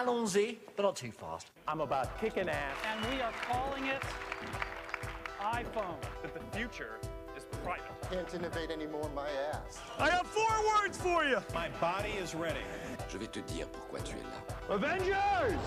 Allons-y, but not too fast. I'm about kicking ass. And we are calling it iPhone. That the future is private. Can't innovate any more my ass. I got 4 words for you. My body is ready. Je vais te dire pourquoi tu es là. Avengers!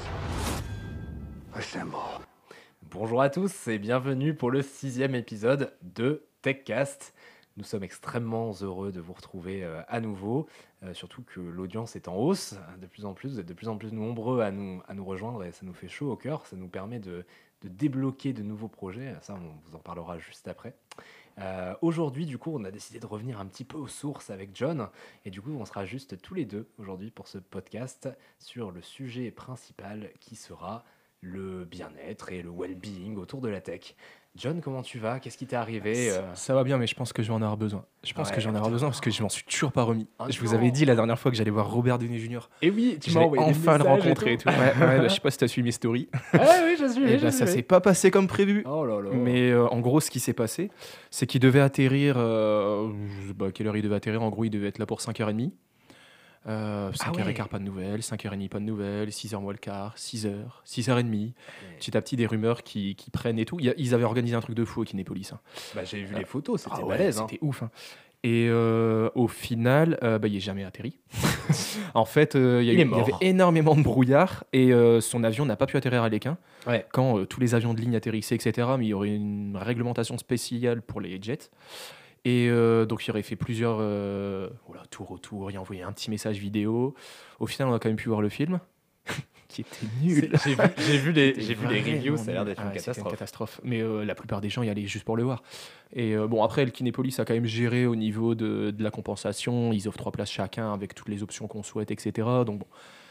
Assemble. Bonjour à tous et bienvenue pour le 6e épisode de TechCast. Nous sommes extrêmement heureux de vous retrouver à nouveau, surtout que l'audience est en hausse de plus en plus. Vous êtes de plus en plus nombreux à nous rejoindre et ça nous fait chaud au cœur. Ça nous permet de débloquer de nouveaux projets. Ça, on vous en parlera juste après. Aujourd'hui, du coup, on a décidé de revenir un petit peu aux sources avec John. Et du coup, on sera juste tous les deux aujourd'hui pour ce podcast sur le sujet principal qui sera le bien-être et le well-being autour de la tech. John, comment tu vas ? Qu'est-ce qui t'est arrivé ? Ça va bien, mais je pense que je vais en avoir besoin. Je pense que j'en ai besoin parce que je m'en suis toujours pas remis. Je vous non. avais dit la dernière fois que j'allais voir Robert Downey Jr. Et oui, tu Je m'as vais envoyé des enfin le messages rencontrer et tout. Je sais pas si t'as suivi mes stories. Ah oui, je suis. Et là, ça s'est pas passé comme prévu. Oh là là. Mais en gros, ce qui s'est passé, c'est qu'il devait atterrir. Je sais pas à quelle heure il devait atterrir. En gros, il devait être là pour 5h30. 5h15, pas de nouvelles. 5h30, pas de nouvelles. 6h moins le quart. 6h, 6h30. Petit à petit, des rumeurs qui prennent et tout. Ils avaient organisé un truc de fou au Kinépolis. Hein. Bah, j'ai vu les photos, c'était ouais, balèze. C'était ouf. Hein. Et au final, il n'est jamais atterri. En fait, il y avait énormément de brouillard et son avion n'a pas pu atterrir à Léquin. Ouais. Quand tous les avions de ligne atterrissaient, etc. Mais il y aurait une réglementation spéciale pour les jets. Et donc, il aurait fait plusieurs tours autour. Il a envoyé un petit message vidéo. Au final, on a quand même pu voir le film. Qui était nul. J'ai vu les reviews, ça a l'air d'être une catastrophe. Mais la plupart des gens y allaient juste pour le voir. Et bon, après, le Kinépolis a quand même géré au niveau de la compensation. Ils offrent 3 places chacun avec toutes les options qu'on souhaite, etc. Donc bon,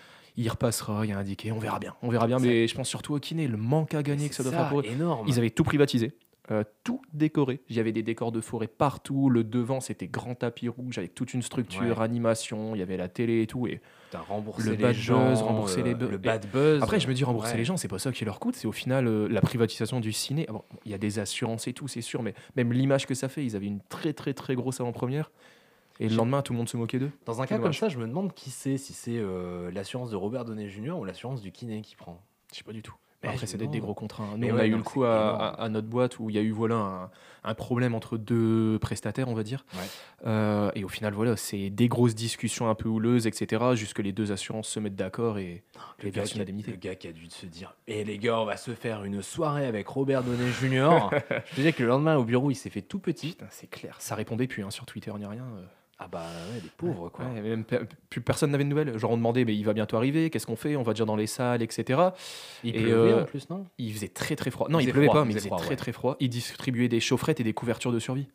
il repassera, il y a indiqué, on verra bien. Mais je pense surtout au kiné, le manque à gagner que ça doit faire pour eux. Énorme. Ils avaient tout privatisé. Tout décoré. Il y avait des décors de forêt partout. Le devant, c'était grand tapis rouge avec toute une structure, animation. Il y avait la télé et tout. Et t'as remboursé le les bad gens, buzz, rembourser le bad buzz. Après, je me dis rembourser les gens, c'est pas ça qui leur coûte. C'est au final la privatisation du ciné. Bon, il y a des assurances et tout, c'est sûr, mais même l'image que ça fait, ils avaient une très très très grosse avant-première. Et le lendemain, tout le monde se moquait d'eux. Dans un cas comme ça, je me demande qui c'est, si c'est l'assurance de Robert Downey Jr. ou l'assurance du kiné qui prend. Je sais pas du tout. Après, c'est des gros contrats. Nous, Mais on a eu le coup à notre boîte où il y a eu un problème entre 2 prestataires, on va dire. Ouais. Et au final, c'est des grosses discussions un peu houleuses, etc. Jusque les 2 assurances se mettent d'accord et les versent une indemnité. Le gars qui a dû se dire les gars, on va se faire une soirée avec Robert Downey Jr. Je te disais que le lendemain au bureau, il s'est fait tout petit. Putain, c'est clair. Ça répondait plus sur Twitter ni rien. Ah bah ouais, les pauvres quoi. Ouais, même plus personne n'avait de nouvelles. Genre on demandait il va bientôt arriver, qu'est-ce qu'on fait ? On va dire dans les salles, etc. Il pleuvait en plus, non ? Il faisait très très froid. Non, il pleuvait pas, mais il faisait très froid. Il distribuait des chaufferettes et des couvertures de survie.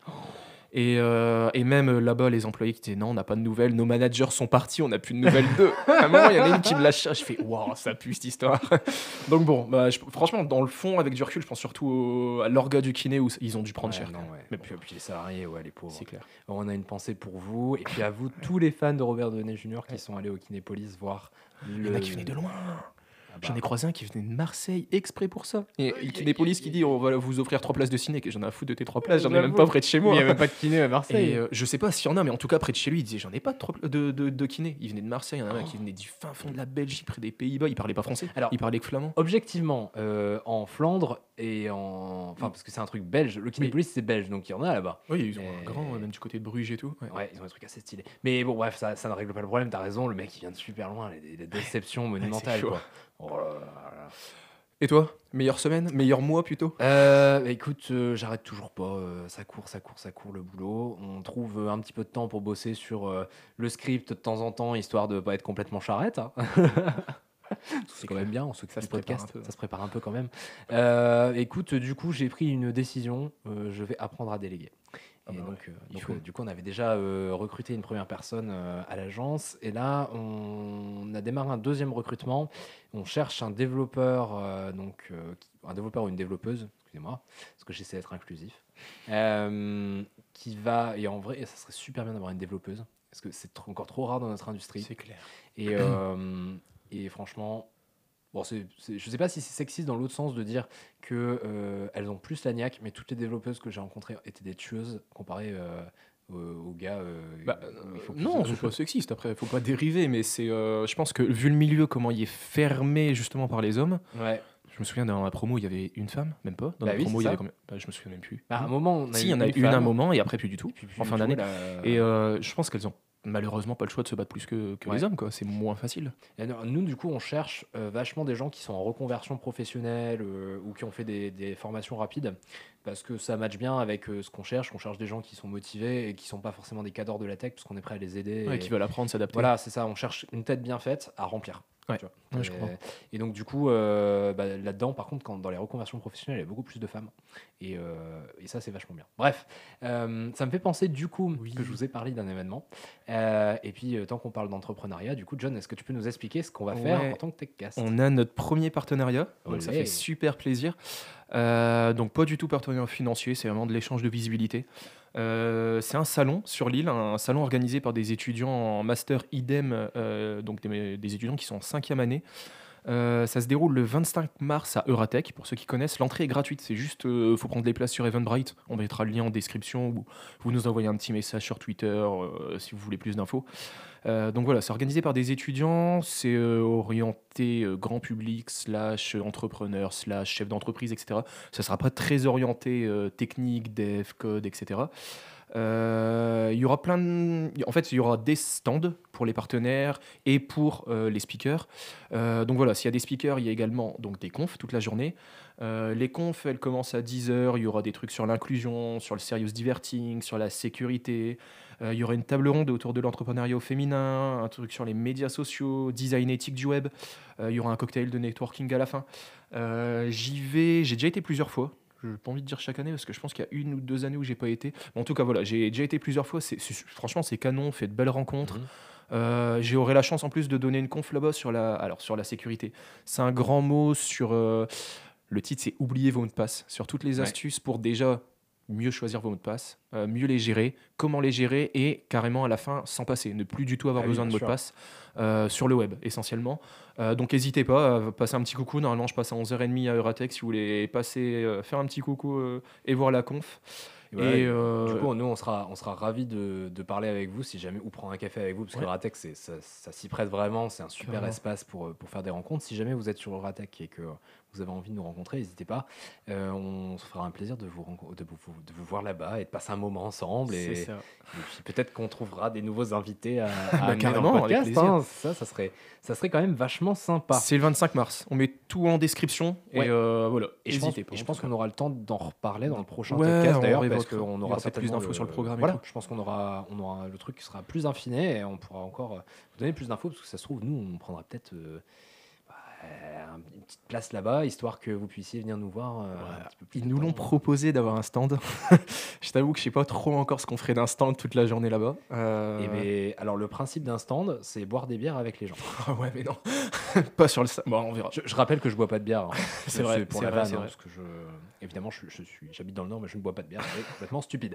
Et même là-bas, les employés qui disaient non, on n'a pas de nouvelles, nos managers sont partis, on n'a plus de nouvelles d'eux. À un moment, il y en a une qui me lâche ça, je fais waouh, ça pue cette histoire. Donc bon, franchement, dans le fond, avec du recul, je pense surtout à l'orga du kiné où ils ont dû prendre cher. Mais puis les salariés, les pauvres. C'est clair. On a une pensée pour vous et puis à vous, tous les fans de Robert Downey Jr. qui sont allés au Kinépolis voir Il y en a qui venaient de loin. J'en ai croisé un qui venait de Marseille exprès pour ça. Et le Kinépolis qui dit on va vous offrir 3 places de ciné, que j'en ai à foutre de tes 3 places, j'en ai même pas près de chez moi. Il n'y a même pas de kiné à Marseille. Et je sais pas s'il y en a, mais en tout cas près de chez lui, il disait j'en ai pas de kiné. Il venait de Marseille, il y en a un qui venait du fin fond de la Belgique, près des Pays-Bas, il parlait pas français. Alors, il parlait que flamand. Objectivement, en Flandre et parce que c'est un truc belge, le Kinépolis c'est belge, donc il y en a là-bas. Oui, ils ont un grand, même du côté de Bruges et tout. Ouais, ils ont des trucs assez stylés. Mais bon, bref, ça ne règle pas le problème, t'as raison, le mec il vient de super loin, les déceptions monumentales quoi. Oh là là. Et toi, meilleure semaine, meilleur mois plutôt ? Écoute, j'arrête toujours pas. Ça court le boulot. On trouve un petit peu de temps pour bosser sur le script de temps en temps, histoire de pas être complètement charrette. Hein. C'est quand même bien, on s'occupe du podcast, ça se prépare un peu quand même. Écoute, du coup, j'ai pris une décision. Je vais apprendre à déléguer. Et du coup, on avait déjà recruté une première personne à l'agence. Et là, on a démarré un 2e recrutement. On cherche un développeur, un développeur ou une développeuse, excusez-moi, parce que j'essaie d'être inclusif, qui va, et en vrai, ça serait super bien d'avoir une développeuse, parce que c'est encore trop rare dans notre industrie. C'est clair. Et franchement, bon, je sais pas si c'est sexiste dans l'autre sens de dire que elles ont plus la niaque, mais toutes les développeuses que j'ai rencontrées étaient des tueuses comparées aux gars. Où il faut non, c'est pas sexiste. Après, faut pas dériver, mais c'est. Je pense que vu le milieu, comment il est fermé justement par les hommes. Ouais. Je me souviens dans la promo, il y avait une femme, même pas. Dans la promo, il y avait combien je me souviens même plus. À un moment, il y en a eu une à un moment et après plus du tout. En fin d'année. Et je pense qu'elles ont malheureusement pas le choix de se battre plus que les hommes, quoi. C'est moins facile. Et nous, du coup, on cherche vachement des gens qui sont en reconversion professionnelle ou qui ont fait des formations rapides parce que ça matche bien avec ce qu'on cherche. On cherche des gens qui sont motivés et qui sont pas forcément des cadors de la tech parce qu'on est prêt à les aider. Ouais, qui veulent apprendre, s'adapter. Voilà, c'est ça. On cherche une tête bien faite à remplir. Ouais. Tu vois. Ouais, je crois. Et donc, du coup, là-dedans, par contre, dans les reconversions professionnelles, il y a beaucoup plus de femmes. Et ça, c'est vachement bien. Bref, ça me fait penser, du coup, que je vous ai parlé d'un événement. Et puis, tant qu'on parle d'entrepreneuriat, du coup, John, est-ce que tu peux nous expliquer ce qu'on va faire en tant que TechCast ? On a notre premier partenariat, donc ça fait super plaisir. Donc, pas du tout partenariat financier, c'est vraiment de l'échange de visibilité. C'est un salon sur l'île, un salon organisé par des étudiants en master idem, donc des étudiants qui sont en 5e année. Ça se déroule le 25 mars à Euratech. Pour ceux qui connaissent, l'entrée est gratuite. C'est juste, faut prendre des places sur Eventbrite. On mettra le lien en description ou vous nous envoyez un petit message sur Twitter si vous voulez plus d'infos. Donc voilà, c'est organisé par des étudiants. C'est orienté grand public / entrepreneur / chef d'entreprise, etc. Ça sera pas très orienté technique, dev, code, etc. Il y aura en fait, il y aura des stands pour les partenaires et pour les speakers. Donc voilà, s'il y a des speakers, il y a également donc des confs toute la journée. Les confs, elles commencent à 10h. Il y aura des trucs sur l'inclusion, sur le serious diverting, sur la sécurité. Il y aura une table ronde autour de l'entrepreneuriat au féminin, un truc sur les médias sociaux, design éthique du web. Il y aura un cocktail de networking à la fin. J'ai déjà été plusieurs fois. Je n'ai pas envie de dire chaque année parce que je pense qu'il y a 1 ou 2 années où j'ai pas été. Mais en tout cas, voilà, j'ai déjà été plusieurs fois. Franchement, c'est canon, on fait de belles rencontres. J'aurai la chance en plus de donner une conf là-bas sur la sécurité. C'est un grand mot sur... le titre, c'est « Oubliez vos mots de passe ». Sur toutes les astuces pour déjà mieux choisir vos mots de passe, mieux les gérer, comment les gérer et carrément à la fin sans passer. Ne plus du tout avoir besoin de mots de passe sur le web essentiellement. Donc n'hésitez pas à passer un petit coucou. Normalement, je passe à 11h30 à Euratech si vous voulez passer, faire un petit coucou et voir la conf. Et du coup, nous, on sera ravis de parler avec vous si jamais, ou prendre un café avec vous, parce que Euratech, ça s'y prête vraiment. C'est un super espace pour faire des rencontres. Si jamais vous êtes sur Euratech et que vous avez envie de nous rencontrer, n'hésitez pas. On se fera un plaisir de vous voir là-bas et de passer un moment ensemble. Et puis peut-être qu'on trouvera des nouveaux invités à amener dans le podcast. Ça serait quand même vachement sympa. C'est le 25 mars. On met tout en description. Et voilà. Et je pense qu'on aura le temps d'en reparler dans le prochain podcast d'ailleurs, parce qu'on aura plus d'infos sur le programme. Voilà, je pense qu'on aura le truc qui sera plus affiné et on pourra encore vous donner plus d'infos parce que ça se trouve, nous, on prendra peut-être une petite place là-bas, histoire que vous puissiez venir nous voir un petit peu plus. Ils nous l'ont proposé d'avoir un stand. Je t'avoue que je sais pas trop encore ce qu'on ferait d'un stand toute la journée là-bas. Alors le principe d'un stand, c'est boire des bières avec les gens. Ouais, mais non, pas sur le stand. Bon, on verra. Je rappelle que je bois pas de bière. C'est vrai, pour la vanne, parce que évidemment, j'habite dans le Nord, mais je ne bois pas de bière. C'est complètement stupide.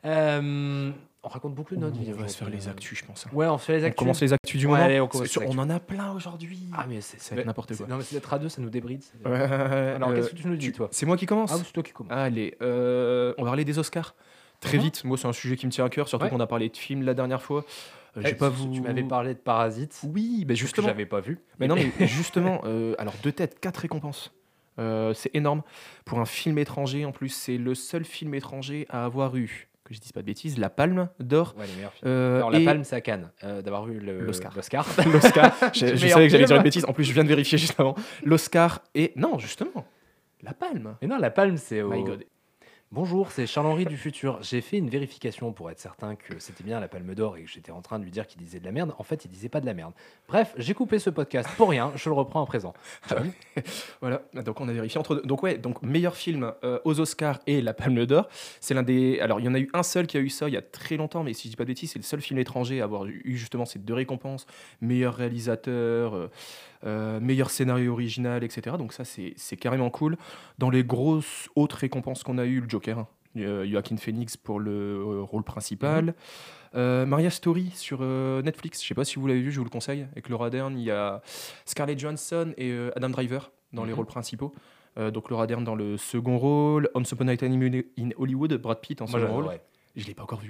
On raconte beaucoup de notre vie. On va se faire les actus, je pense. Ouais, on se fait les actus. On commence les actus du moment. Allez, on en a plein aujourd'hui. Ah, mais ça va être n'importe quoi. Non, mais c'est d'être à deux, ça nous débride. Ouais. Alors, qu'est-ce que tu nous dis, toi ? C'est moi qui commence ? Ah oui, c'est toi qui commence. Allez, on va parler des Oscars. Très vite. Moi, c'est un sujet qui me tient à cœur, surtout qu'on a parlé de films la dernière fois. Tu m'avais parlé de Parasite. Oui, mais justement. Que j'avais pas vu. Mais non, mais justement, alors 2 têtes, 4 récompenses. C'est énorme. Pour un film étranger, en plus, c'est le seul film étranger à avoir eu, que je dise pas de bêtises, la Palme d'Or. Ouais, les meilleurs films. Alors, la Palme, c'est à Cannes, d'avoir eu l'Oscar. L'Oscar. Je savais que j'allais dire une bêtise. En plus, je viens de vérifier juste avant. L'Oscar et... Non, justement, la Palme. Mais non, la Palme, c'est... My God. Bonjour, c'est Charles-Henri du futur. J'ai fait une vérification pour être certain que c'était bien la Palme d'Or et que j'étais en train de lui dire qu'il disait de la merde. En fait, il disait pas de la mmerde. Bref, j'ai coupé ce podcast pour rien. Je le reprends en présent. Voilà, donc on a vérifié entre deux. Donc meilleur film aux Oscars et la Palme d'Or. C'est l'un des... Alors, il y en a eu un seul qui a eu ça il y a très longtemps, mais si je dis pas de bêtises, c'est le seul film étranger à avoir eu justement ces 2 récompenses. Meilleur réalisateur... meilleur scénario original, etc. Donc ça, c'est carrément cool. Dans les grosses autres récompenses qu'on a eues, le Joker, Joaquin Phoenix pour le rôle principal. Maria Story sur Netflix, je sais pas si vous l'avez vu, je vous le conseille. Avec Laura Dern, il y a Scarlett Johansson et Adam Driver dans les rôles principaux. Donc Laura Dern dans le second rôle, Once Upon a Time in Hollywood, Brad Pitt en second rôle. Je l'ai pas encore vu.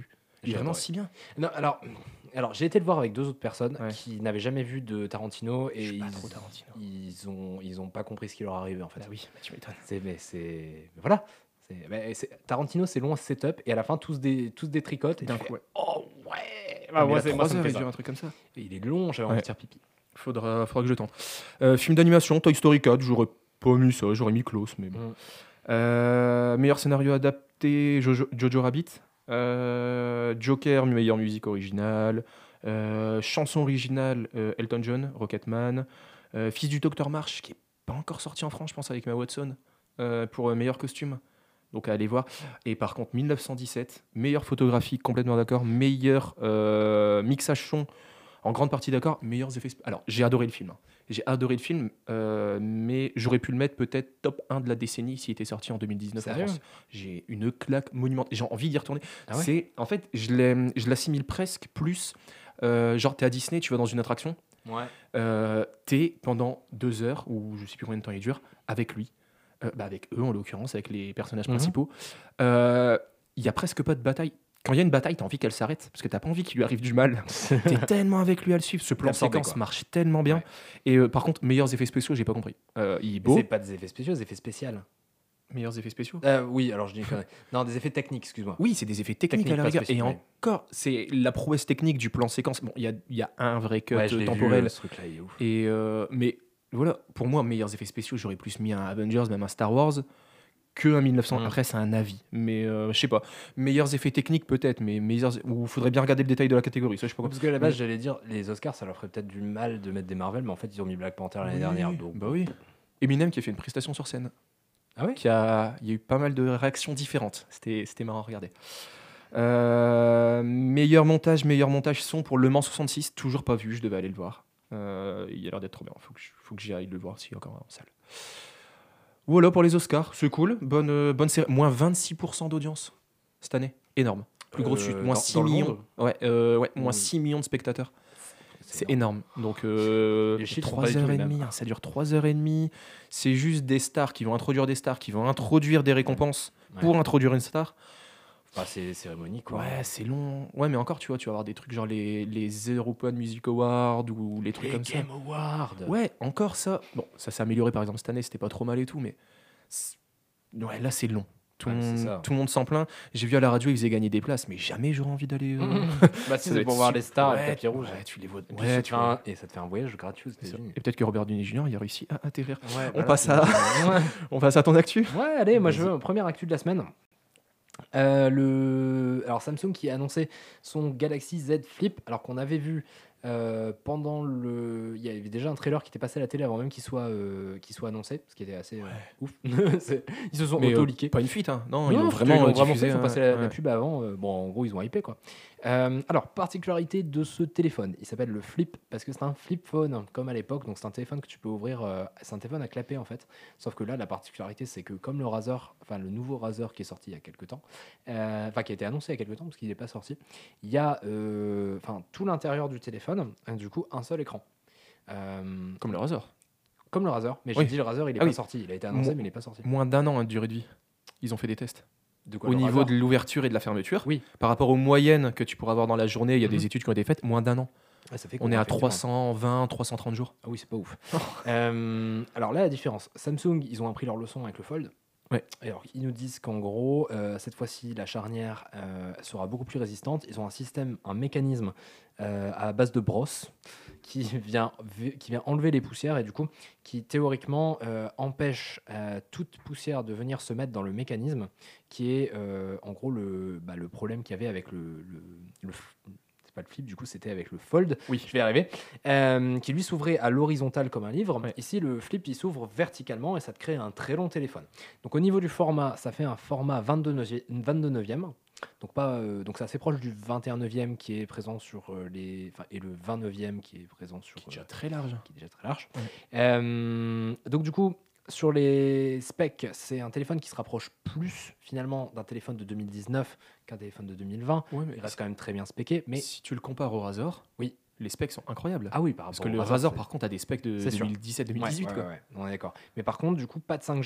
Il est vraiment si bien. Non, alors j'ai été le voir avec 2 autres personnes Ouais. qui n'avaient jamais vu de Tarantino et Je suis pas trop Tarantino. ils ont pas compris ce qui leur arrivait en fait. Bah oui, mais tu m'étonnes. Mais voilà. Tarantino, c'est long, setup et à la fin tous des tricotes. Et D'un tu coup, fais, ouais. oh ouais. Ah, Moi, mais c'est la moi, 3 ça me heures, fait il ça. dure un truc comme ça. Il est long, j'avais envie de faire pipi. Faudra que je tente. Film d'animation, Toy Story 4, j'aurais pas mis ça, j'aurais mis Klaus, mais bon. Meilleur scénario adapté, Jojo Rabbit. Joker, meilleure musique originale. Chanson originale, Elton John, Rocketman. Fils du Docteur March, qui est pas encore sorti en France, je pense, avec Emma Watson, pour meilleur costume. Donc à aller voir. Et par contre, 1917, meilleure photographie, complètement d'accord. Meilleur mixage son, en grande partie d'accord. Meilleurs effets. Alors, j'ai adoré le film. J'ai adoré le film, mais j'aurais pu le mettre peut-être top 1 de la décennie s'il était sorti en 2019 en Sérieux ? France. J'ai une claque monumentale. J'ai envie d'y retourner. Ah ouais ? C'est, en fait, je l'assimile presque plus. Genre, t'es à Disney, tu vas dans une attraction. Ouais. T'es pendant 2 heures, ou je sais plus combien de temps il dure, avec lui. Avec eux en l'occurrence, avec les personnages principaux. Il y a presque pas de bataille. Quand il y a une bataille, t'as envie qu'elle s'arrête parce que t'as pas envie qu'il lui arrive du mal. T'es tellement avec lui à le suivre. Ce plan Absorbé, séquence quoi. marche tellement bien. Ouais. Et par contre, meilleurs effets spéciaux, j'ai pas compris. Il est Mais beau. c'est pas des effets spéciaux, des effets spéciaux. Meilleurs effets spéciaux. Oui, alors je dis une connerie. Non, des effets techniques, excuse-moi. Oui, c'est des effets techniques Technique, à la pas rigueur. Et spéciaux, ouais. encore, c'est la prouesse technique du plan séquence. Bon, il y a un vrai cut Ouais, je l'ai temporel. vu, ce truc-là, il est ouf. Et mais voilà, pour moi, meilleurs effets spéciaux, j'aurais plus mis un Avengers, même un Star Wars, que un 1900. Après, c'est un avis, mais je sais pas. Meilleurs effets techniques peut-être, mais meilleurs. Ou faudrait bien regarder le détail de la catégorie. Ça, je sais pas. Parce qu'à la base, j'allais dire, les Oscars, ça leur ferait peut-être du mal de mettre des Marvel, mais en fait, ils ont mis Black Panther l'année dernière. Donc... Bah oui. Eminem qui a fait une prestation sur scène. Ah ouais ? Il y a eu pas mal de réactions différentes. C'était marrant à regarder. Meilleur montage son pour Le Mans 66. Toujours pas vu, je devais aller le voir. Il a l'air d'être trop bien. Faut que j'y aille le voir s'il est encore en salle. Voilà pour les Oscars. C'est cool. Bonne série. Moins 26% d'audience cette année. Énorme. Plus grosse chute. Moins 6 dans le millions. monde Moins 6 millions de spectateurs. C'est énorme. énorme. Donc, Les chiffres sont pas du tout les 3h30. mêmes. Ça dure 3h30. C'est juste des stars qui vont introduire des stars, qui vont introduire des récompenses pour introduire une star. Enfin, c'est les cérémonies, quoi. Ouais, c'est long. Ouais, mais encore, tu vas avoir des trucs genre les European Music Awards ou les trucs Les comme Game ça. Awards. Ouais, encore ça. Bon, ça s'est amélioré par exemple cette année, c'était pas trop mal et tout, mais ouais, là c'est long. Tout Ouais, c'est ça. le monde s'en plaint. J'ai vu à la radio, ils faisaient gagner des places, mais jamais j'aurais envie d'aller. Bah, si, Ça doit c'est pour être voir les stars et ouais, le tapis rouge. Ouais, tu les vois. Et, Ouais, tu vois. et ça te fait un voyage gratuit aux États-Unis. Et peut-être que Robert Downey Jr. il a réussi à atterrir. Ouais, On passe à on passe à ton actu. Ouais, allez, moi je veux première actu de la semaine. Alors Samsung qui a annoncé son Galaxy Z Flip, alors qu'on avait vu pendant le... Il y avait déjà un trailer qui était passé à la télé avant même qu'il soit annoncé, ce qui était assez ouf. Ils se sont auto-leakés. Pas une fuite, hein. Non, Non, ils l'ont vraiment diffusé. fait, ils ont passé la ouais. pub avant. Bon, en gros, ils ont hypé, quoi. Alors, particularité de ce téléphone, il s'appelle le Flip parce que c'est un flip phone, comme à l'époque. Donc, c'est un téléphone que tu peux ouvrir. C'est un téléphone à clapper, en fait. Sauf que là, la particularité, c'est que comme le Razer, enfin, le nouveau Razer qui est sorti il y a quelques temps, enfin, qui a été annoncé il y a quelques temps parce qu'il n'est pas sorti, il y a tout l'intérieur du téléphone, et du coup, un seul écran. Comme le Razer. Comme le Razer, mais Oui. je dis le Razer, il n'est Ah pas oui. sorti. Il a été annoncé, mais il n'est pas sorti. Moins d'1 an de durée de vie. Ils ont fait des tests. De quoi, Au le niveau Razer de l'ouverture et de la fermeture, Oui. par rapport aux moyennes que tu pourras avoir dans la journée, il y a Mhm. des études qui ont été faites, moins d'1 an. Ouais, ça fait On est à effectivement. 320, 330 jours. Ah oui, c'est pas ouf. Alors là, la différence. Samsung, ils ont appris leur leçon avec le Fold. Ouais. Alors, ils nous disent qu'en gros, cette fois-ci, la charnière sera beaucoup plus résistante. Ils ont un mécanisme à base de brosse qui vient enlever les poussières et du coup, qui théoriquement empêche toute poussière de venir se mettre dans le mécanisme, qui est en gros le problème qu'il y avait avec le c'est pas le flip, du coup c'était avec le fold, Oui. je vais y arriver, qui lui s'ouvrait à l'horizontale comme un livre. Ouais. Ici le flip il s'ouvre verticalement et ça te crée un très long téléphone. Donc au niveau du format, ça fait un format 22 neuvième, donc c'est assez proche du 21 neuvième qui est présent sur et le 20 neuvième qui est présent sur Qui est déjà très large. qui est déjà très large. Ouais. Donc du coup, sur les specs, c'est un téléphone qui se rapproche plus finalement d'un téléphone de 2019 qu'un téléphone de 2020. Ouais, mais Il reste quand même très bien specé, mais si tu le compares au Razer, Oui. les specs sont incroyables. ah oui, par Parce rapport que au le Razer, c'est- par contre, a des specs de C'est sûr. 2017-2018. Ouais, quoi. ouais, on est d'accord. Mais par contre, du coup, pas de 5G.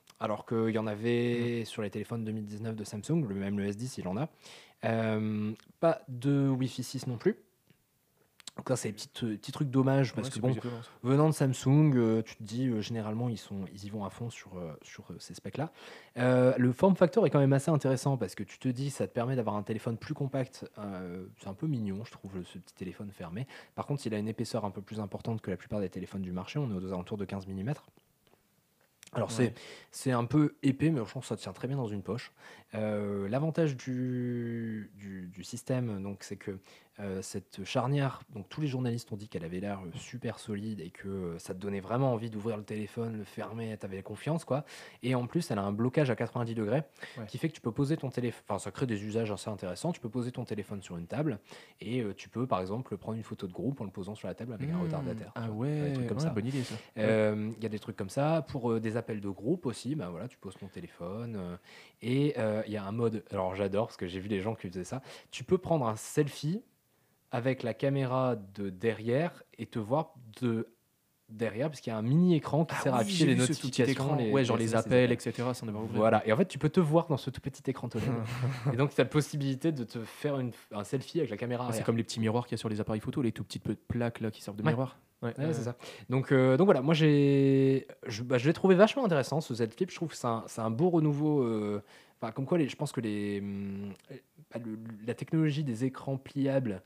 alors qu'il y en avait sur les téléphones 2019 de Samsung, même le S10 il en a. Pas de Wi-Fi 6 non plus. Donc ça, c'est des petits trucs dommages parce que bon, venant de Samsung, tu te dis généralement ils y vont à fond sur ces specs-là. Le form factor est quand même assez intéressant parce que tu te dis ça te permet d'avoir un téléphone plus compact. C'est un peu mignon, je trouve, ce petit téléphone fermé. Par contre, il a une épaisseur un peu plus importante que la plupart des téléphones du marché. On est aux alentours de 15 mm. Alors c'est un peu épais, mais je pense que ça tient très bien dans une poche. L'avantage du système, donc, c'est que cette charnière, donc tous les journalistes ont dit qu'elle avait l'air super solide et que ça te donnait vraiment envie d'ouvrir le téléphone, le fermer, t'avais confiance, quoi. Et en plus, elle a un blocage à 90 degrés qui fait que tu peux poser ton téléphone. Enfin, ça crée des usages assez intéressants. Tu peux poser ton téléphone sur une table et tu peux, par exemple, prendre une photo de groupe en le posant sur la table avec un retardataire. Ah Des ouais, trucs comme ça. bonne idée ça. Il y a des trucs comme ça. Pour des appels de groupe aussi, bah voilà, tu poses ton téléphone. Et il y a un mode, alors j'adore parce que j'ai vu les gens qui faisaient ça. Tu peux prendre un selfie avec la caméra de derrière et te voir de derrière, parce qu'il y a un mini écran qui sert à afficher les notifications, genre les appels, etc. Ça devrait ouvrir. Voilà, et en fait, tu peux te voir dans ce tout petit écran OLED. Et donc, tu as la possibilité de te faire un selfie avec la caméra arrière. C'est comme les petits miroirs qu'il y a sur les appareils photo, les tout petites plaques là, qui servent de miroir. Ouais, c'est ça. Donc voilà, moi je l'ai trouvé vachement intéressant ce Z Flip. Je trouve que c'est un beau renouveau. Comme quoi, je pense que la technologie des écrans pliables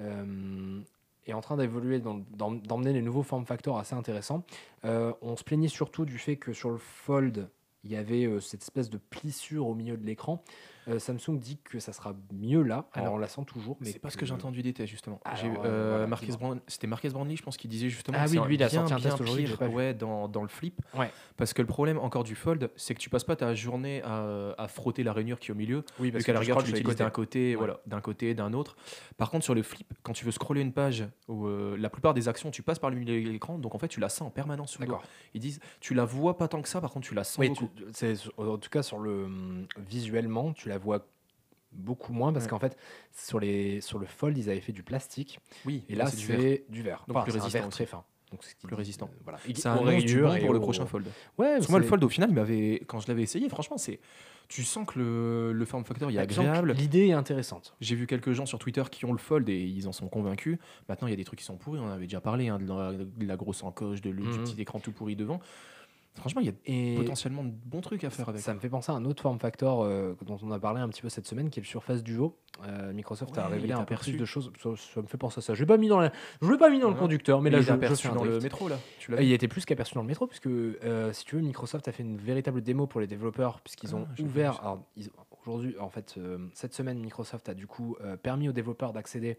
est en train d'évoluer, d'emmener les nouveaux form factors assez intéressants. On se plaignait surtout du fait que sur le Fold, il y avait cette espèce de plissure au milieu de l'écran. Samsung dit que ça sera mieux là. Alors on la sent toujours, mais c'est pas ce que j'ai entendu d'été justement. Alors, j'ai eu c'était Marques Brownlee, je pense, qui disait justement. Ah oui, lui il a sorti un bien test aujourd'hui. dans le Flip. Ouais. Parce que le problème encore du Fold, c'est que tu passes pas ta journée à frotter la rainure qui est au milieu. Oui, parce qu'à la rigueur tu l'utilises l'utilises d'un côté, Ouais. d'un côté, d'un autre. Par contre sur le Flip, quand tu veux scroller une page, où, la plupart des actions tu passes par le milieu de l'écran, donc en fait tu la sens en permanence sous le doigt. D'accord. Ils disent tu la vois pas tant que ça, par contre tu la sens beaucoup. En tout cas visuellement, tu la vois beaucoup moins parce qu'en fait sur le Fold ils avaient fait du plastique, Oui, et là c'est du verre. Donc plus c'est un résistant verre aussi. très fin, donc c'est Plus résistant. voilà. Ça annonce du bon pour le prochain Fold. Ouais, Parce que moi le Fold au final quand je l'avais essayé, franchement tu sens que le form factor il est agréable. L'idée est intéressante. J'ai vu quelques gens sur Twitter qui ont le Fold et ils en sont convaincus. Maintenant il y a des trucs qui sont pourris, on en avait déjà parlé, de la grosse encoche, du petit écran tout pourri devant. Franchement, il y a potentiellement de bons trucs à faire avec. Ça me fait penser à un autre form factor dont on a parlé un petit peu cette semaine, qui est le Surface Duo. Microsoft a révélé un peu plus de choses. Ça me fait penser à ça. Je l'ai pas mis dans le conducteur, mais là il je aperçu fais dans un le drift. métro là. Il était plus qu'aperçu dans le métro, puisque si tu veux, Microsoft a fait une véritable démo pour les développeurs, puisqu'ils ont ouvert. Alors, aujourd'hui, en fait, cette semaine, Microsoft a du coup permis aux développeurs d'accéder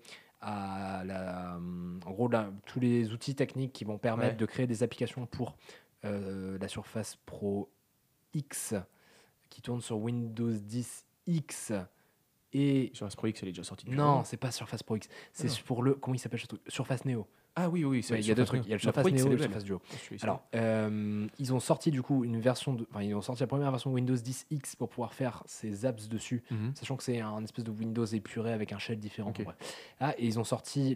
à en gros tous les outils techniques qui vont permettre de créer des applications pour la Surface Pro X qui tourne sur Windows 10 X et Surface Pro X, elle est déjà sortie. non, c'est pas Surface Pro X, c'est pour le, comment il s'appelle ce truc, Surface Neo. Ah oui, Il y a deux trucs, il y a le Surface Neo et le Surface Duo. Alors, ils ont sorti du coup ils ont sorti la première version de Windows 10 X pour pouvoir faire ces apps dessus, sachant que c'est un espèce de Windows épuré avec un shell différent. Okay. Et ils ont sorti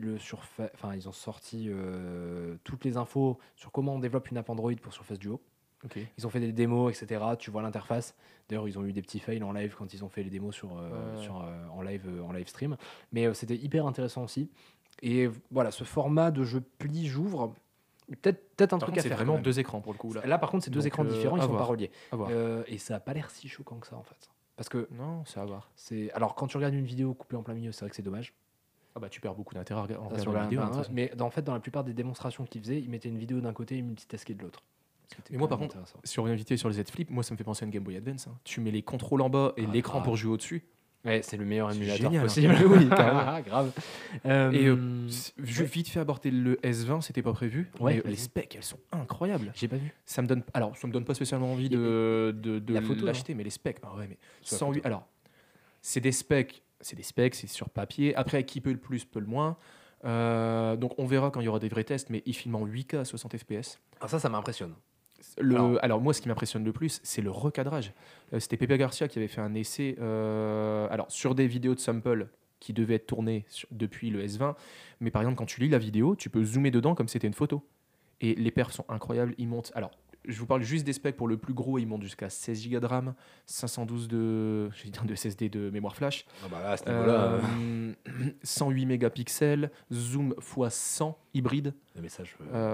toutes les infos sur comment on développe une app Android pour Surface Duo. Okay. Ils ont fait des démos, etc. Tu vois l'interface. D'ailleurs, ils ont eu des petits fails en live quand ils ont fait les démos en live stream. Mais c'était hyper intéressant aussi. Et voilà, ce format de jeu plie-j'ouvre, peut-être un truc à c'est faire. vraiment deux écrans pour le coup. Là par contre, c'est deux écrans différents, ils sont pas reliés. À voir. Et ça a pas l'air si choquant que ça en fait. Parce que non, c'est à voir. Alors quand tu regardes une vidéo coupée en plein milieu, c'est vrai que c'est dommage. Ah bah tu perds beaucoup d'intérêt en sur regardant la vidéo. Mais en fait, dans la plupart des démonstrations qu'ils faisaient, ils mettaient une vidéo d'un côté et une multitasquée de l'autre. Et moi par contre, sur une invité sur les Z Flip, moi ça me fait penser à une Game Boy Advance. Tu mets les contrôles en bas et l'écran pour jouer au-dessus. Ouais, c'est le meilleur émulateur génial, possible. Oui, grave. Et vite fait aborder le S20, c'était pas prévu. Ouais, mais les specs, elles sont incroyables. J'ai pas vu. Ça me donne pas spécialement envie de l'acheter, mais les specs. Ah ouais, mais 108. Alors, c'est des specs, c'est sur papier. Après, qui peut le plus, peut le moins. Donc, on verra quand il y aura des vrais tests, mais il filme en 8K à 60 FPS. Alors ça m'impressionne. Alors moi, ce qui m'impressionne le plus, c'est le recadrage. C'était Pepe Garcia qui avait fait un essai sur des vidéos de sample qui devaient être tournées depuis le S20. Mais par exemple, quand tu lis la vidéo, tu peux zoomer dedans comme si c'était une photo. Et les perfs sont incroyables. Ils montent. Alors, je vous parle juste des specs. Pour le plus gros, il monte jusqu'à 16 Go de RAM, 512 de SSD de mémoire flash, Ah bah là, à ce niveau-là, 108 mégapixels, zoom x 100 hybride. le message.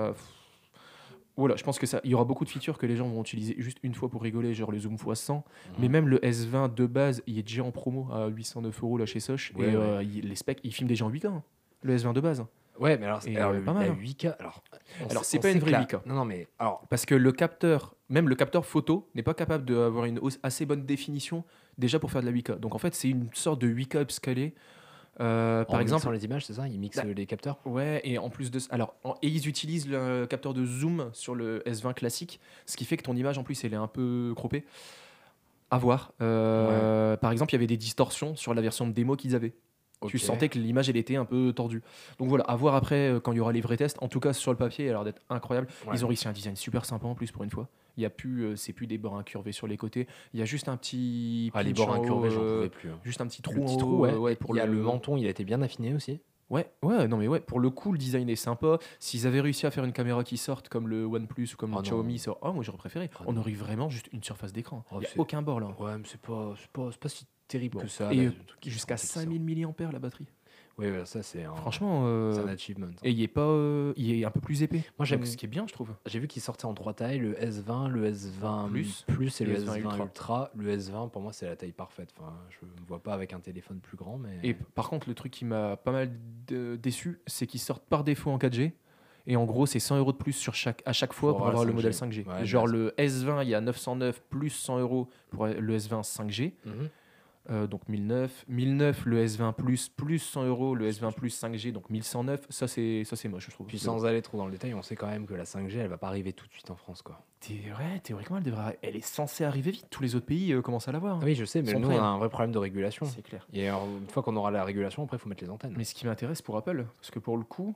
Voilà, je pense que il y aura beaucoup de features que les gens vont utiliser juste une fois pour rigoler, genre le zoom x 100. Mais même le S20 de base, il est déjà en promo à 809 € là chez Soch. Ouais, et ouais. Les specs, il filme déjà en 8K, hein, le S20 de base. Ouais, mais alors, Et, alors pas mal, la hein. 8K. Alors, c'est pas une vraie 8K. Non, mais alors, Parce que le capteur, même le capteur photo, n'est pas capable d'avoir une assez bonne définition déjà pour faire de la 8K. Donc en fait, c'est une sorte de 8K upscalé. Par exemple, sur les images, c'est ça, ils mixent les capteurs. ouais, et en plus de ça, et ils utilisent le capteur de zoom sur le S20 classique, ce qui fait que ton image en plus elle est un peu croppée. À voir. Par exemple, il y avait des distorsions sur la version de démo qu'ils avaient. Tu Ok. sentais que l'image elle était un peu tordue. Donc voilà, à voir après quand il y aura les vrais tests. En tout cas, sur le papier, il a l'air d'être incroyable. Ouais. Ils ont réussi un design super sympa en plus pour une fois. Il y a plus, c'est plus des bords incurvés sur les côtés. Il y a juste un petit Ah, les pinch bords en haut, incurvés, j'en pouvais plus. juste un petit trou. Le en petit haut, trou, ouais. pour Il y a le menton, il a été bien affiné aussi. Ouais, non mais ouais, pour le coup, le design est sympa. S'ils avaient réussi à faire une caméra qui sorte comme le OnePlus ou comme Ah le non. Xiaomi, moi j'aurais préféré. Ah On non. aurait vraiment juste une surface d'écran. Oh, Il n'y a c'est- aucun bord là. Ouais, mais c'est pas si terrible Bon. que ça. Et là, le truc qui jusqu'à sort, c'est 5000 mAh la batterie. Ouais, ça c'est un, Franchement, c'est un achievement. et il est un peu plus épais. Moi, j'aime- Donc, ce qui est bien, je trouve. J'ai vu qu'ils sortaient en 3 tailles, le S20, le S20 Plus, et le et S20 S20 Ultra. Le S20, pour moi, c'est la taille parfaite. Enfin, je me vois pas avec un téléphone plus grand, mais... Et par contre, le truc qui m'a pas mal déçu, c'est qu'ils sortent par défaut en 4G. Et en gros, c'est 100 € de plus à chaque fois Pour pour avoir avoir le le modèle 5G. 5G. Ouais, Genre bah, le S20, il y a 909 plus 100 € pour le S20 5G. Mhm. Donc 1009. 1009 le S20 plus 100 € le S20 plus 5G, donc 1109. Ça, c'est moche, je trouve. Puis sans aller trop dans le détail, on sait quand même que la 5G, elle va pas arriver tout de suite en France, quoi. Théoriquement, elle est censée arriver vite. Tous les autres pays commencent à l'avoir. Ah oui, je sais, mais Sont nous, prêts, on a hein. un vrai problème de régulation. C'est clair. Et alors, une fois qu'on aura la régulation, après, il faut mettre les antennes. Mais ce qui m'intéresse pour Apple, parce que pour le coup,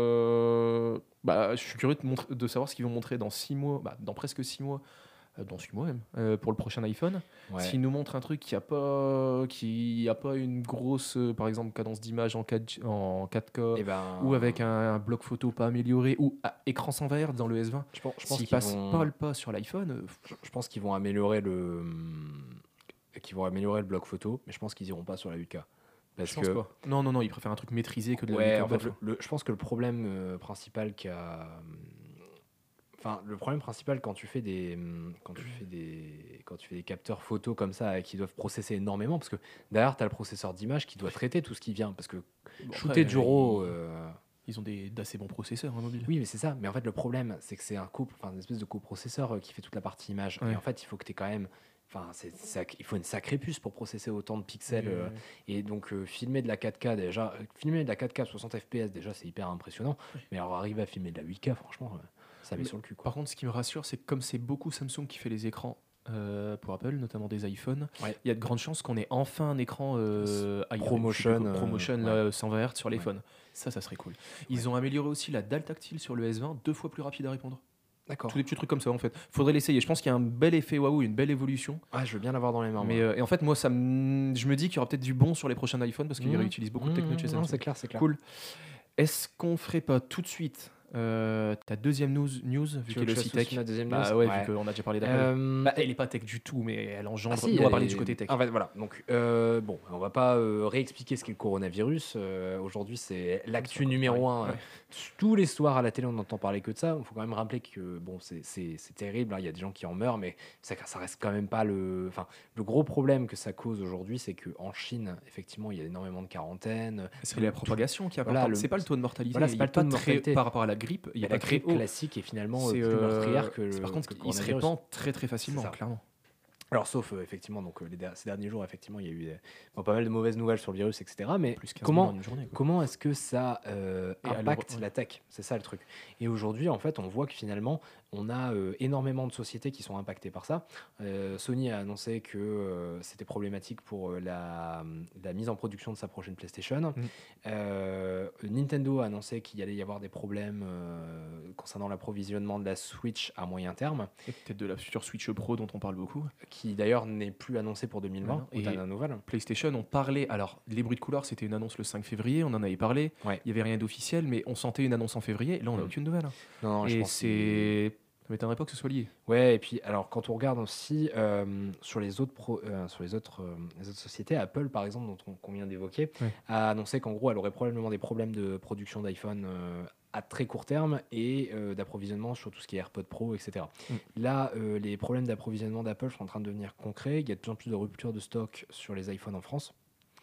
je suis curieux de savoir ce qu'ils vont montrer dans 6 mois, dans presque 6 mois, dans 6 mois même, pour le prochain iPhone. Ouais. S'ils nous montrent un truc qui a pas une grosse, par exemple, cadence d'image en 4K, Eh ben, ou avec un bloc photo pas amélioré, ou écran 120 Hz dans le S20, je pense s'ils qu'ils passent vont... pas le pas sur l'iPhone, Je pense qu'ils vont améliorer le bloc photo, mais je pense qu'ils iront pas sur la 8K. Parce je pense que pas. Non, ils préfèrent un truc maîtrisé que de la ouais, 8K en fait, bof. je pense que le problème principal le problème principal quand tu fais des capteurs photo comme ça qui doivent processer énormément, parce que derrière tu as le processeur d'image qui doit traiter tout ce qui vient, parce que Bon, shooter après, du RAW, ils ont d'assez bons processeurs mobile. oui, mais c'est ça. Mais en fait, le problème, c'est que c'est une espèce de coprocesseur qui fait toute la partie image. Ouais. Et en fait, il faut que tu aies quand même. Enfin, il faut une sacrée puce pour processer autant de pixels. Et donc, filmer de la 4K déjà, filmer de la 4K 60 FPS, déjà, c'est hyper impressionnant. Mais alors, arriver à filmer de la 8K, franchement, ça met sur le cul, quoi. Par contre, ce qui me rassure, c'est que comme c'est beaucoup Samsung qui fait les écrans pour Apple, notamment des iPhones, Ouais. il y a de grandes chances qu'on ait enfin un écran ProMotion, ProMotion ouais. 120 Hz sur l'iPhone. Ça serait cool. Ils ont amélioré aussi la dalle tactile sur le S20, 2 fois plus rapide à répondre. D'accord. Tous des petits trucs comme ça en fait. Faudrait l'essayer. Je pense qu'il y a un bel effet waouh, une belle évolution. Ah, je veux bien l'avoir dans les mains. Mais et en fait, moi, je me dis qu'il y aura peut-être du bon sur les prochains iPhones parce qu'ils réutilisent beaucoup de techno chez Samsung. C'est clair, c'est clair. Cool. Est-ce qu'on ferait pas tout de suite ta deuxième news vu qu'elle est aussi tech? La deuxième news. Bah ouais, vu qu'on a déjà parlé d'Apple. Bah, Elle est pas tech du tout, mais elle engendre. Ah si, nous, on va elle parler est- du côté tech. En fait, voilà. Donc, bon, on va pas réexpliquer ce qu'est le coronavirus. Aujourd'hui, c'est l'actu numéro 1. Ouais. Tous les soirs à la télé, on n'entend parler que de ça. Il faut quand même rappeler que bon, c'est terrible. Il y a des gens qui en meurent, mais ça reste quand même pas le. Enfin, le gros problème que ça cause aujourd'hui, c'est qu'en Chine, effectivement, il y a énormément de quarantaines. C'est la propagation qui a Voilà, c'est pas le taux de mortalité. Voilà, c'est il pas est le taux de très- mortalité. par rapport à la grippe. Il Il y y a a pas la très grippe haut. classique et finalement C'est, plus meurtrière que par contre, que le il se coronavirus. répand très très facilement, C'est ça. clairement. Alors, sauf effectivement, donc ces derniers jours, effectivement, il y a eu pas mal de mauvaises nouvelles sur le virus, etc. Mais Plus 15 comment millions en une journée, quoi. Comment est-ce que ça Et à impacte l'euro- ouais. la tech? C'est ça le truc. Et aujourd'hui, en fait, on voit que finalement, on a énormément de sociétés qui sont impactées par ça. Sony a annoncé que c'était problématique pour la mise en production de sa prochaine PlayStation. Nintendo a annoncé qu'il allait y avoir des problèmes concernant l'approvisionnement de la Switch à moyen terme, Et peut-être de la future Switch Pro dont on parle beaucoup. qui d'ailleurs n'est plus annoncée pour 2020. Non, Ou et- t'as la nouvelle? PlayStation, on parlait. Alors, les bruits de couloir, c'était une annonce le 5 février, on en avait parlé. Ouais. Il n'y avait rien d'officiel, mais on sentait une annonce en février. Là, on n'a Mm. aucune nouvelle. Non, je Et pense c'est. Ça m'étonnerait pas que ce soit lié. Ouais, et puis alors quand on regarde aussi sur les autres les autres sociétés, Apple par exemple qu'on vient d'évoquer, Ouais. a annoncé qu'en gros elle aurait probablement des problèmes de production d'iPhone à très court terme et d'approvisionnement sur tout ce qui est AirPods Pro, etc. Là, les problèmes d'approvisionnement d'Apple sont en train de devenir concrets. Il y a de plus en plus de ruptures de stock sur les iPhones en France.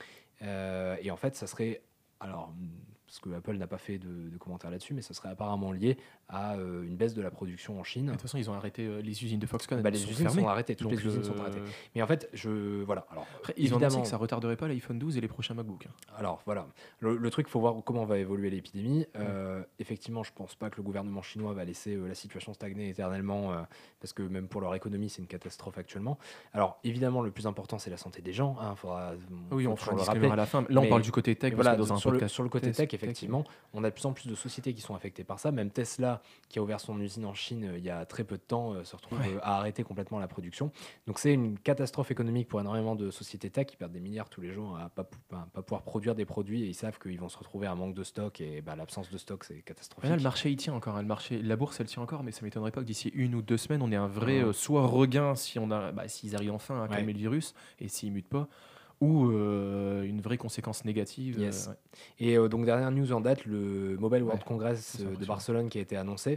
Et en fait, ça serait... Alors, parce que Apple n'a pas fait de commentaires là-dessus, mais ça serait apparemment lié à une baisse de la production en Chine. De toute façon, ils ont arrêté les usines de Foxconn. Les usines fermées. sont arrêtées, toutes Donc, les usines sont arrêtées. Mais en fait, voilà. Alors, après, ils ont annoncé évidemment, que ça retarderait pas l'iPhone 12 et les prochains MacBooks. alors voilà, le truc, il faut voir comment va évoluer l'épidémie. Effectivement, je pense pas que le gouvernement chinois va laisser la situation stagner éternellement, parce que même pour leur économie, c'est une catastrophe actuellement. Alors évidemment, le plus important, c'est la santé des gens. On fera le un disclaimer rappeler. à la fin. Là, on Mais- parle du côté tech. Et parce voilà, que dans un sur podcast le côté tech, effectivement, on a de plus en plus de sociétés qui sont affectées par ça. Même Tesla, qui a ouvert son usine en Chine il y a très peu de temps, se retrouve à arrêter complètement la production. Donc c'est une catastrophe économique pour énormément de sociétés tech qui perdent des milliards tous les jours à pas pouvoir produire des produits, et ils savent qu'ils vont se retrouver à un manque de stock, et l'absence de stock, c'est catastrophique. Là, le marché, il tient encore. Hein. La bourse, elle tient encore, mais ça m'étonnerait pas que d'ici 1 ou 2 semaines, on ait un vrai soit regain s'ils arrivent enfin à calmer le virus et s'ils mutent pas, ou une vraie conséquence négative. Yes. Et donc dernière news en date, le Mobile World Congress de impressionnant. Barcelone qui a été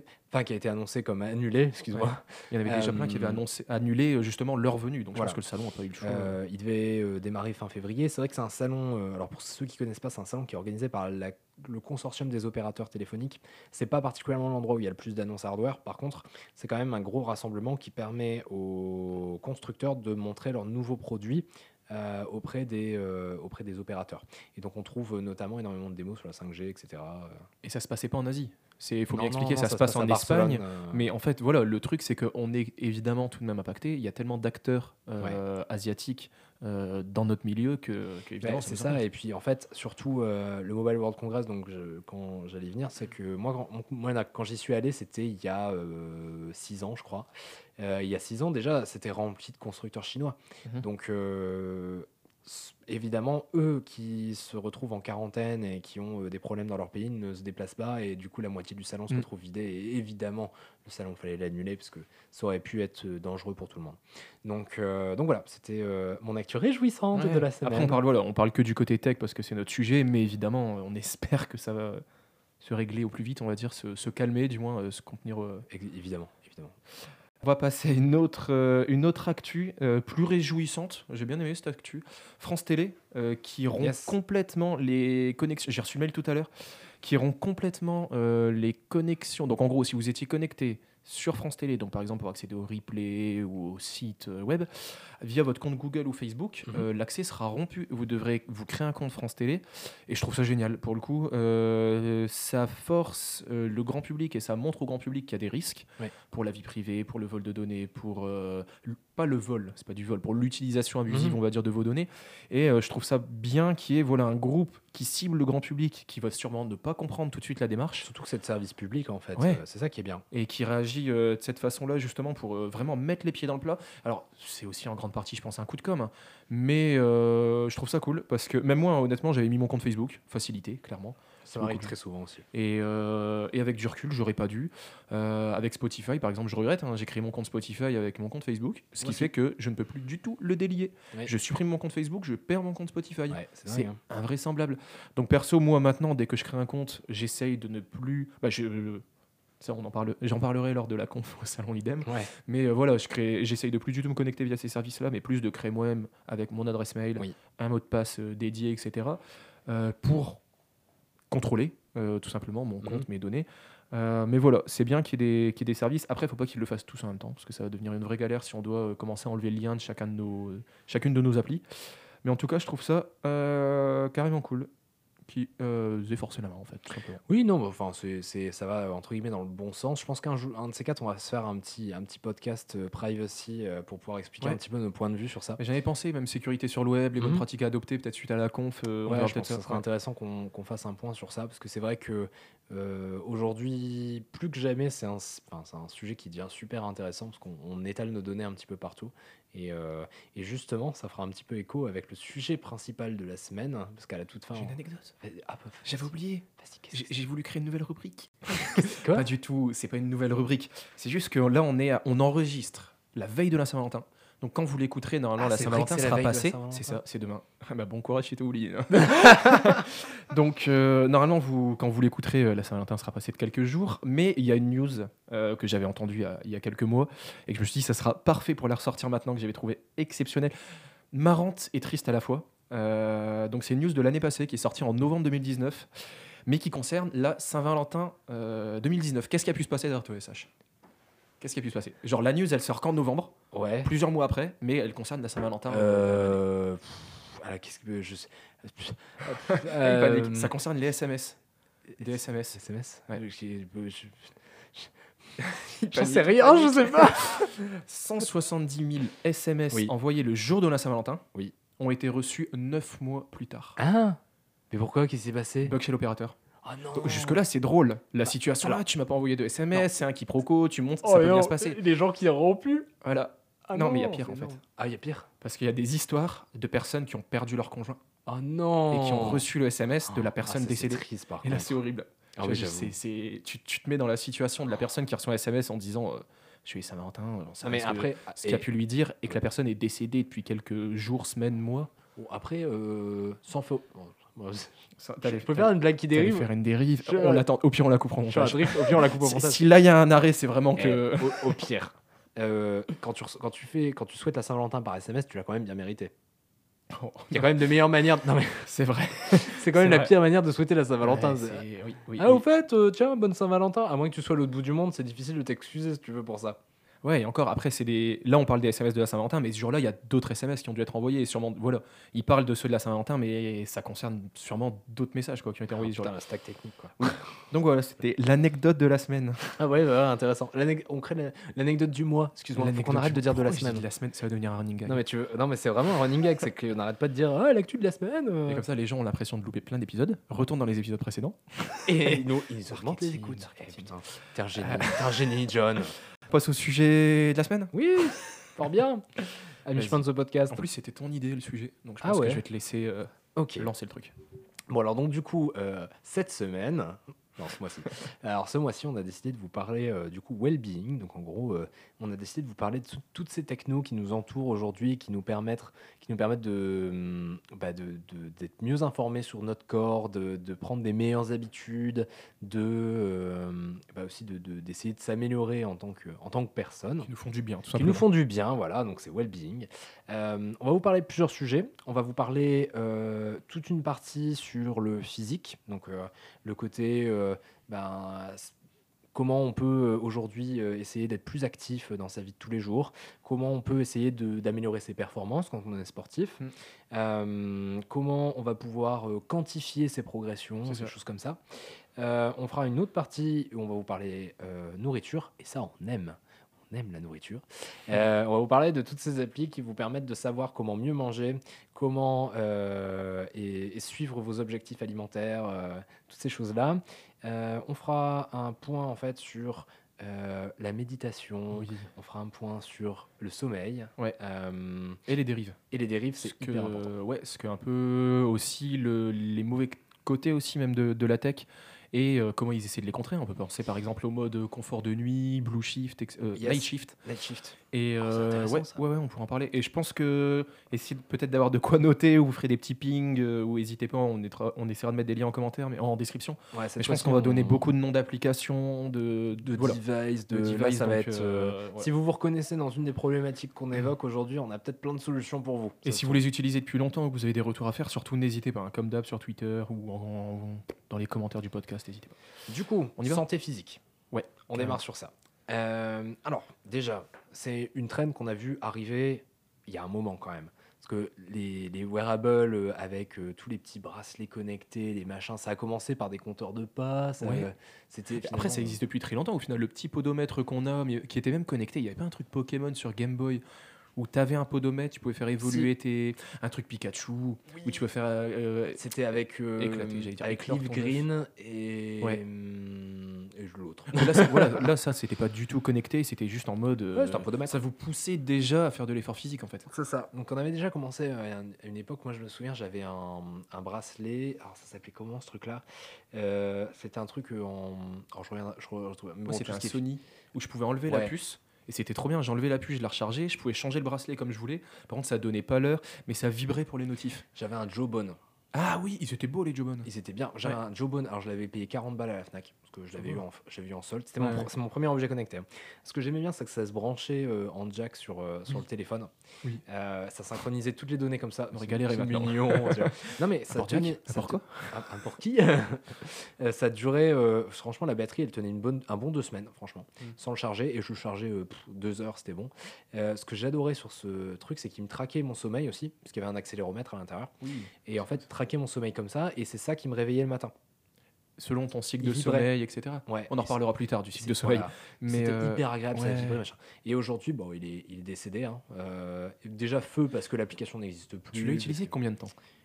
annoncé comme annulé, excuse-moi. Il y en avait déjà plein qui avaient annulé justement leur venue, donc Voilà. je pense que le salon n'a pas eu le choix. Il devait démarrer fin février. C'est vrai que c'est un salon, alors pour ceux qui connaissent pas, c'est un salon qui est organisé par le consortium des opérateurs téléphoniques. C'est pas particulièrement l'endroit où il y a le plus d'annonces hardware. Par contre, c'est quand même un gros rassemblement qui permet aux constructeurs de montrer leurs nouveaux produits auprès des opérateurs. Et donc on trouve notamment énormément de démos sur la 5G, etc. Et ça se passait pas en Asie. Il faut bien Non, expliquer, non, ça se passe en à Barcelone, Espagne. Mais en fait, voilà, le truc, c'est qu'on est évidemment tout de même impacté. Il y a tellement d'acteurs asiatiques dans notre milieu que évidemment, c'est ça. Et puis en fait, surtout le Mobile World Congress, donc quand j'allais venir, c'est que moi quand j'y suis allé, c'était il y a 6 ans, je crois. Il y a 6 ans déjà, c'était rempli de constructeurs chinois. Donc évidemment, eux qui se retrouvent en quarantaine et qui ont des problèmes dans leur pays ne se déplacent pas, et du coup la moitié du salon se retrouve vidé, et évidemment le salon, il fallait l'annuler parce que ça aurait pu être dangereux pour tout le monde. Donc voilà, c'était mon actu réjouissante de la semaine. Après, on parle que du côté tech parce que c'est notre sujet, mais évidemment, on espère que ça va se régler au plus vite, on va dire, se calmer, du moins se contenir. Évidemment. On va passer à une autre actu plus réjouissante. J'ai bien aimé cette actu. France Télé qui rompt complètement les connexions. J'ai reçu le mail tout à l'heure. Qui rompt complètement les connexions. Donc en gros, si vous étiez connecté sur France Télé, donc par exemple pour accéder au replay ou au site web, via votre compte Google ou Facebook, l'accès sera rompu. Vous devrez vous créer un compte France Télé, et je trouve ça génial. Pour le coup, ça force le grand public et ça montre au grand public qu'il y a des risques pour la vie privée, pour le vol de données, pour pas le vol, c'est pas du vol, pour l'utilisation abusive, on va dire, de vos données. Et je trouve ça bien qu'il y ait un groupe qui cible le grand public, qui va sûrement ne pas comprendre tout de suite la démarche. Surtout que c'est de service public en fait, c'est ça qui est bien. Et qui réagit de cette façon-là justement pour vraiment mettre les pieds dans le plat. Alors c'est aussi en grande partie, je pense, un coup de com', mais je trouve ça cool parce que même moi, honnêtement, j'avais mis mon compte Facebook, facilité, clairement. Ça m'arrive très souvent aussi. Et avec du recul, j'aurais pas dû. Avec Spotify, par exemple, je regrette. J'ai créé mon compte Spotify avec mon compte Facebook, ce qui fait que je ne peux plus du tout le délier. Je supprime mon compte Facebook, je perds mon compte Spotify. C'est invraisemblable. Donc perso, moi maintenant, dès que je crée un compte, j'essaye de ne plus. Ça, j'en parlerai lors de la conf au salon idem. Mais voilà, j'essaye de plus du tout me connecter via ces services-là, mais plus de créer moi-même avec mon adresse mail, un mot de passe dédié, etc. Pour contrôler tout simplement mon compte, mes données. Mais voilà, c'est bien qu'il y ait des services. Après, il ne faut pas qu'ils le fassent tous en même temps, parce que ça va devenir une vraie galère si on doit commencer à enlever le lien de chacune de nos applis. Mais en tout cas, je trouve ça carrément cool qui faisait forcer la main, en fait, tout simplement. Oui, non, enfin, ça va entre guillemets dans le bon sens. Je pense qu'un de ces quatre, on va se faire un petit podcast privacy pour pouvoir expliquer un petit peu nos points de vue sur ça. Mais j'en ai pensé, même sécurité sur le web, les bonnes pratiques à adopter, peut-être suite à la conf. Je pense que ça serait intéressant qu'on fasse un point sur ça, parce que c'est vrai que aujourd'hui, plus que jamais, c'est un sujet qui devient super intéressant, parce qu'on étale nos données un petit peu partout. Et justement, ça fera un petit peu écho avec le sujet principal de la semaine, parce qu'à la toute fin... J'ai une anecdote. J'avais oublié. J'ai voulu créer une nouvelle rubrique. Quoi Pas du tout, c'est pas une nouvelle rubrique. C'est juste que là, on enregistre la veille de la Saint-Valentin. Donc quand vous l'écouterez, normalement, la c'est vrai que Saint-Valentin c'est la sera veille de la passée. Saint-Valentin. C'est ça, c'est demain. Bah, bon courage si t'as oublié. Donc normalement, quand vous l'écouterez, la Saint-Valentin sera passée de quelques jours. Mais il y a une news que j'avais entendue il y a quelques mois et que je me suis dit, ça sera parfait pour la ressortir maintenant, que j'avais trouvé exceptionnelle, marrante et triste à la fois. Donc c'est une news de l'année passée qui est sortie en novembre 2019, mais qui concerne la Saint-Valentin 2019. Qu'est-ce qui a pu se passer derrière toi, SH? Qu'est-ce qui a pu se passer? Genre la news, elle sort qu'en novembre, Ouais. plusieurs mois après, mais elle concerne la Saint-Valentin. Qu'est-ce que je sais Ça concerne les SMS. Des SMS. SMS. Ouais. J'en sais rien, je sais pas. 170 000 SMS Oui. envoyés le jour de la Saint-Valentin Oui. ont été reçus 9 mois plus tard. Ah. Mais pourquoi? Qu'est-ce qui s'est passé? Bug chez l'opérateur. Oh non. Donc, jusque-là, c'est drôle. La situation, alors- là, tu m'as pas envoyé de SMS, c'est un quiproquo, tu montes, Oh, ça peut bien se passer. Les gens qui auront pu. Voilà. Ah non, mais il y a pire c'est en fait. énorme. Ah, il y a pire. Parce qu'il y a des histoires de personnes qui ont perdu leur conjoint Oh non. et qui ont reçu le SMS de la personne Ah, ça, décédée. C'est triste, par Et là, contre. c'est horrible. Ah Tu oui, vois, j'avoue. tu te mets dans la situation de la personne qui reçoit un SMS en disant je suis Saint-Valentin, j'en sais Non, mais rien ce que- après, ce qu'il a pu lui dire et que la personne est décédée depuis quelques jours, semaines, mois. bon, après, sans faux. Bon, moi, Ça, je peux faire une blague qui t'allais dérive. faire une dérive. Je- On l'attend. Au pire, on la coupera en Je suis un montage. drift. Au pire, on la coupe au montage. Si là, il y a un arrêt, c'est vraiment que. Au pire, quand tu souhaites la Saint-Valentin par SMS, tu l'as quand même bien mérité. Oh, Il y a quand même de meilleures manières. Non mais c'est vrai. c'est quand même C'est la vrai. pire manière de souhaiter la Saint-Valentin. Ouais, C'est- oui, oui, Ah, oui. au fait, tiens, bonne Saint-Valentin. À moins que tu sois à l'autre bout du monde, c'est difficile de t'excuser si tu veux pour ça. Ouais, et encore, après, là, on parle des SMS de la Saint-Valentin, mais ce jour-là, il y a d'autres SMS qui ont dû être envoyés. Et sûrement, voilà, ils parlent de ceux de la Saint-Valentin, mais ça concerne sûrement d'autres messages quoi, qui ont été envoyés ce jour-là. Putain, un stack technique quoi. Donc voilà, c'était l'anecdote de la semaine. Ah ouais, intéressant. On crée l'anecdote du mois. Excuse-moi, faut L'anecdote qu'on arrête du- de dire de la Pourquoi j'ai semaine. dit la semaine, ça va devenir un running gag. Non mais non mais c'est vraiment un running gag, c'est qu'on n'arrête pas de dire ah l'actu de la semaine. Et comme ça, les gens ont l'impression de louper plein d'épisodes, retournent dans les épisodes précédents. Et ils augmentent les Marketing, écoutes. Eh, marketing. putain, t'es un génie, t'es un génie, John. On passe au sujet de la semaine. Oui, fort bien. À mi-chemin de ce podcast. En plus, c'était ton idée, le sujet. Donc je Ah pense ouais. que je vais te laisser Ok. lancer le truc. Bon alors donc du coup cette semaine, non ce mois-ci. Alors ce mois-ci on a décidé de vous parler du coup well-being. Donc en gros on a décidé de vous parler de toutes ces technos qui nous entourent aujourd'hui, qui nous permettent d'être mieux informés sur notre corps, de prendre des meilleures habitudes, aussi d'essayer de s'améliorer en tant que personne. Qui nous font du bien, tout Qui simplement. nous font du bien, voilà, donc c'est well-being. On va vous parler de plusieurs sujets. On va vous parler toute une partie sur le physique, donc le côté comment on peut aujourd'hui essayer d'être plus actif dans sa vie de tous les jours, comment on peut essayer d'améliorer ses performances quand on est sportif, comment on va pouvoir quantifier ses progressions, C'est ces ça. choses comme ça. On fera une autre partie où on va vous parler nourriture, et ça on aime. On aime la nourriture. On va vous parler de toutes ces applis qui vous permettent de savoir comment mieux manger, comment et suivre vos objectifs alimentaires, toutes ces choses-là. On fera un point en fait sur la méditation. Oui. On fera un point sur le sommeil. Ouais. Et les dérives. Et les dérives, c'est hyper important. Ouais, ce que un peu aussi les mauvais côtés aussi même de la tech et comment ils essaient de les contrer. On peut penser par exemple au mode confort de nuit, blue shift, Yes. night shift. Night shift. Et c'est intéressant, ouais, ça. ouais, on pourra en parler. Et je pense que essayez peut-être d'avoir de quoi noter ou vous ferez des petits pings ou n'hésitez pas, on essaiera de mettre des liens en commentaire, mais en description. Ouais, Mais je pense qu'on va donner beaucoup de noms d'applications, de de devices, De là, device, ça va donc, être. ouais. Si vous vous reconnaissez dans une des problématiques qu'on évoque aujourd'hui, on a peut-être plein de solutions pour vous. Et Ça si se vous les utilisez depuis longtemps ou que vous avez des retours à faire, surtout n'hésitez pas, hein, comme d'hab sur Twitter ou dans les commentaires du podcast, n'hésitez pas. Du coup, On y va santé physique. Ouais, On carrément. démarre sur ça. Alors, déjà, c'est une trend qu'on a vu arriver il y a un moment quand même. Parce que les wearables avec tous les petits bracelets connectés, les machins, ça a commencé par des compteurs de pas. Ouais. C'était Après, finalement- ça existe depuis très longtemps. Au final, le petit podomètre qu'on a, mais qui était même connecté, il n'y avait pas un truc Pokémon sur Game Boy où tu avais un podomètre, tu pouvais faire évoluer un truc Pikachu, où tu peux faire. C'était avec éclater, j'allais dire, avec éclore Liv ton Green et Ouais. Et l'autre. Mais là, là, ça, c'était pas du tout connecté, c'était juste en mode. c'était un podomètre. Ça vous poussait déjà à faire de l'effort physique en fait. C'est ça. Donc on avait déjà commencé à une époque. Moi je me souviens, j'avais un bracelet. Alors ça s'appelait comment ce truc-là? C'était un truc en. Alors je retrouve. Moi, c'était un Sony où je pouvais enlever la puce. Et c'était trop bien, j'ai enlevé la puce, je la rechargeais, je pouvais changer le bracelet comme je voulais. Par contre, ça donnait pas l'heure, mais ça vibrait pour les notifs. J'avais un Jawbone. Ah oui, ils étaient beaux les Jawbone. Ils étaient bien. J'avais un Jawbone, alors je l'avais payé 40 balles à la Fnac, parce que je l'avais eu en solde. C'était c'est mon premier objet connecté. Ce que j'aimais bien, c'est que ça se branchait en jack sur le téléphone. Oui. Ça synchronisait toutes les données comme ça. On aurait galéré maintenant. Mignon. Non mais ça tenait. Pour quoi Un pour qui Ça durait. Franchement, la batterie, elle tenait un bon 2 semaines, franchement, sans le charger. Et je le chargeais 2 heures, c'était bon. Ce que j'adorais sur ce truc, c'est qu'il me traquait mon sommeil aussi, parce qu'il y avait un accéléromètre à l'intérieur. Oui. Et en fait, traquer mon sommeil comme ça, et c'est ça qui me réveillait le matin. Selon ton cycle de sommeil, etc. Ouais, on en reparlera plus tard du cycle de sommeil. Voilà. Mais c'était hyper agréable, ça vibrait, machin. Et aujourd'hui, bon, il est décédé. Hein. Déjà feu parce que l'application n'existe plus. Tu l'as utilisé combien de temps?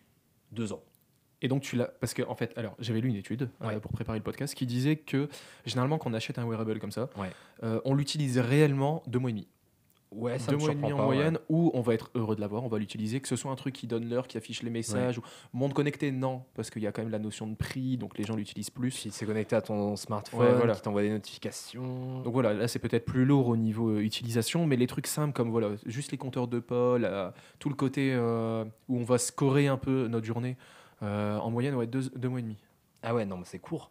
2 ans. Et donc tu l'as, parce que en fait, alors j'avais lu une étude pour préparer le podcast qui disait que généralement quand on achète un wearable comme ça, on l'utilise réellement 2 mois et demi. Ouais, ça 2 mois et demi en moyenne, ouais. Où on va être heureux de l'avoir, on va l'utiliser, que ce soit un truc qui donne l'heure, qui affiche les messages, ou monde connecté, non, parce qu'il y a quand même la notion de prix, donc les gens l'utilisent plus. Puis c'est connecté à ton smartphone, qui t'envoie des notifications. Donc voilà, là c'est peut-être plus lourd au niveau utilisation, mais les trucs simples comme voilà, juste les compteurs de pas, tout le côté où on va scorer un peu notre journée, en moyenne, 2 mois et demi. Ah ouais, non, mais c'est court.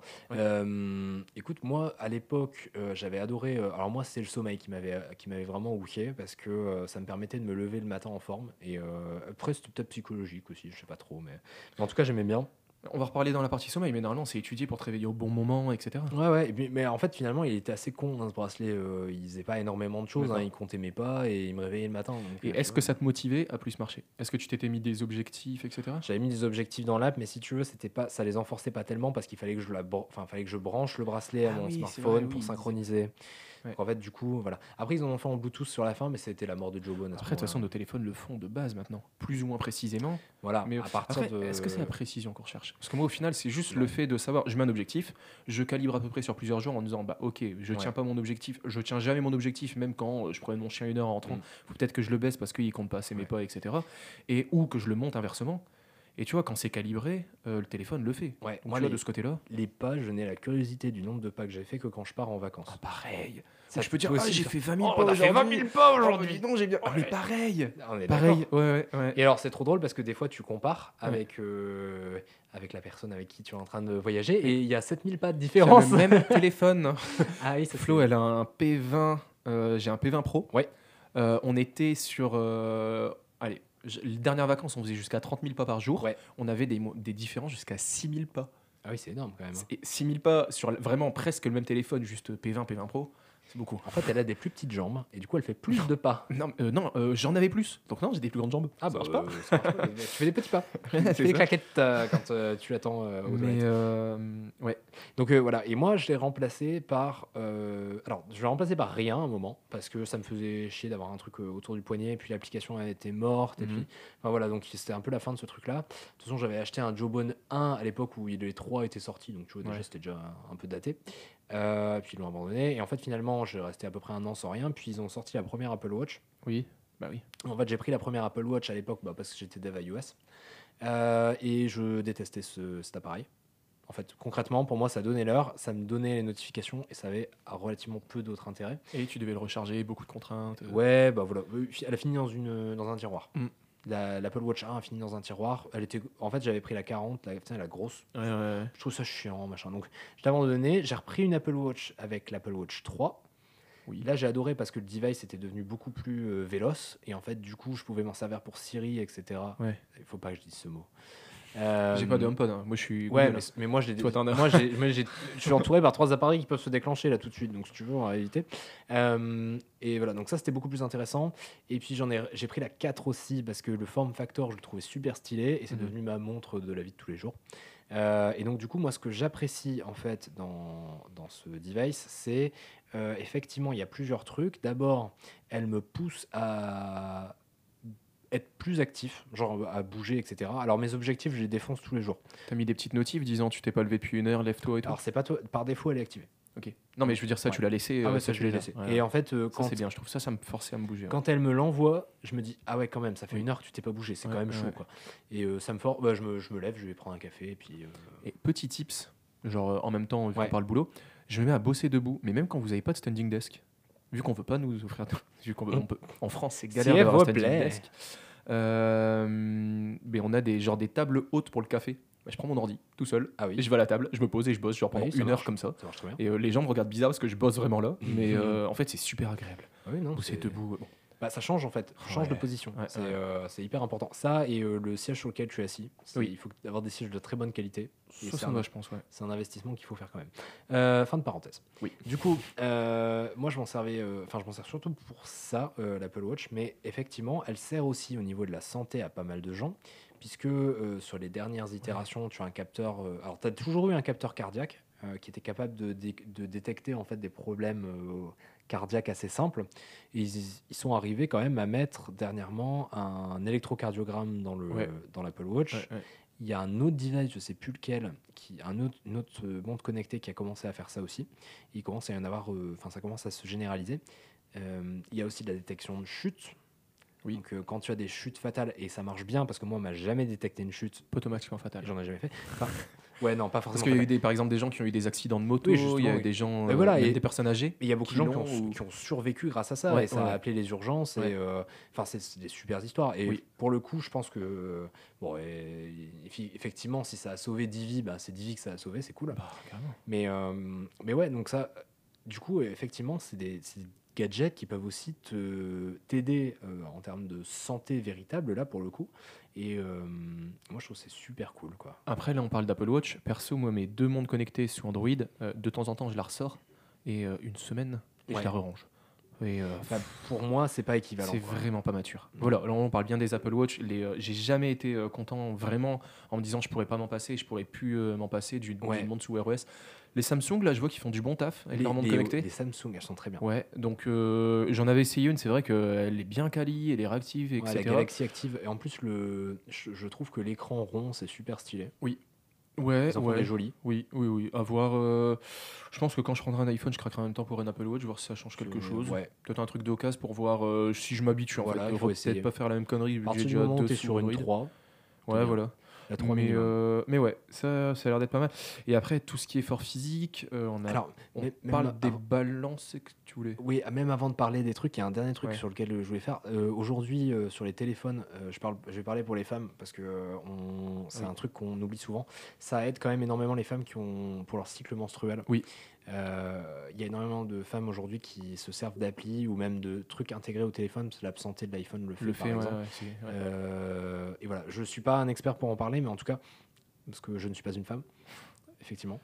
Écoute, moi, à l'époque, j'avais adoré... alors moi, c'est le sommeil qui m'avait vraiment hooké, parce que ça me permettait de me lever le matin en forme. Et après, c'était peut-être psychologique aussi, je sais pas trop. Mais en tout cas, j'aimais bien. On va reparler dans la partie sommeil, mais normalement, c'est étudié pour te réveiller au bon moment, etc. Ouais, mais en fait, finalement, il était assez con, ce bracelet. Il faisait pas énormément de choses, il comptait mes pas et il me réveillait le matin. Donc, et est-ce que ça te motivait à plus marcher? Est-ce que tu t'étais mis des objectifs, etc. J'avais mis des objectifs dans l'app, mais si tu veux, ça les enforçait pas tellement parce qu'il fallait que je branche le bracelet à mon smartphone pour synchroniser. Ouais. Donc en fait, du coup, voilà. Après, ils en ont fait en Bluetooth sur la fin, mais c'était la mort de Jawbone. Après, de toute façon, nos téléphones le font de base maintenant, plus ou moins précisément. Voilà. Mais à partir est-ce que c'est la précision qu'on recherche? Parce que moi, au final, c'est juste le fait de savoir. Je mets un objectif, je calibre à peu près sur plusieurs jours en disant, bah ok, je tiens pas mon objectif, je tiens jamais mon objectif, même quand je promène mon chien 1 heure en rentrant. Faut peut-être que je le baisse parce qu'il compte pas assez mes pas, etc. Et ou que je le monte inversement. Et tu vois, quand c'est calibré, le téléphone le fait. Ouais, donc, moi, tu vois, de ce côté-là. Les pas, je n'ai la curiosité du nombre de pas que j'ai fait que quand je pars en vacances. Ah, pareil. Ça, je peux dire, j'ai fait 20 000 pas aujourd'hui. 20 000 pas aujourd'hui. Non, j'ai bien. Mais pareil. On est pareil. Ouais. Et alors, c'est trop drôle parce que des fois, tu compares avec la personne avec qui tu es en train de voyager et il y a 7000 pas de différence. Le même téléphone. Ah oui, ça Flo, elle a un P20. J'ai un P20 Pro. Ouais. On était sur. Allez. Les dernières vacances, on faisait jusqu'à 30 000 pas par jour. Ouais. On avait des différences jusqu'à 6 000 pas. Ah oui, c'est énorme quand même. Et 6 000 pas sur vraiment presque le même téléphone, juste P20 Pro. C'est beaucoup. En fait, elle a des plus petites jambes et du coup, elle fait plus de pas. Non, j'en avais plus. Donc non, j'ai des plus grandes jambes. Ah, ça marche pas. Tu fais des petits pas. Tu fais des claquettes quand tu l'attends aux toilettes. Ouais. Donc voilà. Et moi, je l'ai remplacé par. Alors, je l'ai remplacé par rien à un moment parce que ça me faisait chier d'avoir un truc autour du poignet. Et puis l'application elle était morte. Et puis, enfin voilà. Donc c'était un peu la fin de ce truc-là. De toute façon, j'avais acheté un Jawbone 1 à l'époque où les 3 étaient sortis. Donc tu vois, déjà, c'était déjà un peu daté. Puis ils l'ont abandonné et en fait finalement j'ai resté à peu près 1 an sans rien, puis ils ont sorti la première Apple Watch. Oui. En fait j'ai pris la première Apple Watch à l'époque parce que j'étais dev iOS et je détestais cet appareil. En fait concrètement pour moi ça donnait l'heure, ça me donnait les notifications et ça avait relativement peu d'autres intérêts. Et tu devais le recharger, beaucoup de contraintes. Ouais bah voilà, elle a fini dans un tiroir. L'Apple Watch 1 a fini dans un tiroir. En fait, j'avais pris la 40, la grosse. Ouais. Je trouve ça chiant, machin. Donc, je l'ai abandonné. J'ai repris une Apple Watch avec l'Apple Watch 3. Oui. Là, j'ai adoré parce que le device était devenu beaucoup plus véloce. Et en fait, du coup, je pouvais m'en servir pour Siri, etc. Ouais. Il faut pas que je dise ce mot. J'ai pas de HomePod, hein. Moi je suis. Ouais, mais moi je suis entouré par 3 appareils qui peuvent se déclencher là tout de suite, donc si tu veux, on va éviter. Et voilà, donc ça c'était beaucoup plus intéressant. Et puis j'ai pris la 4 aussi parce que le form factor je le trouvais super stylé et c'est devenu ma montre de la vie de tous les jours. Et donc du coup, moi ce que j'apprécie en fait dans ce device, c'est effectivement, il y a plusieurs trucs. D'abord, elle me pousse à être plus actif, genre à bouger, etc. Alors mes objectifs, je les défonce tous les jours. T'as mis des petites notifs disant tu t'es pas levé depuis 1 heure, lève-toi et tout. Alors c'est pas toi, par défaut, elle est activée. Ok. Non mais je veux dire ça, tu l'as laissé. Ah ouais, ça je l'ai laissé. Ouais. Et en fait, Ça, quand c'est bien, je trouve ça me forçait à me bouger. quand elle me l'envoie, je me dis ah ouais quand même, ça fait 1 heure que tu t'es pas bougé, c'est Ouais, quand même chaud ouais. quoi. Et ça me force, je me lève, je vais prendre un café et puis. Et petit tips, genre en même temps, vu qu'on Ouais. parle boulot, je me mets à bosser debout, mais même quand vous avez pas de standing desk, vu qu'on veut pas nous offrir, vu qu'on veut, on peut, en France c'est galère S'il d'avoir un vous standing plaît. desk. Mais on a des tables hautes pour le café. Bah, je prends mon ordi tout seul, Ah oui. et je vais à la table, je me pose et je bosse genre pendant Oui, ça 1 heure marche. comme ça. Ça marche très bien. Et les gens me regardent bizarre parce que je bosse vraiment là, mais en fait c'est super agréable. Ah oui, non, Bosser c'est- debout. Bon. Bah, ça change en fait, change de Ouais. position. Ouais, C'est ouais. c'est hyper important. Ça et le siège sur lequel je suis assis. Oui. Il faut avoir des sièges de très bonne qualité. Et Ça c'est me un- va, je pense, ouais. C'est un investissement qu'il faut faire quand même. Fin de parenthèse. Oui. Du coup, moi je m'en servais, je m'en sers surtout pour ça, l'Apple Watch, mais effectivement, elle sert aussi au niveau de la santé à pas mal de gens, puisque sur les dernières itérations, tu as un capteur. Alors, tu as toujours eu un capteur cardiaque qui était capable de détecter en fait des problèmes cardiaques assez simples. Et ils sont arrivés quand même à mettre dernièrement un électrocardiogramme dans l'Apple Watch. Ouais, ouais. Il y a un autre device, je ne sais plus lequel, une autre montre connectée qui a commencé à faire ça aussi. Il commence à y en avoir, ça commence à se généraliser. Il y a aussi de la détection de chute. Oui. Donc quand tu as des chutes fatales, et ça marche bien parce que moi, on m'a jamais détecté une chute, Automatiquement fatal. et j'en ai jamais fait. Enfin, ouais, non, pas Parce forcément. qu'il y a eu fatale. par exemple des gens qui ont eu des accidents de moto, Oui, justement, il y a eu oui. des gens, Mais voilà, même et- des personnes âgées. Et il y a beaucoup de qui gens l'ont qui ont survécu grâce à ça, Ouais, et ça ouais. a appelé les urgences. Ouais. Et c'est des super histoires. Et Oui. pour le coup, je pense que effectivement, si ça a sauvé 10 vies, c'est 10 vies que ça a sauvé, c'est cool. Bah, carrément. Mais ouais, donc ça, du coup, effectivement, c'est des gadgets qui peuvent aussi t'aider en termes de santé véritable, là, pour le coup. Et moi, je trouve que c'est super cool, quoi. Après, là, on parle d'Apple Watch. Perso, moi, mes 2 montres connectées sous Android, de temps en temps, je la ressors et une semaine, Ouais. je la re-range. Et Enfin, pour moi, c'est pas équivalent. c'est quoi. vraiment pas mature. Voilà, là, on parle bien des Apple Watch. J'ai jamais été content vraiment en me disant je pourrais pas m'en passer, je pourrais plus m'en passer d'une Ouais. montre sous Wear OS. Les Samsung, là, je vois qu'ils font du bon taf avec leurs montres les connectées. Samsung, elles sont très bien. Ouais, donc j'en avais essayé une, c'est vrai qu'elle est bien quali, elle est réactive, Ouais, etc. la Galaxy Active. Et en plus, je trouve que l'écran rond, c'est super stylé. Ouais, Ils en font ouais. des jolis. Oui. À voir. Je pense que quand je prendrai un iPhone, je craquerai en même temps pour une Apple Watch, voir si ça change quelque chose. Ouais. Peut-être un truc d'occasion pour voir si je m'habitue. Voilà, en il fait, faut peut-être essayer. pas faire la même connerie. À Vu que partir j'ai du déjà moment où 2 tu es sous sur une Android. 3, Ouais, bien. voilà. la 3 minimum. Mais ouais, ça a l'air d'être pas mal. Et après, tout ce qui est fort physique, Alors, on même parle des avant- balances que tu voulais. Oui, même avant de parler des trucs, il y a un dernier truc Ouais. sur lequel je voulais faire. Aujourd'hui, sur les téléphones, je vais parler pour les femmes parce que c'est Oui. un truc qu'on oublie souvent. Ça aide quand même énormément les femmes qui ont pour leur cycle menstruel. Oui. Il y a énormément de femmes aujourd'hui qui se servent d'applis ou même de trucs intégrés au téléphone parce que l'App Santé de l'iPhone le fait, par Ouais, exemple. ouais. Et voilà, je suis pas un expert pour en parler, mais en tout cas, parce que je ne suis pas une femme, effectivement.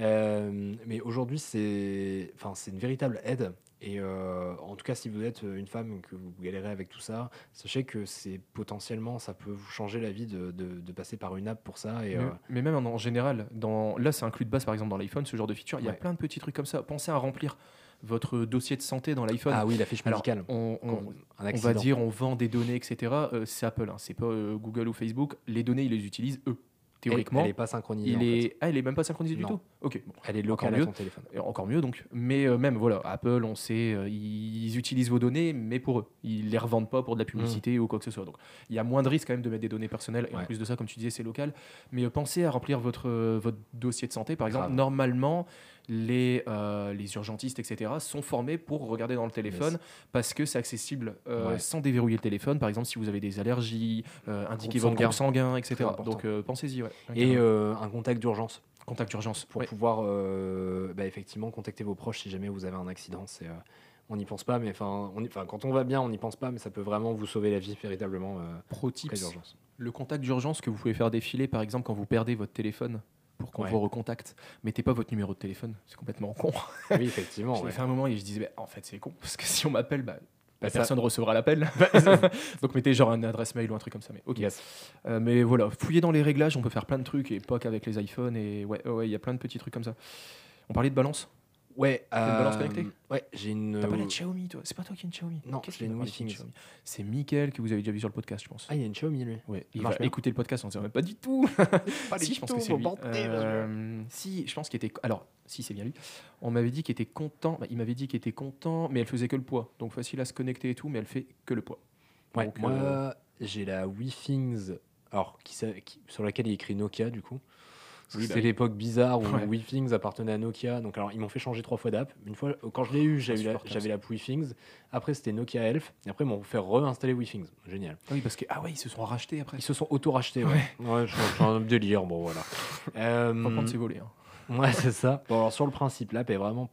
Mais aujourd'hui, c'est une véritable aide. Et en tout cas, si vous êtes une femme et que vous galérez avec tout ça, sachez que c'est potentiellement, ça peut vous changer la vie de passer par une app pour ça. Et, Mais même en général, là c'est inclus de base par exemple dans l'iPhone, ce genre de feature, il y a Ouais. plein de petits trucs comme ça. Pensez à remplir votre dossier de santé dans l'iPhone. ah oui, la fiche Alors, médicale. on Un va accident. dire on vend des données, etc. C'est Apple, hein, c'est pas Google ou Facebook. Les données, ils les utilisent eux. Théoriquement, Elle n'est pas synchronisée. en fait. elle est même pas synchronisée du Non. tout. Ok, bon. Elle est Encore locale à mieux. ton téléphone. Et encore mieux donc. Mais même voilà, Apple, on sait, ils utilisent vos données, mais pour eux. Ils les revendent pas pour de la publicité ou quoi que ce soit. Donc il y a moins de risque quand même de mettre des données personnelles. Et en Ouais. plus de ça, comme tu disais, c'est local. Mais pensez à remplir votre dossier de santé. Par exemple, Grave. normalement, les urgentistes, etc., sont formés pour regarder dans le téléphone parce que c'est accessible Ouais. sans déverrouiller le téléphone. Par exemple, si vous avez des allergies, indiquer Groupe votre groupe sanguin, etc. Très important. Donc pensez-y. Ouais. Et un contact d'urgence contact d'urgence. pour Ouais. pouvoir effectivement contacter vos proches si jamais vous avez un accident. On n'y pense pas, mais quand on va bien, on n'y pense pas, mais ça peut vraiment vous sauver la vie véritablement. Pro En cas tips. d'urgence. Le contact d'urgence que vous pouvez faire défiler, par exemple, quand vous perdez votre téléphone pour qu'on Ouais. vous recontacte, mettez pas votre numéro de téléphone, c'est complètement con. Oui, effectivement. J'ai ouais. fait un moment et je disais, en fait, c'est con, parce que si on m'appelle, la Ça- personne recevra l'appel. Donc mettez genre une adresse mail ou un truc comme ça. Mais ok. Yes. Mais voilà, fouillez dans les réglages, on peut faire plein de trucs, et pas qu'avec les iPhones, et ouais, il y a plein de petits trucs comme ça. On parlait de balance. Ouais. T'as une balance connectée? Ouais, j'ai une. T'as pas la Xiaomi, toi? C'est pas toi qui as une Xiaomi? Non, Qu'est-ce j'ai qui une m'a parlé Withings. Xiaomi? C'est Mickaël que vous avez déjà vu sur le podcast, je pense. Ah, il y a une Xiaomi, lui. Ouais, il marche va bien. écouter le podcast, on ne sait même pas du tout. Pas Si, du je pense tout, que c'est faut lui. vanter, Si, je pense qu'il était. Alors, si, c'est bien lui. On m'avait dit qu'il était content. Bah, il m'avait dit qu'il était content, mais elle faisait que le poids. Donc facile à se connecter et tout, mais elle fait que le poids. Ouais, Donc, moi, j'ai la Withings, alors, sur laquelle il y a écrit Nokia, du coup. Oui, C'était bah, l'époque bizarre où Ouais. Withings appartenait à Nokia. Donc, alors, ils m'ont fait changer 3 fois d'app. Une fois, quand je l'ai eu, j'avais Insupportable, la Withings. Après, c'était Nokia Elf. Et après, ils m'ont fait réinstaller Withings. Génial. Oui, parce que ils se sont rachetés après. Ils se sont auto-rachetés. Ouais, je suis un délire. Bon, voilà. Faut prendre ses volets. Hein. Ouais, c'est ça. Bon, alors, sur le principe, l'app est vraiment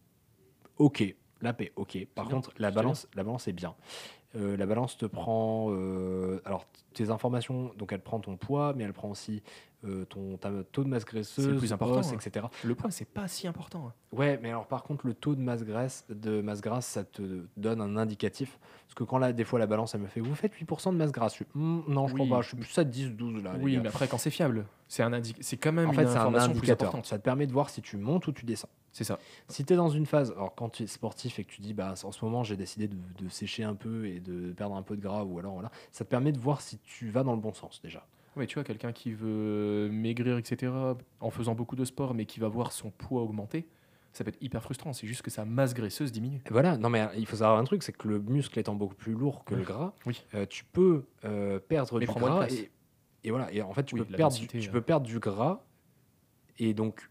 OK. L'app est OK. Par bien, contre, la balance est bien. La balance te prend alors tes informations, donc elle prend ton poids, mais elle prend aussi ta taux de masse graisseuse, C'est le plus important, os, hein. etc. Le poids, c'est pas si important. Hein. Ouais, mais alors par contre, le taux de masse grasse, ça te donne un indicatif. Parce que quand là, des fois, la balance, elle me fait, vous faites 8% de masse grasse. Je suis, non, je Oui. crois pas, je suis plus à 10-12 là. les Oui, gars. mais après, quand c'est fiable, c'est quand même En une fait, c'est un information plus indicateur. importante. Ça te permet de voir si tu montes ou tu descends. C'est ça. Si tu es dans une phase, alors quand tu es sportif et que tu dis, bah, en ce moment, j'ai décidé de sécher un peu et de perdre un peu de gras, ou alors voilà, ça te permet de voir si tu vas dans le bon sens déjà. Oui, tu vois, quelqu'un qui veut maigrir, etc., en faisant beaucoup de sport, mais qui va voir son poids augmenter, ça peut être hyper frustrant. C'est juste que sa masse graisseuse diminue. Et voilà, non mais il faut savoir un truc, c'est que le muscle étant beaucoup plus lourd que le gras, Oui. tu peux perdre Mais du prend moins de gras place. et voilà, et en fait tu Oui, peux la perdre densité, tu peux perdre du gras et donc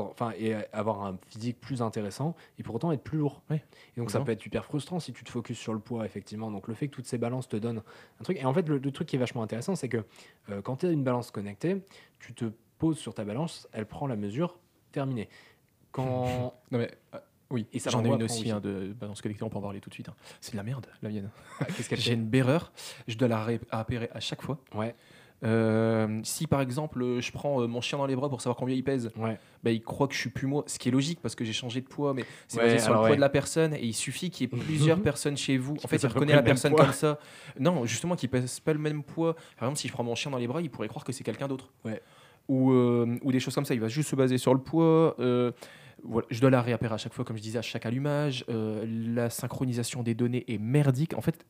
avoir un physique plus intéressant et pour autant être plus lourd. Oui, Et donc ça évidemment. peut être super frustrant si tu te focuses sur le poids effectivement. Donc le fait que toutes ces balances te donnent un truc, et en fait le truc qui est vachement intéressant, c'est que quand tu as une balance connectée, tu te poses sur ta balance, elle prend la mesure, terminé. Quand Non, mais oui, Et ça j'en ai l'envoie une après aussi en hein, de balance connectée, on peut en parler tout de suite. Hein. C'est de la merde, la mienne. qu'est-ce qu'elle J'ai fait une Bearer, je dois la réappairer à chaque fois. Ouais, Si par exemple je prends mon chien dans les bras pour savoir combien il pèse, ouais. bah, il croit que je suis plus moi, ce qui est logique parce que j'ai changé de poids, mais c'est Ouais, basé sur le alors poids ouais. de la personne et il suffit qu'il y ait plusieurs personnes chez vous. En fait, pèsent à il peu reconnaît près la le même personne poids. comme ça. Non, justement, qui pèse pas le même poids. Par exemple, si je prends mon chien dans les bras, il pourrait croire que c'est quelqu'un d'autre. Ouais. Ou des choses comme ça. Il va juste se baser sur le poids. Voilà. Je dois la réappairer à chaque fois, comme je disais, à chaque allumage. La synchronisation des données est merdique. En fait,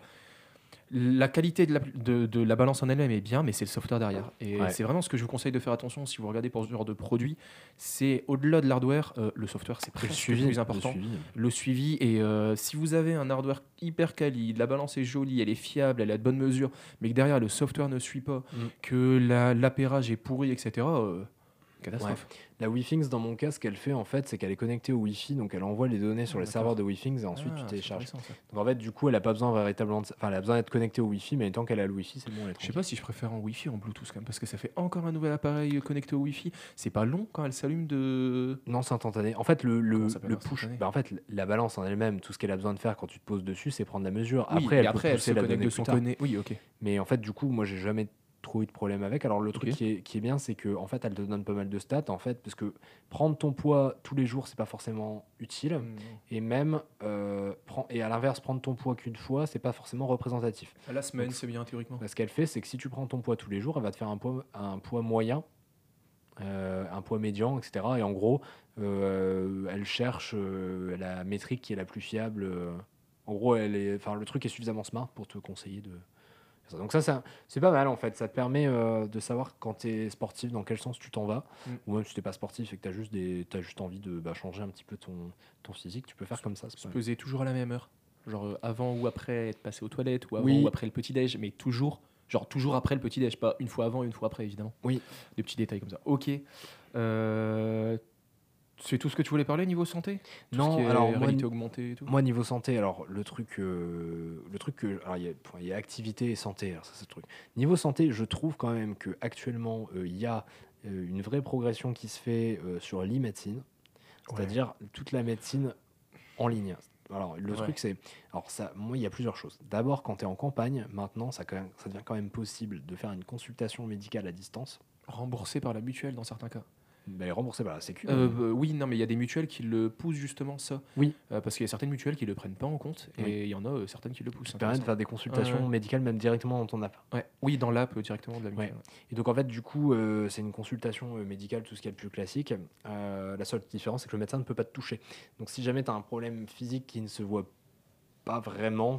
la qualité de la balance en elle-même est bien, mais c'est le software derrière. Et Ouais. c'est vraiment ce que je vous conseille de faire attention si vous regardez pour ce genre de produit. C'est au-delà de l'hardware, le software, c'est presque plus important. Le suivi. Et si vous avez un hardware hyper quali, la balance est jolie, elle est fiable, elle a de bonnes mesures, mais que derrière le software ne suit pas, que l'appairage est pourri, etc., catastrophe. La Withings, dans mon cas, ce qu'elle fait en fait, c'est qu'elle est connectée au Wi-Fi, donc elle envoie les données sur les d'accord. serveurs de Withings et ensuite tu Ah, télécharges. c'est intéressant, ça. Donc en fait, du coup, elle a pas besoin véritablement, elle a besoin d'être connectée au Wi-Fi, mais tant qu'elle a le Wi-Fi, c'est bon. Elle est Je sais tranquille. pas si je préfère en Wi-Fi ou en Bluetooth quand même, parce que ça fait encore un nouvel appareil connecté au Wi-Fi. C'est pas long quand elle s'allume de. Non, c'est instantané. En fait, le Comment ça s'appelle, push, instantané en fait, la balance en elle-même, tout ce qu'elle a besoin de faire quand tu te poses dessus, c'est prendre la mesure. Oui, Après, et elle après, peut elle se pousser la connecte donnée de plus son tard. connaît. Oui, ok. Mais en fait, du coup, moi, j'ai jamais trop eu de problème avec. Alors le truc Ok. qui est bien, c'est que en fait, elle te donne pas mal de stats en fait, parce que prendre ton poids tous les jours, c'est pas forcément utile. Et même et à l'inverse, prendre ton poids qu'une fois, c'est pas forcément représentatif. À la semaine, c'est bien théoriquement. Ce qu'elle fait, c'est que si tu prends ton poids tous les jours, elle va te faire un poids moyen, un poids médian, etc. Et en gros, elle cherche la métrique qui est la plus fiable. En gros, le truc est suffisamment smart pour te conseiller de. Donc ça, c'est pas mal en fait. Ça te permet de savoir quand tu es sportif, dans quel sens tu t'en vas. Ou même si tu n'es pas sportif et que tu as juste envie de changer un petit peu ton physique, tu peux faire comme ça. Se peser toujours à la même heure. Genre avant ou après être passé aux toilettes, ou avant Oui. ou après le petit-déj, mais toujours après le petit-déj, pas une fois avant, une fois après, évidemment. Oui. Des petits détails comme ça. Ok. C'est tout ce que tu voulais parler niveau santé? Tout Non, ce qui est alors, réalité augmentée et tout. Moi, niveau santé, alors le truc que. Alors, il y a activité et santé, alors ça, c'est le truc. Niveau santé, je trouve quand même qu'actuellement, il y a une vraie progression qui se fait sur l'e-médecine, c'est-à-dire toute la médecine en ligne. Alors, le truc, c'est. Alors, ça, moi, il y a plusieurs choses. D'abord, quand tu es en campagne, maintenant, ça devient quand même possible de faire une consultation médicale à distance. Remboursé par la mutuelle dans certains cas. Elle est remboursée par la Sécu. Oui, non, mais il y a des mutuelles qui le poussent justement ça. Oui. Parce qu'il y a certaines mutuelles qui le prennent pas en compte et il y en a certaines qui le poussent. Ça permet de faire des consultations médicales même directement dans ton app. Ouais. Oui, dans l'app directement de la mutuelle. Ouais. Et donc en fait, du coup, c'est une consultation médicale, tout ce qu'il y a de plus classique. La seule différence, c'est que le médecin ne peut pas te toucher. Donc si jamais tu as un problème physique qui ne se voit pas vraiment,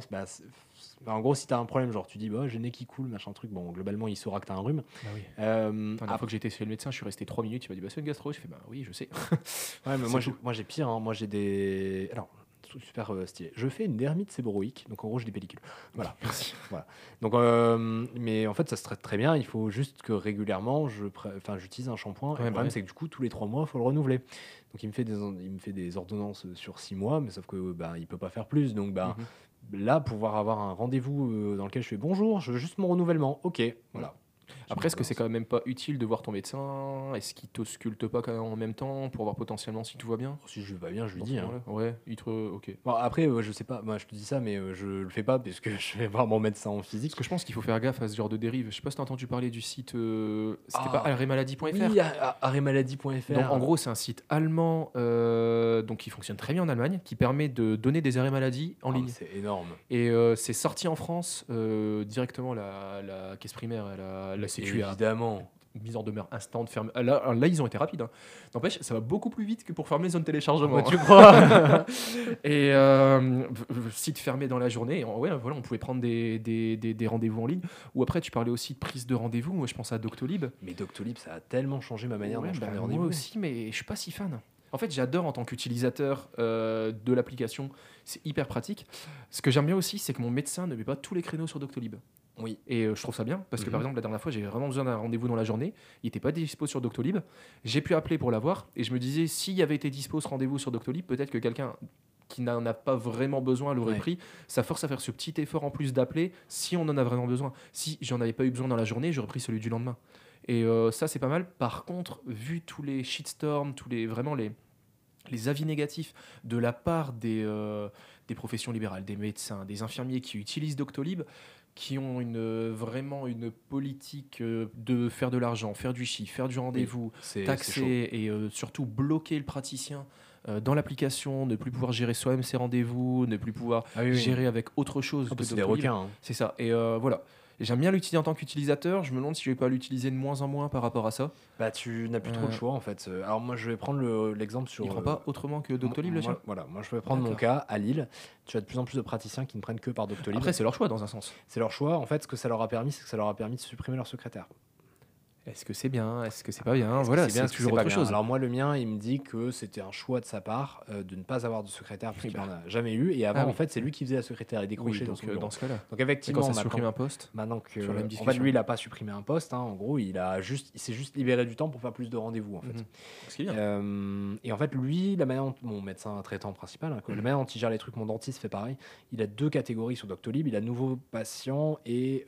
en gros, si tu as un problème, genre tu dis j'ai le nez qui coule, machin truc, bon, globalement, il saura que tu as un rhume. Bah oui. La dernière fois que j'étais chez le médecin, je suis resté 3 minutes, il m'a dit c'est une gastro. Je fais oui, je sais. Ouais, mais moi j'ai pire, hein. Moi j'ai des. Alors, super stylé. Je fais une dermite séboroïque, donc en gros j'ai des pellicules. Voilà. Merci. Voilà. Donc, mais en fait ça se traite très bien. Il faut juste que régulièrement j'utilise un shampoing. Et le problème c'est que du coup tous les 3 mois il faut le renouveler. Donc il me fait des ordonnances sur 6 mois, mais sauf que il peut pas faire plus. Donc là pouvoir avoir un rendez-vous dans lequel je fais bonjour, je veux juste mon renouvellement. Ok, voilà. Après, est-ce que c'est quand même pas utile de voir ton médecin? Est-ce qu'il t'ausculte pas quand même en même temps pour voir potentiellement si tout va bien? Si je vais pas bien, je lui dis. Hein. Ouais, ok. Bon, après, je sais pas, moi je te dis ça, mais je le fais pas parce que je vais voir mon médecin en physique. Parce que je pense qu'il faut faire gaffe à ce genre de dérive. Je sais pas si t'as entendu parler du site. C'était pas arrêtmaladie.fr? Oui, arrêtmaladie.fr. Donc en gros, c'est un site allemand donc qui fonctionne très bien en Allemagne, qui permet de donner des arrêts maladie en ligne. C'est énorme. Et c'est sorti en France directement la caisse primaire, la Sécu. Évidemment. Mise en demeure instant, ferme. Là, ils ont été rapides. Hein. N'empêche, ça va beaucoup plus vite que pour fermer les zones téléchargement. Tu crois? Et site fermé dans la journée. Voilà, on pouvait prendre des rendez-vous en ligne. Ou après, tu parlais aussi de prise de rendez-vous. Moi, je pense à Doctolib. Mais Doctolib, ça a tellement changé ma manière dont je prends les rendez-vous. Moi aussi, mais je suis pas si fan. En fait, j'adore en tant qu'utilisateur de l'application. C'est hyper pratique. Ce que j'aime bien aussi, c'est que mon médecin ne met pas tous les créneaux sur Doctolib. Oui. Et je trouve ça bien parce que par exemple la dernière fois j'ai vraiment besoin d'un rendez-vous dans la journée, il n'était pas dispo sur Doctolib, j'ai pu appeler pour l'avoir et je me disais s'il y avait été dispo ce rendez-vous sur Doctolib, peut-être que quelqu'un qui n'en a pas vraiment besoin l'aurait pris. Ça force à faire ce petit effort en plus d'appeler si on en a vraiment besoin. Si j'en avais pas eu besoin dans la journée, j'aurais pris celui du lendemain. Et ça c'est pas mal. Par contre, vu tous les shitstorms, vraiment les avis négatifs de la part des professions libérales, des médecins, des infirmiers qui utilisent Doctolib, qui ont vraiment une politique de faire de l'argent, faire du chiffre, faire du rendez-vous, taxer et surtout bloquer le praticien dans l'application, ne plus pouvoir gérer soi-même ses rendez-vous, ne plus pouvoir gérer avec autre chose que c'est des requins. Hein. C'est ça. Et voilà. J'aime bien l'utiliser en tant qu'utilisateur. Je me demande si je vais pas l'utiliser de moins en moins par rapport à ça. Tu n'as plus trop le choix en fait. Alors moi je vais prendre l'exemple sur. Il prend pas autrement que Doctolib, le tien. Voilà, moi je vais prendre mon cas à Lille. Tu as de plus en plus de praticiens qui ne prennent que par Doctolib. Après c'est leur choix dans un sens. C'est leur choix. En fait, ce que ça leur a permis, c'est que ça leur a permis de supprimer leur secrétaire. Est-ce que c'est bien? Est-ce que c'est pas bien? Voilà, c'est toujours autre chose. Alors moi, le mien, il me dit que c'était un choix de sa part de ne pas avoir de secrétaire parce qu'il n'en a jamais eu. Et avant, en fait, c'est lui qui faisait la secrétaire et décrochait dans son bureau. Dans ce cas-là. Donc effectivement, quand ça supprime un poste. Maintenant que, en fait, lui, il n'a pas supprimé un poste. Hein, en gros, il s'est juste libéré du temps pour faire plus de rendez-vous. En fait. Ce qui est bien. Et en fait, lui, la manière dont mon médecin traitant principal, la manière dont il gère les trucs, mon dentiste fait pareil. Il a 2 catégories sur Doctolib. Il a nouveaux patients et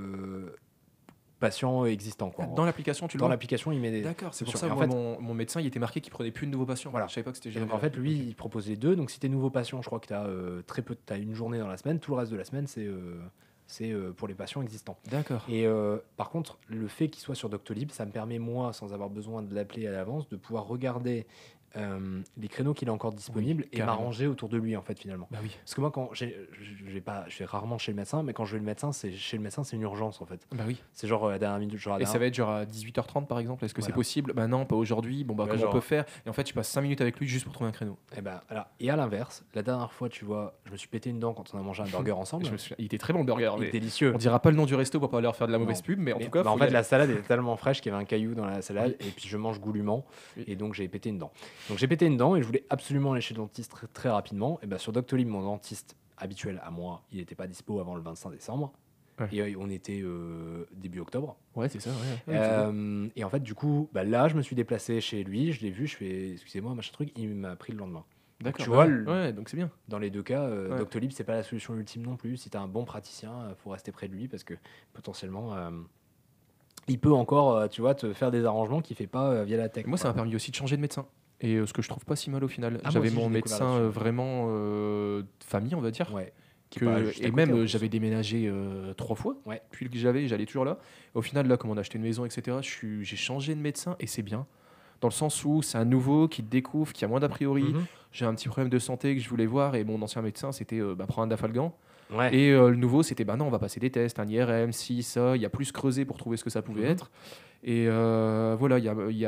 patients existants. Quoi. Dans l'application, tu le vois. Dans l'application, il met des. D'accord, c'est pour ça. Moi, mon médecin, il était marqué qu'il prenait plus de nouveaux patients. Voilà. Je savais pas que c'était. Donc, en fait, lui, il propose les 2. Donc, si t'es nouveau patient, je crois que t'as très peu. T'as une journée dans la semaine. Tout le reste de la semaine, c'est pour les patients existants. D'accord. Et par contre, le fait qu'il soit sur Doctolib, ça me permet moi, sans avoir besoin de l'appeler à l'avance, de pouvoir regarder les créneaux qu'il a encore disponibles et m'arranger autour de lui en fait finalement. Bah oui. Parce que moi quand je vais rarement chez le médecin, mais quand je vais chez le médecin c'est une urgence en fait. Bah oui. C'est genre à la dernière minute. Et ça va être genre à 18h30 par exemple. Est-ce que c'est possible? Bah non, pas aujourd'hui. Bon bah comment on peut faire? Et en fait tu passes 5 minutes avec lui juste pour trouver un créneau. Et à l'inverse, la dernière fois tu vois, je me suis pété une dent quand on a mangé un burger ensemble. Il était très bon le burger. Il était délicieux. On dira pas le nom du resto pour pas leur faire de la mauvaise pub, mais en tout cas. En fait la salade était tellement fraîche qu'il y avait un caillou dans la salade et puis je mange goulûment et donc j'ai pété une dent. Donc j'ai pété une dent et je voulais absolument aller chez le dentiste très, très rapidement. Et sur Doctolib, mon dentiste habituel à moi, il n'était pas dispo avant le 25 décembre. Ouais. Et on était début octobre. Ouais, c'est ça. Et en fait, du coup, là, je me suis déplacé chez lui, je l'ai vu, je fais excusez-moi, machin truc, il m'a pris le lendemain. D'accord. Tu vois, donc c'est bien. Dans les 2 cas, Doctolib, c'est pas la solution ultime non plus. Si tu as un bon praticien, faut rester près de lui parce que potentiellement. Il peut encore, tu vois, te faire des arrangements qu'il fait pas via la tech. Moi, ça m'a permis aussi de changer de médecin. Et ce que je trouve pas si mal au final. J'avais mon médecin vraiment famille, on va dire. Ouais. Et même j'avais déménagé 3 fois. Ouais. Puis que j'allais toujours là. Au final, là, comme on a acheté une maison, etc., j'ai changé de médecin et c'est bien. dans le sens où c'est un nouveau qui te découvre, qui a moins d'a priori. J'ai un petit problème de santé que je voulais voir et mon ancien médecin, c'était prends un Dafalgan. Ouais. Et le nouveau, c'était non, on va passer des tests, un IRM, si, ça. Il y a plus creusé pour trouver ce que ça pouvait être. Et voilà,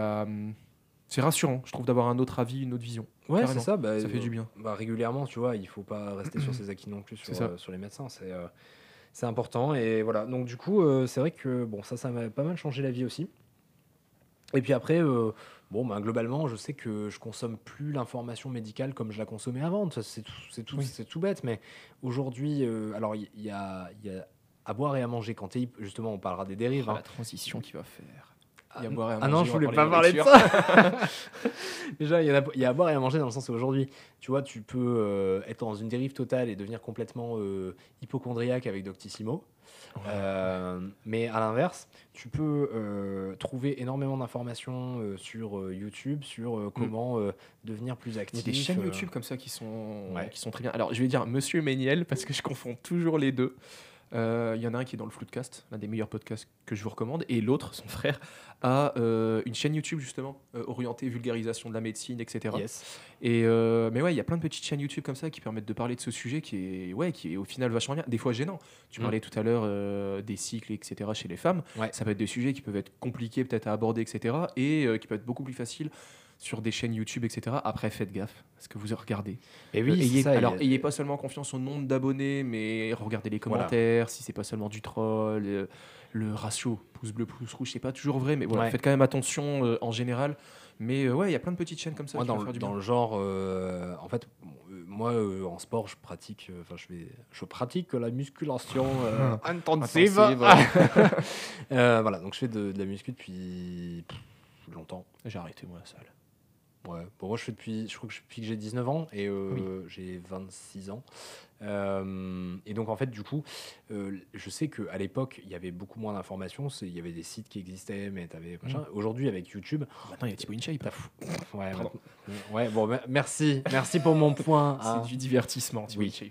c'est rassurant, je trouve, d'avoir un autre avis, une autre vision. Ouais, Carrément. c'est ça. Ça fait du bien. Régulièrement, tu vois, il faut pas rester sur ses acquis non plus sur les médecins. C'est important. Et voilà. Donc, du coup, c'est vrai que ça m'a pas mal changé la vie aussi. Et puis après, globalement, je sais que je consomme plus l'information médicale comme je la consommais avant. Ça, c'est tout bête. Mais aujourd'hui, alors, il y a à boire et à manger. Quand justement, on parlera des dérives. La transition qu'il va faire. Il y a à boire et à Ah non, manger, je on va voulais pas parler de nourriture. ça. Déjà, il y a à boire et à manger dans le sens où aujourd'hui, tu vois, tu peux être dans une dérive totale et devenir complètement hypocondriaque avec Doctissimo. Mais à l'inverse, tu peux trouver énormément d'informations sur YouTube, sur comment devenir plus Il y a actif. des chaînes YouTube comme ça qui sont très bien. Alors, je vais dire Monsieur Méniel, parce que je confonds toujours les deux. Il y en a un qui est dans le Floodcast, l'un des meilleurs podcasts que je vous recommande, et l'autre, son frère, a une chaîne YouTube justement orientée vulgarisation de la médecine, etc. Yes. Et mais ouais, il y a plein de petites chaînes YouTube comme ça qui permettent de parler de ce sujet qui est au final vachement bien. Des fois gênant. Tu parlais tout à l'heure des cycles, etc. chez les femmes. Ouais. Ça peut être des sujets qui peuvent être compliqués peut-être à aborder, etc. Et qui peuvent être beaucoup plus faciles sur des chaînes YouTube, etc. Après, faites gaffe à ce que vous regardez. Et oui, ayez pas seulement confiance au nombre d'abonnés, mais regardez les commentaires, si c'est pas seulement du troll, le ratio pouce bleu, pouce rouge, c'est pas toujours vrai, mais voilà, faites quand même attention en général. Mais il y a plein de petites chaînes comme ça. Moi, dans le genre, en fait, moi, en sport, je pratique la musculation intensive. Voilà, donc je fais de la muscu depuis longtemps. J'ai arrêté moi la salle. Ouais, moi je crois que depuis que j'ai 19 ans et j'ai 26 ans. Et donc en fait du coup, je sais qu'à l'époque il y avait beaucoup moins d'informations, il y avait des sites qui existaient, mais t'avais machin. Aujourd'hui avec YouTube, maintenant il y a Thibaut InShape. Merci pour mon point. C'est du divertissement. Thibaut InShape.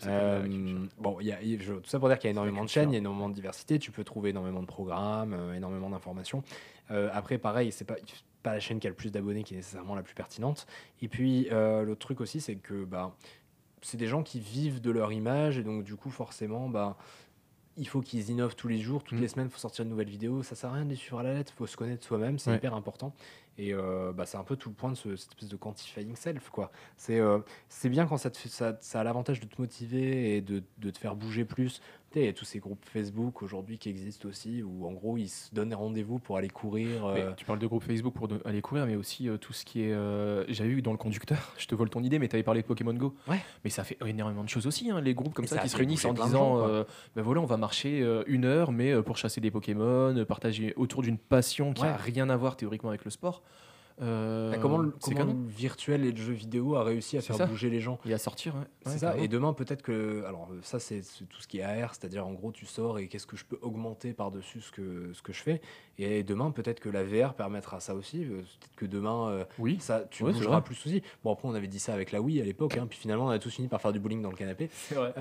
Tout ça pour dire qu'il y a énormément de chaînes, il y a énormément de diversité, tu peux trouver énormément de programmes, énormément d'informations. Après pareil, c'est pas la chaîne qui a le plus d'abonnés qui est nécessairement la plus pertinente. Et puis l'autre truc aussi, c'est que c'est des gens qui vivent de leur image et donc du coup forcément il faut qu'ils innovent tous les jours, toutes les semaines il faut sortir une nouvelle vidéo, ça sert à rien de les suivre à la lettre, il faut se connaître soi-même, c'est hyper important. Et c'est un peu tout le point de cette espèce de quantifying self, quoi. C'est bien quand ça a l'avantage de te motiver et de te faire bouger plus. Il y a tous ces groupes Facebook aujourd'hui qui existent aussi, où en gros ils se donnent rendez-vous pour aller courir. Tu parles de groupes Facebook pour aller courir, mais aussi tout ce qui est. J'avais vu dans le conducteur, je te vole ton idée, mais tu avais parlé de Pokémon Go. Ouais. Mais ça fait énormément de choses aussi, les groupes comme ça qui se réunissent en disant voilà, on va marcher 1 heure, mais pour chasser des Pokémon, partager autour d'une passion qui n'a rien à voir théoriquement avec le sport. Comment le virtuel et le jeu vidéo a réussi à faire bouger les gens et à sortir, c'est ça. Et demain peut-être que, alors ça c'est tout ce qui est AR, c'est-à-dire en gros tu sors et qu'est-ce que je peux augmenter par-dessus ce que je fais, et demain peut-être que la VR permettra ça aussi, peut-être que demain tu bougeras plus aussi. Bon, après on avait dit ça avec la Wii à l'époque, puis finalement on a tous fini par faire du bowling dans le canapé. C'est vrai.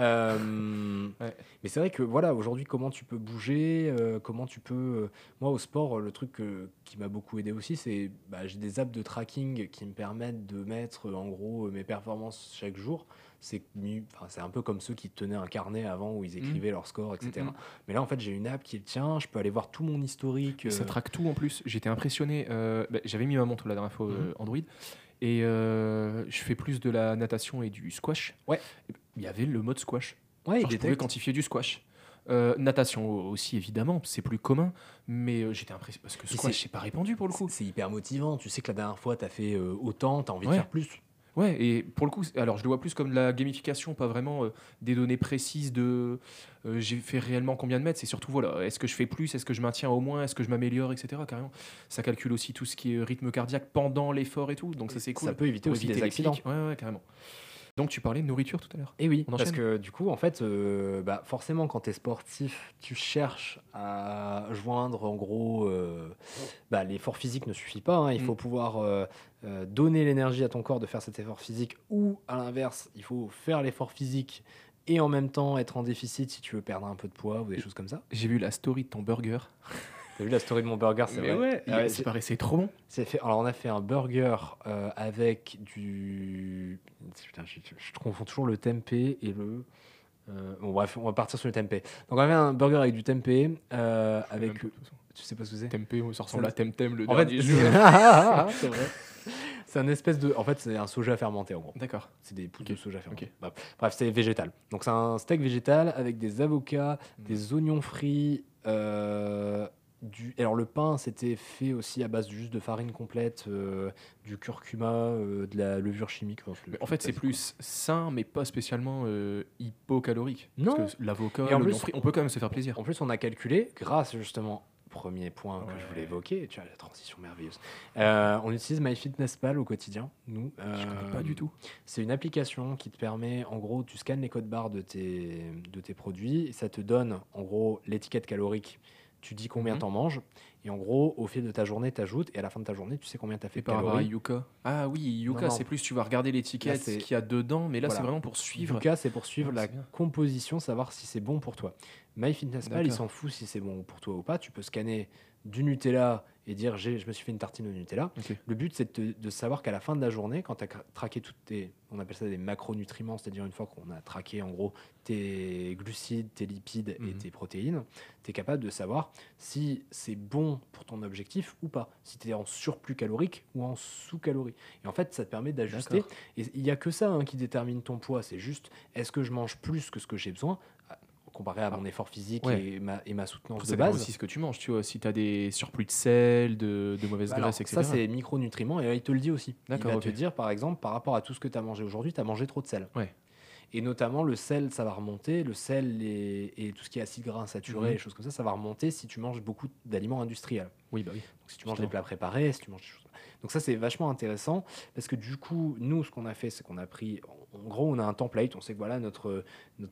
Mais c'est vrai que voilà, aujourd'hui comment tu peux bouger, comment tu peux moi au sport, le truc qui m'a beaucoup aidé aussi, c'est j'ai des apps de tracking qui me permettent de mettre en gros mes performances chaque jour. C'est un peu comme ceux qui tenaient un carnet avant où ils écrivaient leur score, etc. Mais là en fait j'ai une app qui le tient, je peux aller voir tout mon historique. Ça traque tout en plus. J'étais impressionné. J'avais mis ma montre la dernière fois Android et je fais plus de la natation et du squash. Ouais. Il y avait le mode squash. Ouais, je pouvais quantifier du squash. Natation aussi évidemment, c'est plus commun, mais j'étais impressionné parce que squash c'est pas répandu pour le coup. C'est hyper motivant, tu sais que la dernière fois t'as fait autant, t'as envie de faire plus. Ouais, et pour le coup, alors je le vois plus comme de la gamification, pas vraiment des données précises de j'ai fait réellement combien de mètres, c'est surtout voilà, est-ce que je fais plus, est-ce que je maintiens au moins, est-ce que je m'améliore, etc. Carrément. Ça calcule aussi tout ce qui est rythme cardiaque pendant l'effort et tout, donc ça c'est cool. Ça peut éviter aussi des accidents. Ouais, carrément. Donc tu parlais de nourriture tout à l'heure. Et oui, parce que du coup, en fait, forcément, quand tu es sportif, tu cherches à joindre, en gros, l'effort physique ne suffit pas. Il faut pouvoir donner l'énergie à ton corps de faire cet effort physique, ou à l'inverse, il faut faire l'effort physique et en même temps être en déficit si tu veux perdre un peu de poids ou des choses comme ça. J'ai vu la story de ton burger. T'as vu la story de mon burger, c'est Mais vrai. ouais, ça paraissait trop bon. Alors, on a fait un burger avec du. Putain, je confonds toujours le tempeh et le. Bon, bref, on va partir sur le tempeh. Donc, on avait un burger avec du tempeh. Avec. Tu sais pas ce que c'est? Tempeh, ça ressemble à Temtem, le En fait, dernier jeu. c'est vrai. C'est un espèce de. En fait, c'est un soja fermenté en gros. D'accord. C'est des poudres de soja fermenté. Ok. Bref, c'est végétal. Donc, c'est un steak végétal avec des avocats, des oignons frits. Alors, le pain, c'était fait aussi à base juste de farine complète, du curcuma, de la levure chimique. En fait, c'est plus sain, mais pas spécialement hypocalorique. Non. Parce que l'avocat, Et en l'oignon plus- frit, on peut quand même se faire plaisir. En plus, on a calculé, grâce justement au premier point que je voulais évoquer, tu as la transition merveilleuse. On utilise MyFitnessPal au quotidien, nous. Je connais pas du tout. C'est une application qui te permet, en gros, tu scannes les codes barres de tes produits, et ça te donne, en gros, l'étiquette calorique. Tu dis combien t'en manges, et en gros, au fil de ta journée, t'ajoutes, et à la fin de ta journée, tu sais combien t'as fait Et de par rapport à calories. Yuka. Ah oui, Yuka, Non. c'est plus tu vas regarder l'étiquette, Là, c'est- ce qu'il y a dedans, mais là, Voilà. c'est vraiment pour suivre. Yuka, c'est pour suivre Ah, la c'est bien. composition, savoir si c'est bon pour toi. MyFitnessPal, il D'accord. s'en fout si c'est bon pour toi ou pas. Tu peux scanner du Nutella et dire je me suis fait une tartine au Nutella. Ok. Le but, c'est de savoir qu'à la fin de la journée, quand tu as traqué toutes tes, on appelle ça des macronutriments, c'est-à-dire une fois qu'on a traqué en gros tes glucides, tes lipides et tes protéines, tu es capable de savoir si c'est bon pour ton objectif ou pas, si tu es en surplus calorique ou en sous-calories. Et en fait, ça te permet d'ajuster. D'accord. Et il n'y a que ça qui détermine ton poids, c'est juste est-ce que je mange plus que ce que j'ai besoin comparé à mon effort physique Ouais. et ma soutenance Après, de ça dépend base. aussi ce que tu manges, tu vois. Si tu as des surplus de sel, de mauvaises Alors, graisses, etc. ça, c'est micronutriments et il te le dit aussi. Il D'accord, va ok. te dire, par exemple, par rapport à tout ce que tu as mangé aujourd'hui, tu as mangé trop de sel. Ouais. Et notamment, le sel, ça va remonter. Le sel et tout ce qui est acide gras insaturé, Mhm. et choses comme ça va remonter si tu manges beaucoup d'aliments industriels. Oui, bah oui. Donc, si tu manges des plats préparés, si tu manges des choses. Donc ça, c'est vachement intéressant parce que du coup, nous, ce qu'on a fait, c'est qu'on a pris... En gros, on a un template. On sait que voilà, notre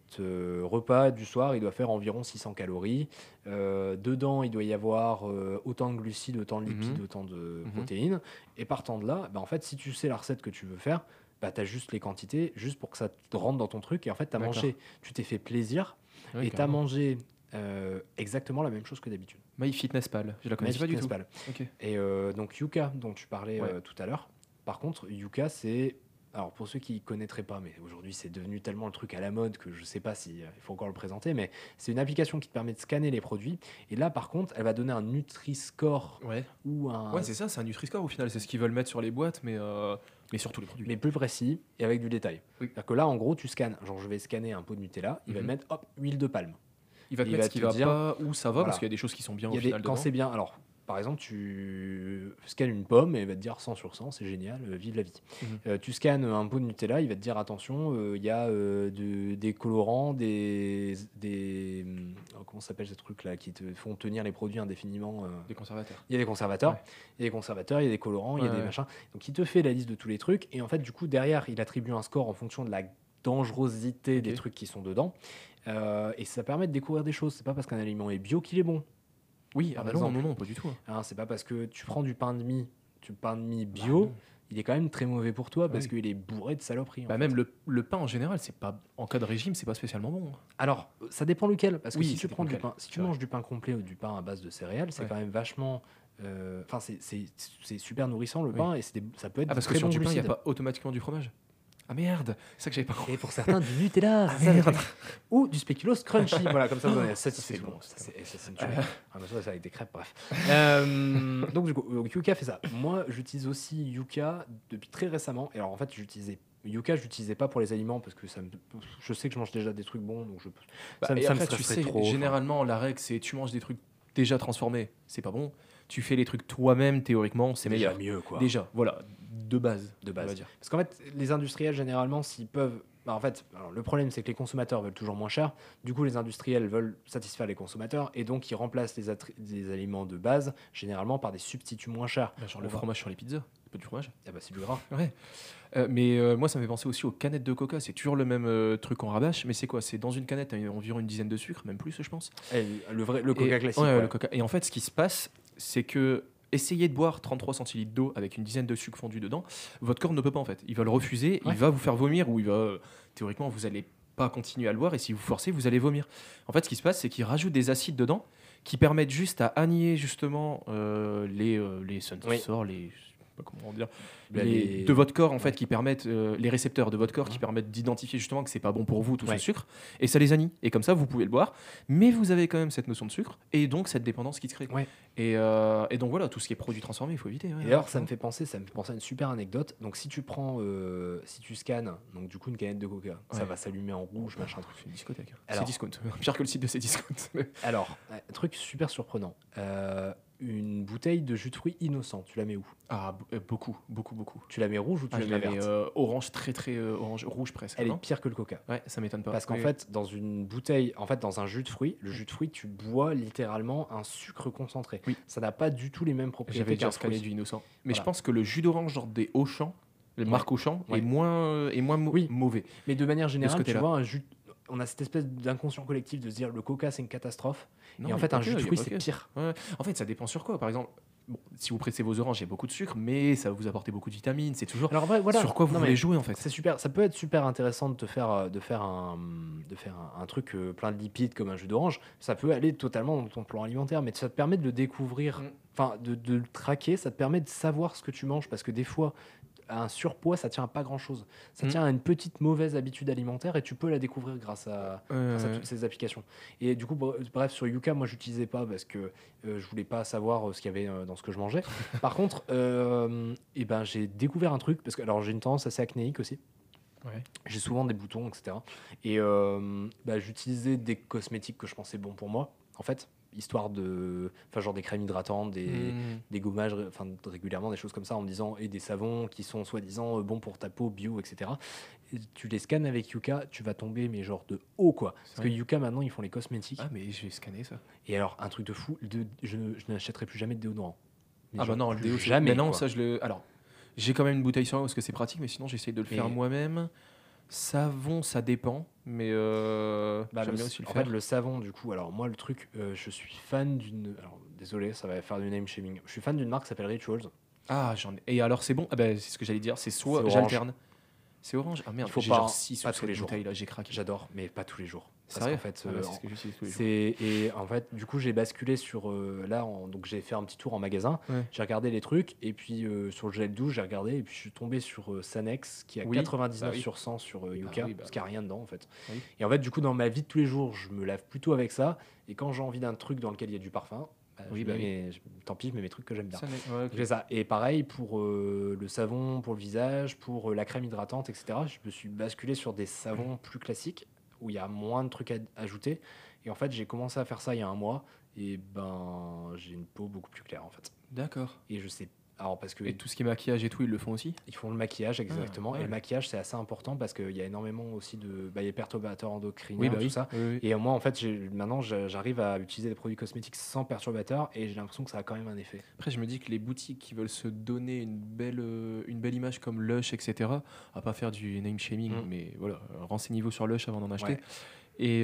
repas du soir, il doit faire environ 600 calories. Dedans, il doit y avoir autant de glucides, autant de lipides, autant de protéines. Et partant de là, bah, en fait, si tu sais la recette que tu veux faire, bah, tu as juste les quantités, juste pour que ça te rentre dans ton truc. Et en fait, D'accord. tu t'es fait plaisir Ouais, et tu as carrément. mangé exactement la même chose que d'habitude. MyFitnessPal, je la connaissais pas du tout. MyFitnessPal. Ok. Et donc Yuka, dont tu parlais Ouais. tout à l'heure, par contre, Yuka, c'est... Alors pour ceux qui ne connaîtraient pas, mais aujourd'hui c'est devenu tellement le truc à la mode que je ne sais pas si il faut encore le présenter, mais c'est une application qui te permet de scanner les produits. Et là, par contre, elle va donner un Nutri-Score Ouais. ou un... Ouais, c'est ça, c'est un Nutri-Score au final, c'est ce qu'ils veulent mettre sur les boîtes, mais sur tous les produits. mais plus précis et avec du détail. Oui. C'est-à-dire que là, en gros, tu scannes. Genre, je vais scanner un pot de Nutella, il va me mettre, hop, huile de palme. Il va te il mettre va ce qui te va dire- pas, où ça va, Voilà. parce qu'il y a des choses qui sont bien Il au y a final quand dedans. c'est bien... Alors, par exemple, tu scannes une pomme et il va te dire 100 sur 100, c'est génial, vive la vie. Tu scannes un pot de Nutella, il va te dire attention, il y a des colorants, comment ça s'appelle ces trucs-là qui te font tenir les produits indéfiniment. Des conservateurs. Il y a des conservateurs, Ouais. il y a des conservateurs, il y a des colorants, il y a Ouais, des ouais. machins. Donc il te fait la liste de tous les trucs et en fait du coup derrière il attribue un score en fonction de la dangerosité des Ok. trucs qui sont dedans et ça permet de découvrir des choses. C'est pas parce qu'un aliment est bio qu'il est bon. Oui, Par ah bah exemple. non, pas du tout. Hein, c'est pas parce que tu prends du pain de mie bio, non. il est quand même très mauvais pour toi parce Oui. qu'il est bourré de saloperies. en Bah fait. même le pain en général, c'est pas en cas de régime, c'est pas spécialement bon. Alors, ça dépend lequel. Parce que Oui, si ça tu dépend prends du lequel, pain, si c'est tu vrai. manges du pain complet ou du pain à base de céréales, c'est Ouais. quand même vachement. Enfin, c'est super nourrissant le Oui. pain et ça peut être Ah parce que très sur bon du pain, il n'y a glucide. pas automatiquement du fromage. Ah merde, c'est ça que j'avais pas compris. Et pour certains, du Nutella, c'est ça, le truc. Ou du spéculoos crunchy. Voilà, comme ça, vous en avez satisfait c'est tout le bon, monde. c'est C'est une tuerie. Ah, bah, ça, avec des crêpes, bref. Donc, du coup, Yuka fait ça. Moi, j'utilise aussi Yuka depuis très récemment. Et alors, en fait, Yuka, je l'utilisais pas pour les aliments parce que je sais que je mange déjà des trucs bons. Donc Bah, ça me et après, tu stresserait sais, trop. généralement, la règle, c'est tu manges des trucs déjà transformés, c'est pas bon. Tu fais les trucs toi-même, théoriquement, c'est déjà meilleur. mieux, quoi. Déjà, voilà, de base. De on base. va dire. Parce qu'en fait, les industriels, généralement, s'ils peuvent... Bah, en fait, alors, le problème, c'est que les consommateurs veulent toujours moins cher. Du coup, les industriels veulent satisfaire les consommateurs et donc ils remplacent les aliments de base, généralement, par des substituts moins chers. Bah, genre On le va- fromage sur les pizzas, c'est pas du fromage. Ah bah, c'est du gras. Ouais. Moi, ça me fait penser aussi aux canettes de coca. C'est toujours le même truc en rabâche, mais c'est quoi? C'est dans une canette, t'as environ une dizaine de sucres, même plus, je pense. Le coca Et- classique. ouais, ouais. le coca. Et en fait, ce qui se passe, c'est que essayez de boire 33 centilitres d'eau avec une dizaine de sucres fondus dedans, votre corps ne peut pas en fait. Il va le refuser, Ouais. il va vous faire vomir ou il va théoriquement vous allez pas continuer à le boire et si vous forcez, vous allez vomir. En fait, ce qui se passe, c'est qu'il rajoute des acides dedans qui permettent juste à annier justement les sensors, les... je sais pas comment dire, de votre corps en fait, qui permettent les récepteurs de votre corps qui permettent d'identifier justement que c'est pas bon pour vous tout ce sucre, et ça les annie, et comme ça vous pouvez le boire, mais vous avez quand même cette notion de sucre et donc cette dépendance qui se crée. Et donc voilà, tout ce qui est produit transformé il faut éviter. Et alors ça me fait penser à une super anecdote. Donc si tu prends si tu scannes donc du coup une canette de Coca, ça va s'allumer en rouge, machin truc. C'est une discothèque. Alors, c'est discount, pire que le site de ces discounts. Alors truc super surprenant, une bouteille de jus de fruits innocent, tu la mets où? Beaucoup. Tu la mets rouge ou tu la mets verte? Orange, très orange, rouge presque. Elle est pire que le Coca. Ouais, ça m'étonne pas. Parce qu'en fait, dans une bouteille, dans un jus de fruits, le jus de fruits, tu bois littéralement un sucre concentré. Oui. Ça n'a pas du tout les mêmes propriétés. J'avais déjà scanné du innocent. Mais je pense que le jus d'orange, genre des Auchan, les marques Auchan, est moins mauvais. Mais de manière générale, tu vois, un jus. On a cette espèce d'inconscient collectif de se dire le Coca c'est une catastrophe. Non, et en fait, un jus de fruits c'est pire. Ouais. En fait, ça dépend sur quoi. Par exemple, si vous pressez vos oranges, il y a beaucoup de sucre, mais ça va vous apporter beaucoup de vitamines. C'est toujours sur quoi vous voulez jouer en fait. C'est super. Ça peut être super intéressant de faire un truc plein de lipides comme un jus d'orange. Ça peut aller totalement dans ton plan alimentaire, mais ça te permet de le découvrir, de le traquer. Ça te permet de savoir ce que tu manges, parce que des fois, un surpoids, ça tient à pas grand-chose. Ça tient à une petite mauvaise habitude alimentaire et tu peux la découvrir grâce à toutes ces applications. Et du coup, bref, sur Yuka, moi, j'utilisais pas parce que je voulais pas savoir ce qu'il y avait dans ce que je mangeais. Par contre, j'ai découvert un truc parce que alors j'ai une tendance assez acnéique aussi. J'ai souvent des boutons, etc. Et j'utilisais des cosmétiques que je pensais bons pour moi, en fait. Histoire de genre des crèmes hydratantes, des gommages régulièrement, des choses comme ça, en me disant, et des savons qui sont soi-disant bons pour ta peau, bio, etc. Et tu les scannes avec Yuka, tu vas tomber mais genre de haut quoi, parce que Yuka maintenant ils font les cosmétiques. Mais je vais scanner ça. Et alors un truc de fou, je n'achèterai plus jamais de déodorant. Non, le déo jamais. Mais non, ça alors j'ai quand même une bouteille sur moi parce que c'est pratique, mais sinon j'essaye de le faire moi-même. Savon, ça dépend, mais j'aime bien aussi le faire. En fait, le savon, du coup, alors moi, le truc, je suis fan d'une. Alors, désolé, ça va faire du name shaming. Je suis fan d'une marque qui s'appelle Rituals. Et alors, c'est bon? C'est ce que j'allais dire, c'est soit j'alterne. C'est orange. Ah merde, il faut j'ai pas, genre 6 pas tous les jours. Là, j'ai craqué. J'adore, mais pas tous les jours. C'est vrai. Qu'en fait, c'est ce que j'utilise tous les jours. et en fait, du coup, j'ai basculé sur donc j'ai fait un petit tour en magasin. J'ai regardé les trucs et puis sur le gel douche, j'ai regardé et puis je suis tombé sur Sanex qui a 99 sur 100 sur Yuka parce qu'il n'y a rien dedans en fait. Et en fait, du coup, dans ma vie de tous les jours, je me lave plutôt avec ça. Et quand j'ai envie d'un truc dans lequel il y a du parfum, tant pis, je mets mes trucs que j'aime bien. Je fais ça. Et pareil pour le savon, pour le visage, pour la crème hydratante, etc. Je me suis basculé sur des savons plus classiques où il y a moins de trucs à ajouter. Et en fait, j'ai commencé à faire ça il y a un mois. Et j'ai une peau beaucoup plus claire en fait. D'accord. Et je sais. Alors, parce que et tout ce qui est maquillage et tout, ils le font aussi? Ils font le maquillage, exactement. Et le maquillage, c'est assez important parce qu'il y a énormément aussi de il y a perturbateurs endocriniens, tout ça. Et moi, en fait, maintenant, j'arrive à utiliser des produits cosmétiques sans perturbateurs et j'ai l'impression que ça a quand même un effet. Après, je me dis que les boutiques qui veulent se donner une belle image comme Lush, etc., à pas faire du name shaming, mais voilà, renseignez-vous sur Lush avant d'en acheter. Et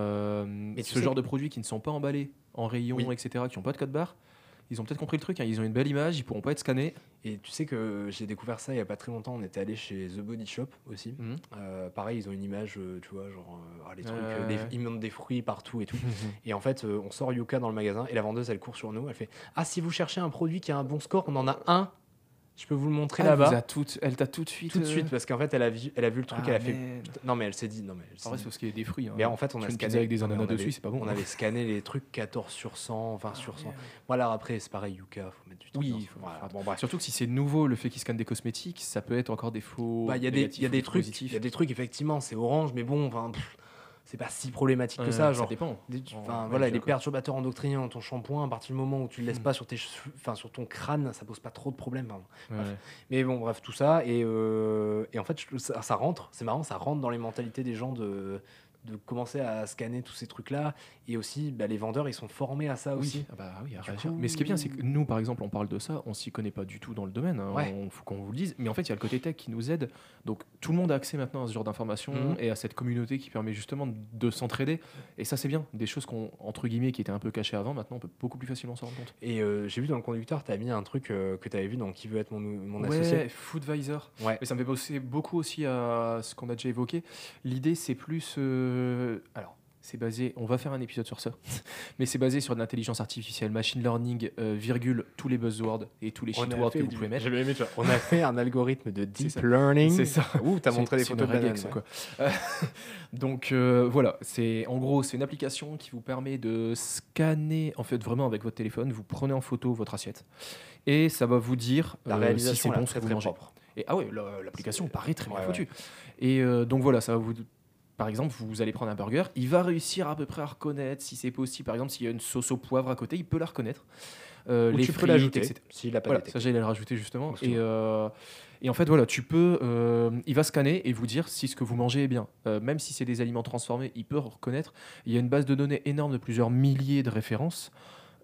ce genre de produits qui ne sont pas emballés en rayon, etc., qui n'ont pas de code barre, ils ont peut-être compris le truc, ils ont une belle image, ils pourront pas être scannés. Et tu sais que j'ai découvert ça il y a pas très longtemps, on était allé chez The Body Shop aussi. Pareil, ils ont une image, tu vois, genre les trucs, ils montrent des fruits partout et tout. Et en fait, on sort Yuka dans le magasin et la vendeuse, elle court sur nous, elle fait « Ah, si vous cherchez un produit qui a un bon score, on en a un. Je peux vous le montrer là-bas. » Elle t'a tout de suite. Tout de suite, parce qu'en fait, elle a vu le truc, elle a fait. Non, mais elle s'est dit. En vrai, c'est parce qu'il y a des fruits. Mais en fait, on a scanné. Avec des ananas dessus, c'est pas bon. On avait scanné les trucs 14 sur 100, 20 sur 100. Voilà, après, c'est pareil, Yuka, faut mettre du temps. Oui, surtout que si c'est nouveau, le fait qu'ils scannent des cosmétiques, ça peut être encore des faux. Il y a des trucs, effectivement, c'est orange, mais bon, c'est pas si problématique que ça. Genre, ça dépend. Les perturbateurs endocriniens dans ton shampoing, à partir du moment où tu le laisses pas sur sur ton crâne, ça pose pas trop de problèmes. Mais bon, bref, tout ça. Et en fait, ça rentre, c'est marrant, ça rentre dans les mentalités des gens de commencer à scanner tous ces trucs-là. Et aussi, les vendeurs, ils sont formés à ça aussi. À réagir. Mais ce qui est bien, c'est que nous, par exemple, on parle de ça, on s'y connaît pas du tout dans le domaine. Faut qu'on vous le dise. Mais en fait, il y a le côté tech qui nous aide. Donc, tout le monde a accès maintenant à ce genre d'informations et à cette communauté qui permet justement de s'entraider. Et ça, c'est bien. Des choses entre guillemets, qui étaient un peu cachées avant, maintenant, on peut beaucoup plus facilement s'en rendre compte. Et j'ai vu dans le conducteur, tu as mis un truc que tu avais vu dans Qui veut être mon associé. Foodvisor. Mais ça me fait penser beaucoup aussi à ce qu'on a déjà évoqué. L'idée, c'est plus... alors, c'est basé, on va faire un épisode sur ça, mais c'est basé sur de l'intelligence artificielle, machine learning, virgule, tous les buzzwords et tous les shitwords que vous pouvez mettre. J'avais aimé, tu vois. On a fait un algorithme de deep ça. learning. C'est ça. Ouh, t'as montré des C'est photos de une bananes, regex, ouais. quoi. Donc voilà, en gros, c'est une application qui vous permet de scanner, en fait, vraiment avec votre téléphone, vous prenez en photo votre assiette et ça va vous dire La si réalisation c'est est bon ce très que vous très mangez. propre. Et ah ouais, l'application paraît très bien Ouais, foutue. Et donc voilà, ça va vous. Par exemple, vous allez prendre un burger, il va réussir à peu près à reconnaître si c'est possible. Par exemple, s'il y a une sauce au poivre à côté, il peut la reconnaître. Ou Les tu peux frites, l'ajouter etc. s'il n'a pas Voilà, détecté. ça j'allais le rajouter justement. Excuse-moi. Et en fait, voilà, tu peux. Il va scanner et vous dire si ce que vous mangez est bien. Même si c'est des aliments transformés, il peut reconnaître. Il y a une base de données énorme de plusieurs milliers de références.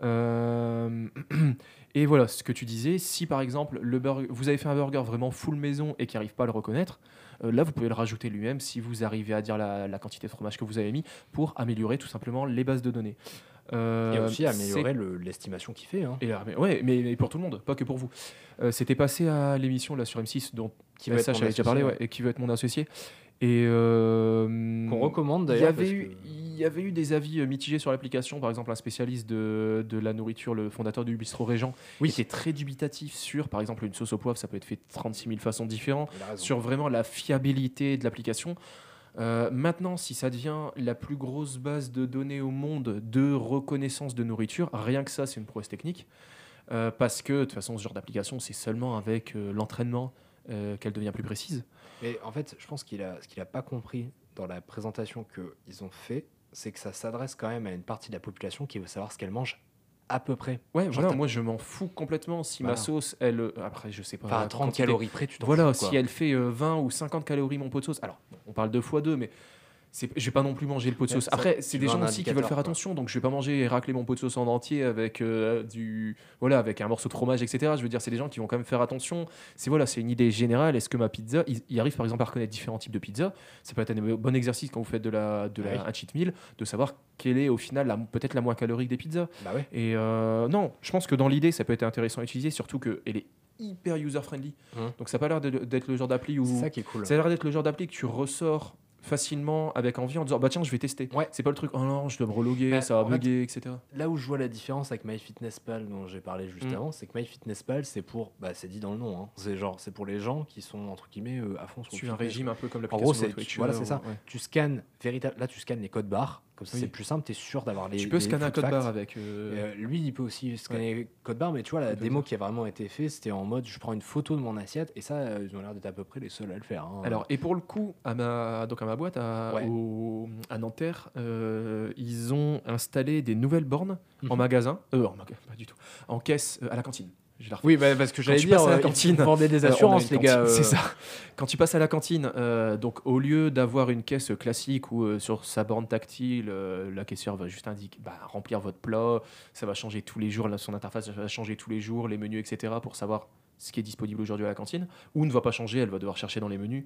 Et voilà, ce que tu disais, si par exemple vous avez fait un burger vraiment full maison et qui n'arrive pas à le reconnaître, là vous pouvez le rajouter lui-même si vous arrivez à dire la quantité de fromage que vous avez mis pour améliorer tout simplement les bases de données. Et aussi améliorer l'estimation qu'il fait. Hein. Ouais, mais pour tout le monde, pas que pour vous. C'était passé à l'émission là sur M6 dont Qui va être j'avais mon déjà parlé, associé, et qui veut être mon associé. Et Qu'on recommande d'ailleurs. il y avait eu des avis mitigés sur l'application. Par exemple, un spécialiste de la nourriture, le fondateur du Bistrot Régent, était très dubitatif sur, par exemple, une sauce au poivre, ça peut être fait de 36 000 façons différentes, sur vraiment la fiabilité de l'application. Maintenant, si ça devient la plus grosse base de données au monde de reconnaissance de nourriture, rien que ça, c'est une prouesse technique. Parce que, de toute façon, ce genre d'application, c'est seulement avec l'entraînement qu'elle devient plus précise. Mais en fait, je pense ce qu'il a pas compris dans la présentation qu'ils ont fait, c'est que ça s'adresse quand même à une partie de la population qui veut savoir ce qu'elle mange à peu près. Ouais, Genre voilà, moi je m'en fous complètement si Voilà. ma sauce, elle. Après, je sais pas. Enfin, à 30 calories près, tu t'en Voilà, fous, quoi. si elle fait 20 ou 50 calories mon pot de sauce. Alors, on parle 2 x 2, mais je vais pas non plus manger le pot de Ouais, sauce. ça, Après, tu c'est veux des un gens aussi qui veulent indicateur, faire quoi. attention, donc je vais pas manger et racler mon pot de sauce en entier avec avec un morceau de fromage, etc. Je veux dire, c'est des gens qui vont quand même faire attention. C'est une idée générale. Est-ce que ma pizza, il arrive par exemple à reconnaître différents types de pizza. Ça peut être un bon exercice quand vous faites un cheat meal, de savoir quelle est au final peut-être la moins calorique des pizzas. Bah ouais. Et non, je pense que dans l'idée, ça peut être intéressant à utiliser, surtout qu'elle est hyper user-friendly. Donc ça n'a pas l'air d'être le genre d'appli où... C'est ça qui est cool. Ça a l'air d'être le genre d'appli que tu ressors facilement avec envie en disant bah tiens je vais tester. Ouais. C'est pas le truc oh non je dois me reloguer, Bah, ça va en fait, bugger, etc. Là où je vois la différence avec MyFitnessPal dont j'ai parlé juste avant, c'est que MyFitnessPal c'est pour, c'est dit dans le nom, hein, c'est pour les gens qui sont entre guillemets à fond sur le Tu as un fitness. régime un peu comme En l'application gros, de c'est Twitch, voilà, c'est ça. ouais. Tu scannes là tu scannes les codes barres, comme ça Oui. c'est plus simple, tu es sûr d'avoir les Tu peux les scanner un food code facts. barre avec Lui, il peut aussi scanner les codes barres, mais tu vois, la Code démo barre. qui a vraiment été faite, c'était en mode je prends une photo de mon assiette, et ça, ils ont l'air d'être à peu près les seuls à le faire. Hein. Alors, et pour le coup, à ma boîte, Ouais. à Nanterre, ils ont installé des nouvelles bornes en magasin, pas du tout, en caisse à la cantine. Je vais la refaire. Oui, parce que j'allais tu dire, passes à la ils cantine, vendaient des on a assurances, une les gars. cantine, c'est ça. Quand tu passes à la cantine, donc au lieu d'avoir une caisse classique où sur sa borne tactile, la caissière va juste indiquer, remplir votre plat, ça va changer tous les jours, son interface va changer tous les jours, les menus, etc. pour savoir ce qui est disponible aujourd'hui à la cantine, ou ne va pas changer, elle va devoir chercher dans les menus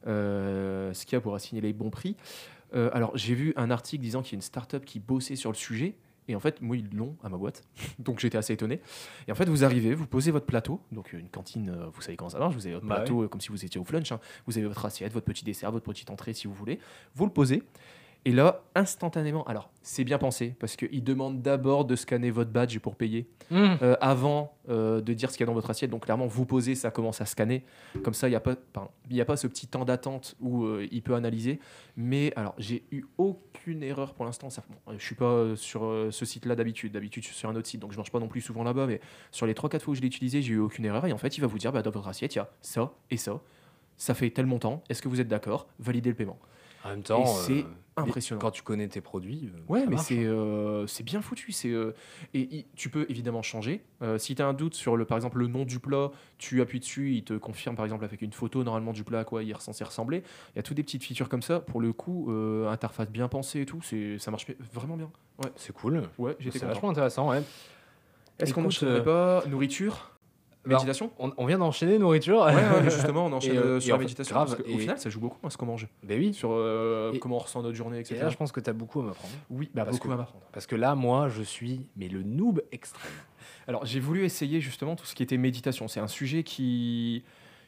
ce qu'il y a pour assigner les bons prix. Alors j'ai vu un article disant qu'il y a une start-up qui bossait sur le sujet. Et en fait, moi, ils l'ont à ma boîte. Donc, j'étais assez étonné. Et en fait, vous arrivez, vous posez votre plateau. Donc, une cantine, vous savez comment ça marche. Vous avez votre plateau comme si vous étiez au flunch. Hein. Vous avez votre assiette, votre petit dessert, votre petite entrée, si vous voulez. Vous le posez. Et là, instantanément, alors, c'est bien pensé, parce qu'ils demandent d'abord de scanner votre badge pour payer, avant de dire ce qu'il y a dans votre assiette. Donc, clairement, vous posez, ça commence à scanner. Comme ça, il n'y a pas ce petit temps d'attente où il peut analyser. Mais, alors, j'ai eu aucune erreur pour l'instant. Je ne suis pas sur ce site-là d'habitude. D'habitude, je suis sur un autre site, donc je ne mange pas non plus souvent là-bas. Mais sur les 3-4 fois où je l'ai utilisé, j'ai eu aucune erreur. Et en fait, il va vous dire, dans votre assiette, il y a ça et ça. Ça fait tel montant. Est-ce que vous êtes d'accord? Validez le paiement. En même temps, Et c'est impressionnant. Quand tu connais tes produits, Ouais, ça mais marche. c'est bien foutu. Tu peux évidemment changer. Si tu as un doute sur par exemple le nom du plat, tu appuies dessus, il te confirme par exemple avec une photo normalement du plat à quoi il est censé ressembler. Il y a toutes des petites features comme ça. Pour le coup, interface bien pensée et tout, ça marche vraiment bien. Ouais, C'est cool. ouais, j'étais C'est content. vachement intéressant, ouais. Est-ce qu'on Écoute, n'enchaînerait pas nourriture, bah, méditation? On vient d'enchaîner nourriture. Ouais, mais justement, on enchaîne Et, sur en la fait, méditation. grave, Parce qu'au et- final, ça joue beaucoup à ce qu'on mange. Ben oui. Sur Et- comment on ressent notre journée, Et etc. là, je pense que tu as beaucoup à m'apprendre. Oui, parce beaucoup que- à m'apprendre. Parce que là, moi, je suis le noob extrême. Alors, j'ai voulu essayer justement tout ce qui était méditation. C'est un sujet qui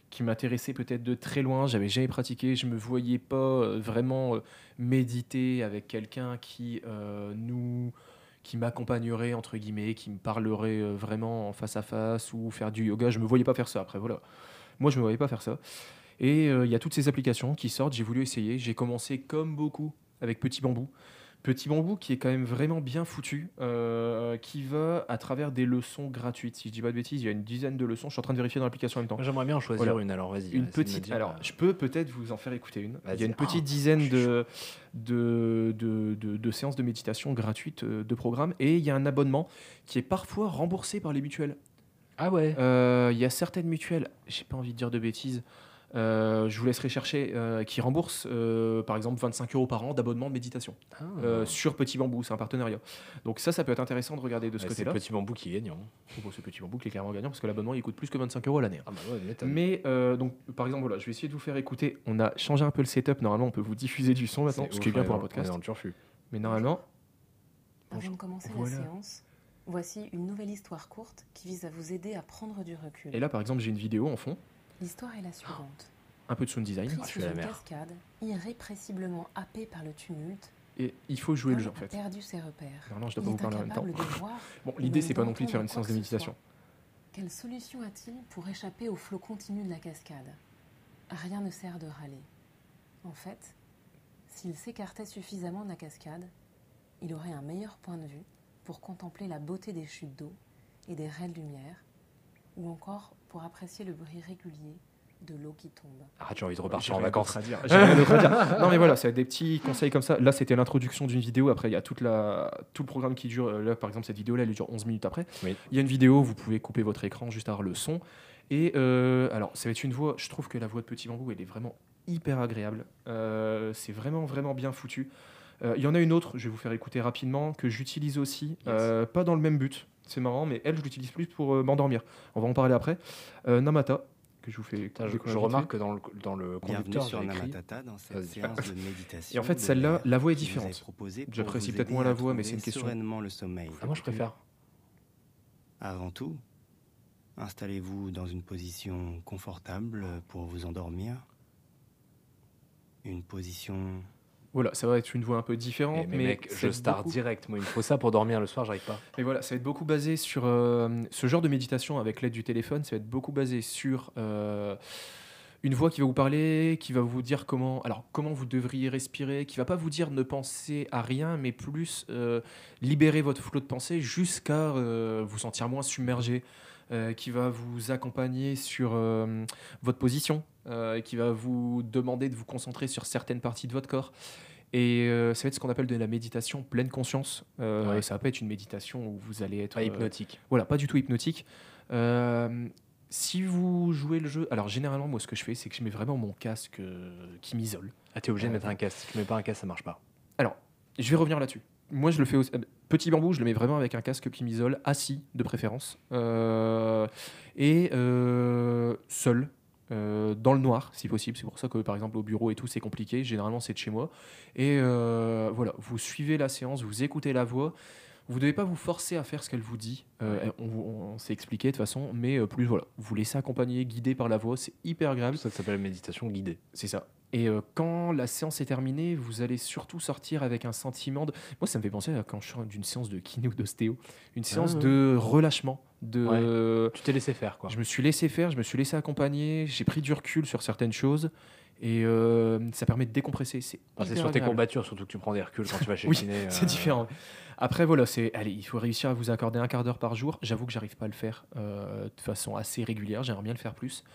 qui m'intéressait peut-être de très loin. J'avais jamais pratiqué, je me voyais pas vraiment méditer avec quelqu'un qui m'accompagnerait entre guillemets, qui me parlerait vraiment en face à face ou faire du yoga. Je me voyais pas faire ça. Après voilà, moi je me voyais pas faire ça. Et il y a toutes ces applications qui sortent. J'ai voulu essayer. J'ai commencé comme beaucoup avec Petit Bambou. Petit Bambou qui est quand même vraiment bien foutu, qui va à travers des leçons gratuites. Si je dis pas de bêtises, il y a une dizaine de leçons. Je suis en train de vérifier dans l'application en même temps. Moi, j'aimerais bien en choisir Voilà. une, alors vas-y. Une essaie de me petite. dire, Alors, je peux peut-être vous en faire écouter une. Il y a une Vas-y. petite dizaine de séances de méditation gratuites de programme, et il y a un abonnement qui est parfois remboursé par les mutuelles. Ah ouais. Il y a certaines mutuelles, j'ai pas envie de dire de bêtises. Je vous laisserai chercher, qui remboursent par exemple 25 € par an d'abonnement de méditation sur Petit Bambou, c'est un partenariat. Donc ça peut être intéressant de regarder de ce côté-là. C'est Petit Bambou qui est gagnant. Bon, c'est Petit Bambou qui est clairement gagnant parce que l'abonnement il coûte plus que 25 € l'année. Ah bah ouais, m'étonne. Mais donc par exemple voilà, je vais essayer de vous faire écouter. On a changé un peu le setup. Normalement on peut vous diffuser du son maintenant, ce qui est bien pour un podcast. Mais normalement, Avant de commencer Voilà. la séance, voici une nouvelle histoire courte qui vise à vous aider à prendre du recul. et là par exemple j'ai une vidéo en fond, L'histoire est la suivante. un peu de sound design, Pris je sous suis à la une mer. cascade, irrépressiblement happé par le tumulte, et il faut jouer le Paul jeu en a fait. perdu ses repères. Normalement je Il dois pas vous est parler en même temps. incapable de voir Bon, ou l'idée même c'est pas non plus de faire une d'entendre séance de quoi que ce méditation. soit. Quelle solution a-t-il pour échapper au flot continu de la cascade? Rien ne sert de râler. En fait, s'il s'écartait suffisamment de la cascade, il aurait un meilleur point de vue pour contempler la beauté des chutes d'eau et des raies de lumière, ou encore pour apprécier le bruit régulier de l'eau qui tombe. Ah, j'ai envie de J'ai repartir en rien vacances. d'autre à dire. J'ai rien d'autre à dire. Non mais voilà, c'est des petits conseils comme ça. Là c'était l'introduction d'une vidéo, après il y a tout le programme qui dure. Là par exemple cette vidéo là elle dure 11 minutes après. Oui. Il y a une vidéo, vous pouvez couper votre écran juste avoir le son. Et alors ça va être une voix, je trouve que la voix de Petit Bambou elle est vraiment hyper agréable. C'est vraiment bien foutu. Il y en a une autre, je vais vous faire écouter rapidement, que j'utilise aussi, pas dans le même but. C'est marrant, mais elle je l'utilise plus pour m'endormir. On va en parler après. Namata, que je vous fais Putain, découvrir je vite remarque fait. que dans le Bienvenue conducteur, sur j'ai écrit... Namatata dans cette Vas-y. séance de méditation. Et en fait, de celle-là, l'air la voix est qui vous est différente. proposée pour J'apprécie vous peut-être aider moins la à voix, mais trouver c'est une question. sereinement le sommeil. Ah, moi je préfère. Avant tout, installez-vous dans une position confortable pour vous endormir. Une position... Voilà, ça va être une voix un peu différente, Mais mec, ça je va être start beaucoup- direct. Moi, il me faut ça pour dormir le soir, j'arrive pas. Mais voilà, ça va être beaucoup basé sur ce genre de méditation avec l'aide du téléphone. Ça va être beaucoup basé sur une voix qui va vous parler, qui va vous dire comment vous devriez respirer, qui va pas vous dire ne pensez à rien, mais plus libérer votre flot de pensée jusqu'à vous sentir moins submergé, qui va vous accompagner sur votre position, qui va vous demander de vous concentrer sur certaines parties de votre corps. Et ça va être ce qu'on appelle de la méditation pleine conscience. Ouais. Ça va pas être une méditation où vous allez être Pas hypnotique. voilà, pas du tout hypnotique. Si vous jouez le jeu, alors généralement moi ce que je fais c'est que je mets vraiment mon casque qui m'isole. Ah, t'es obligé de mettre un casque. Si tu mets pas un casque, ça marche pas. Alors, je vais revenir là-dessus. Moi je le fais aussi. Petit Bambou, je le mets vraiment avec un casque qui m'isole, assis de préférence, et seul. Dans le noir si possible, c'est pour ça que par exemple au bureau et tout c'est compliqué, généralement c'est de chez moi, et voilà, vous suivez la séance, vous écoutez la voix, vous devez pas vous forcer à faire ce qu'elle vous dit, on s'est expliqué de toute façon, mais plus voilà, vous laissez accompagner, guider par la voix, c'est hyper agréable, Ça s'appelle méditation guidée. c'est ça. Et quand la séance est terminée, vous allez surtout sortir avec un sentiment de... Moi, ça me fait penser à quand je sors d'une séance de kiné ou d'ostéo. Une séance ouais. de relâchement. Tu t'es laissé faire, quoi. Je me suis laissé faire, je me suis laissé accompagner, j'ai pris du recul sur certaines choses. Et ça permet de décompresser. C'est C'est hyper sur tes agréable. courbatures, surtout que tu prends des reculs quand tu vas chez Oui, le kiné. c'est différent. Après, voilà, allez, il faut réussir à vous accorder un quart d'heure par jour. J'avoue que j'arrive pas à le faire de façon assez régulière. J'aimerais bien le faire plus.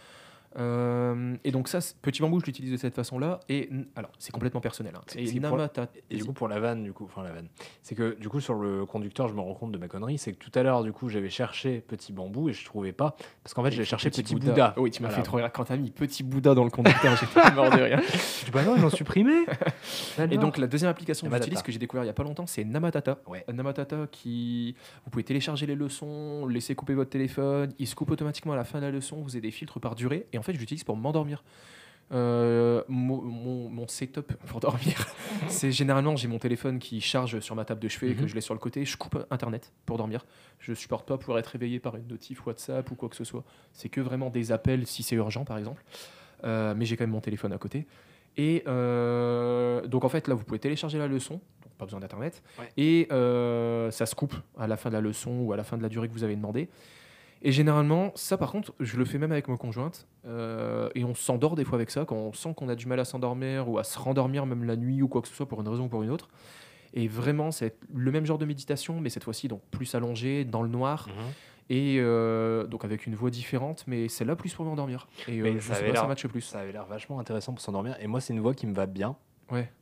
Et donc ça, Petit Bambou, je l'utilise de cette façon-là. Et alors, c'est complètement personnel. Hein. C'est Et pour- Namata, Et du coup, pour la vanne, c'est que du coup, sur le conducteur, je me rends compte de ma connerie. C'est que tout à l'heure, du coup, j'avais cherché Petit Bambou et je trouvais pas. Parce qu'en fait, j'avais cherché Petit Bouddha. Oui, tu m'as Voilà. fait trop rire quand t'as mis Petit Bouddha dans le conducteur. J'étais mort de rire. Je dis, bah non, ils l'ont supprimé. Et donc la deuxième application que Namatata. j'utilise, que j'ai découvert il y a pas longtemps, c'est Namatata. Ouais. Namatata qui, vous pouvez télécharger les leçons, laisser couper votre téléphone, il se coupe automatiquement à la fin de la leçon, vous avez des filtres par durée, et en fait je l'utilise pour m'endormir. Mon setup pour dormir, c'est généralement j'ai mon téléphone qui charge sur ma table de chevet, que je laisse sur le côté, je coupe internet pour dormir. Je supporte pas pouvoir être réveillé par une notif WhatsApp ou quoi que ce soit. C'est que vraiment des appels si c'est urgent par exemple. Mais j'ai quand même mon téléphone à côté. Et donc en fait là vous pouvez télécharger la leçon, donc pas besoin d'internet, et ça se coupe à la fin de la leçon ou à la fin de la durée que vous avez demandé. Et généralement, ça par contre, je le fais même avec ma conjointe, et on s'endort des fois avec ça, quand on sent qu'on a du mal à s'endormir ou à se rendormir même la nuit ou quoi que ce soit pour une raison ou pour une autre. Et vraiment, c'est le même genre de méditation, mais cette fois-ci donc plus allongé, dans le noir, et donc avec une voix différente, mais celle-là plus pour m'endormir. Et Mais je sais pas, ça matche plus. Ça avait l'air vachement intéressant pour s'endormir. Et moi, c'est une voix qui me va bien. Ouais.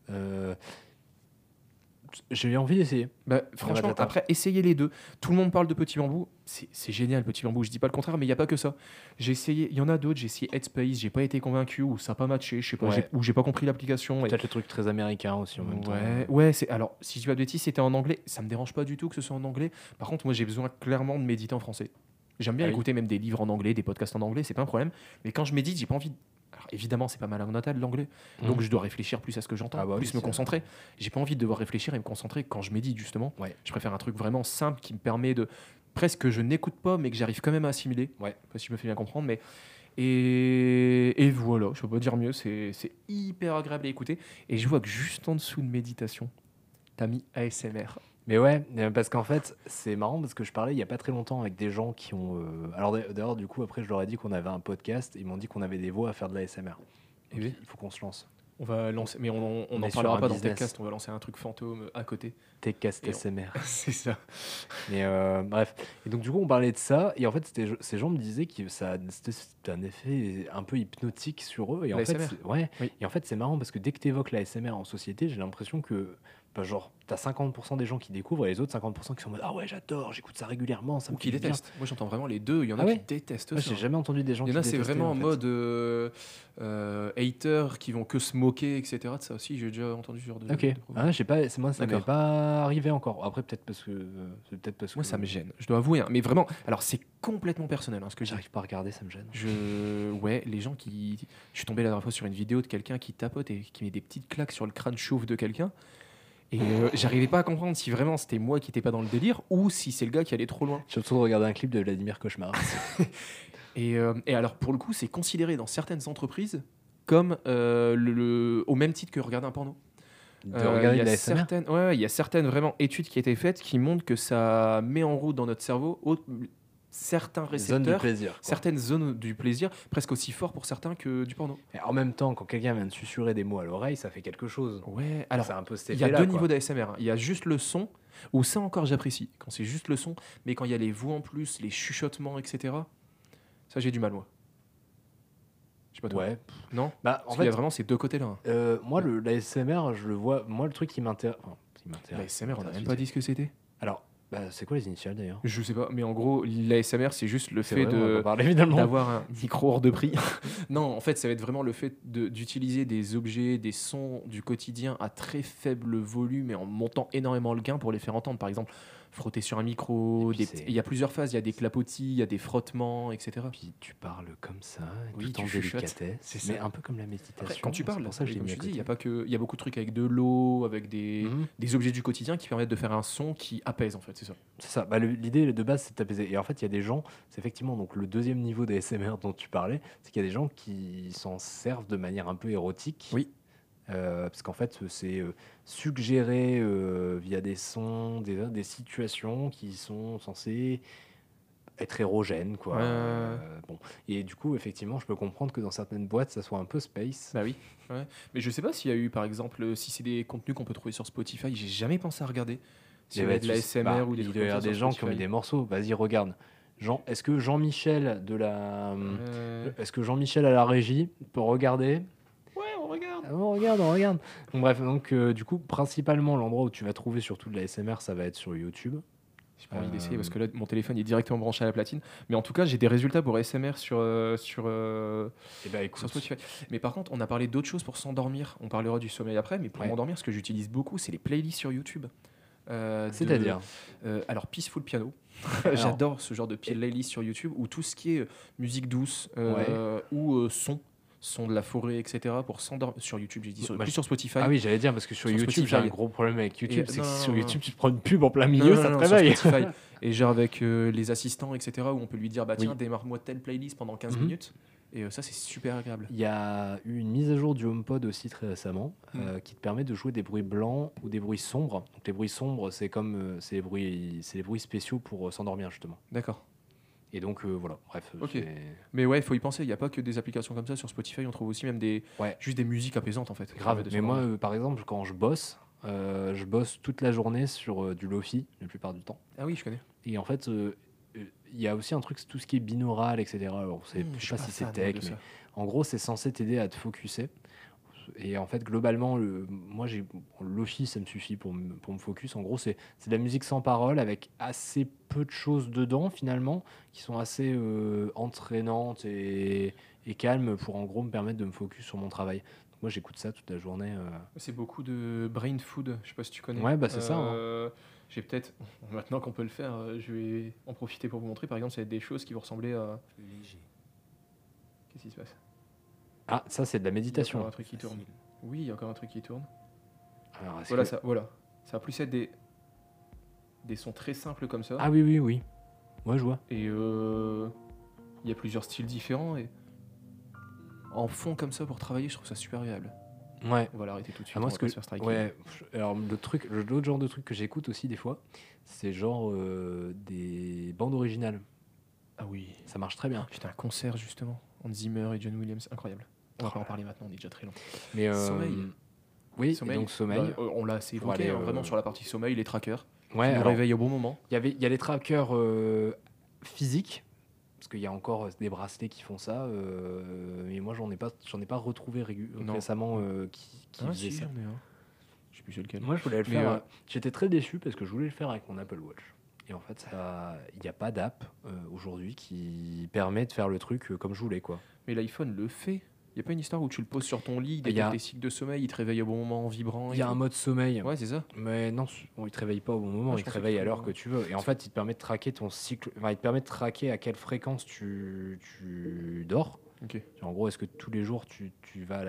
J'ai envie d'essayer. Bah, franchement, après, essayez les deux. Tout le monde parle de Petit Bambou. C'est génial, Petit Bambou. Je dis pas le contraire, mais il n'y a pas que ça. J'ai essayé, il y en a d'autres. J'ai essayé Headspace. J'ai pas été convaincu ou ça n'a pas matché. Je sais pas, ou j'ai pas compris l'application. Peut-être le truc très américain aussi en même temps. Ouais, alors, si je dis pas de bêtises, c'était en anglais. Ça me dérange pas du tout que ce soit en anglais. Par contre, moi, j'ai besoin clairement de méditer en français. J'aime bien écouter même des livres en anglais, des podcasts en anglais, c'est pas un problème. Mais quand je médite, j'ai pas envie. Alors évidemment, c'est pas ma langue natale, l'anglais. Donc je dois réfléchir plus à ce que j'entends, plus me concentrer. J'ai pas envie de devoir réfléchir et me concentrer quand je médite, justement. Je préfère un truc vraiment simple qui me permet de. Presque que je n'écoute pas, mais que j'arrive quand même à assimiler. Parce que je me fais bien comprendre. Mais. Et voilà, je peux pas dire mieux, c'est hyper agréable à écouter. Et je vois que juste en dessous de méditation, t'as mis ASMR. Mais ouais, parce qu'en fait, c'est marrant parce que je parlais il y a pas très longtemps avec des gens qui ont. Alors d'ailleurs, du coup, après, je leur ai dit qu'on avait un podcast. Ils m'ont dit qu'on avait des voix à faire de la SMR. Et il faut qu'on se lance. On va lancer, mais on n'en parlera pas dans TechCast. On va lancer un truc fantôme à côté. TechCast SMR. C'est ça. Mais bref. Et donc, du coup, on parlait de ça. Et en fait, ces gens me disaient que c'était un effet un peu hypnotique sur eux. Et en fait, et en fait, c'est marrant parce que dès que tu évoques la SMR en société, j'ai l'impression que. Genre, t'as 50% des gens qui découvrent et les autres 50% qui sont en mode ah ouais, j'adore, j'écoute ça régulièrement. Ça ou qui détestent. Moi, j'entends vraiment les deux. Il y en a qui détestent ça. J'ai jamais entendu des gens qui détestent. Il y en a, c'est vraiment en mode haters qui vont que se moquer, etc. De ça aussi, j'ai déjà entendu ce genre de. Ok. Je sais pas, moi, ça m'est pas arrivé encore. Après, peut-être parce que. Moi, ça me gêne. Je dois avouer. Mais vraiment, alors, c'est complètement personnel. Ce que j'arrive pas à regarder, ça me gêne. Ouais, les gens qui. Je suis tombé la dernière fois sur une vidéo de quelqu'un qui tapote et qui met des petites claques sur le crâne chauve de quelqu'un. Et j'arrivais pas à comprendre si vraiment c'était moi qui étais pas dans le délire ou si c'est le gars qui allait trop loin. J'ai surtout regardé un clip de Vladimir Cauchemar. et alors pour le coup, c'est considéré dans certaines entreprises comme au même titre que regarder un porno. Il y a certaines vraiment études qui ont été faites qui montrent que ça met en route dans notre cerveau certains récepteurs, certaines zones du plaisir, presque aussi fort pour certains que du porno. Et en même temps, quand quelqu'un vient de susurrer des mots à l'oreille, ça fait quelque chose. Ouais, alors c'est un peu il y a deux niveaux d'ASMR. Il y a juste le son, où ça encore j'apprécie, quand c'est juste le son, mais quand il y a les voix en plus, les chuchotements, etc., ça j'ai du mal, moi. Je sais pas toi. Ouais. Non. En fait, il y a vraiment ces deux côtés-là. Moi, l'ASMR, je le vois. Moi, le truc qui m'intéresse. L'ASMR, on n'a même pas dit ce que c'était. Alors. C'est quoi les initiales d'ailleurs ? Je sais pas, mais en gros, l'ASMR, c'est juste le fait d'avoir un micro hors de prix. Non, en fait, ça va être vraiment le fait d'utiliser des objets, des sons du quotidien à très faible volume et en montant énormément le gain pour les faire entendre. Par exemple, frotter sur un micro. Il y a plusieurs phases, il y a des clapotis, il y a des frottements, etc. Puis tu parles comme ça, tout en délicatesse, mais un peu comme la méditation. Après, quand tu parles, pour ça, comme je dis, il y a beaucoup de trucs avec de l'eau, avec des objets du quotidien qui permettent de faire un son qui apaise en fait. C'est ça. L'idée de base, c'est de t'apaiser. Et en fait, il y a des gens, c'est effectivement donc le deuxième niveau d'ASMR dont tu parlais, c'est qu'il y a des gens qui s'en servent de manière un peu érotique. Oui. Parce qu'en fait, c'est suggéré via des sons, des situations qui sont censées être érogènes, quoi. Bon. Et du coup, effectivement, je peux comprendre que dans certaines boîtes, ça soit un peu space. Bah oui. Ouais. Mais je sais pas s'il y a eu, par exemple, si c'est des contenus qu'on peut trouver sur Spotify, j'ai jamais pensé à regarder. S'il y avait de la SMR ou des trucs. Il y a des gens qui ont mis des morceaux. Vas-y, regarde. Est-ce que Jean-Michel est-ce que Jean-Michel à la régie peut regarder ? Ouais, on regarde. On regarde. Donc, bref, du coup, principalement, l'endroit où tu vas trouver surtout de la SMR, ça va être sur YouTube. J'ai pas envie d'essayer parce que là, mon téléphone est directement branché à la platine. Mais en tout cas, j'ai des résultats pour SMR sur Spotify. Mais par contre, on a parlé d'autres choses pour s'endormir. On parlera du sommeil après, mais pour m'endormir, ce que j'utilise beaucoup, c'est les playlists sur YouTube. C'est-à-dire alors Peaceful Piano. J'adore ce genre de playlist sur YouTube où tout ce qui est musique douce ou son. son de la forêt, etc. pour s'endormir. Sur YouTube, j'ai dit, plus sur Spotify. Ah oui, j'allais dire, parce que sur YouTube, Spotify, j'ai un gros problème avec YouTube, c'est que sur YouTube, tu te prends une pub en plein Non, milieu, non, ça non, te réveille. sur Spotify. Et genre avec les assistants, etc., où on peut lui dire, bah tiens, Oui. démarre-moi telle playlist pendant 15 Mhm. minutes. Et ça, c'est super agréable. Il y a eu une mise à jour du HomePod aussi très récemment qui te permet de jouer des bruits blancs ou des bruits sombres. Donc les bruits sombres, c'est comme c'est les bruits spéciaux pour s'endormir justement. D'accord. Et donc voilà, bref. Ok. c'est- Mais ouais, il faut y penser. Il n'y a pas que des applications comme ça. Sur Spotify, on trouve aussi même Ouais. juste des musiques apaisantes, en fait. qui Grave. permettent de Mais moi, s'endormir. par exemple, quand je bosse toute la journée sur du lofi la plupart du temps. Ah oui, je connais. Et en fait, il y a aussi un truc, c'est tout ce qui est binaural, etc. Alors, je Je sais pas si c'est fan, tech, de mais ça. en gros, c'est censé t'aider à te focuser. Et en fait, globalement, moi, Lofi, ça me suffit pour me focus. En gros, c'est de la musique sans parole avec assez peu de choses dedans, finalement, qui sont assez entraînantes et calmes pour, en gros, me permettre de me focus sur mon travail. Donc, moi, j'écoute ça toute la journée. C'est beaucoup de brain food. Je sais pas si tu connais. Ouais, bah, c'est ça, hein. J'ai peut-être, maintenant qu'on peut le faire, je vais en profiter pour vous montrer. Par exemple, ça va être des choses qui vont ressembler à. Qu'est-ce qui se passe? Ah, ça, c'est de la Il y a méditation. encore un truc qui tourne. Oui, il y a encore un truc qui tourne. Alors, est-ce Voilà, que- voilà. Ça va plus être des sons très simples comme ça. Ah oui, oui, oui. Ouais, je vois. Et il y a plusieurs styles différents. Et en fond comme ça pour travailler, je trouve ça super agréable. Ouais. On va l'arrêter tout de suite. Ah, moi, on ce va que pas se faire striker. ouais, alors l'autre genre de truc que j'écoute aussi des fois, c'est genre des bandes originales. Ah oui. Ça marche très bien. Putain, un concert justement. Hans Zimmer et John Williams, incroyable. On va pas en parler maintenant, on est déjà très long. Mais Sommeil. oui, Sommeil. et donc sommeil. Bah, on l'a assez Pour évoqué, aller, vraiment sur la partie sommeil, les trackers. Ouais, Qui nous alors, réveillent au bon moment. il y a les trackers physiques, parce qu'il y a encore des bracelets qui font ça. Mais moi, j'en ai pas retrouvé Non. récemment qui Ah, faisait si, ça. j'en ai un. Je sais plus c'est lequel. Moi, je voulais le Mais, faire. J'étais très déçu parce que je voulais le faire avec mon Apple Watch. Et en fait, il n'y a pas d'app aujourd'hui qui permet de faire le truc comme je voulais, quoi. Mais l'iPhone le fait. Il n'y a pas une histoire où tu le poses sur ton lit, il Il y a- détecte tes cycles de sommeil, il te réveille au bon moment en vibrant. Il y a un mode sommeil. Ouais, c'est ça. Mais non, il ne te réveille pas au bon moment, Ah, je il te pensais réveille que à tu- l'heure que tu veux. Et en fait, il te permet de traquer ton cycle, enfin, il te permet de traquer à quelle fréquence tu dors. Ok. En gros, est-ce que tous les jours tu vas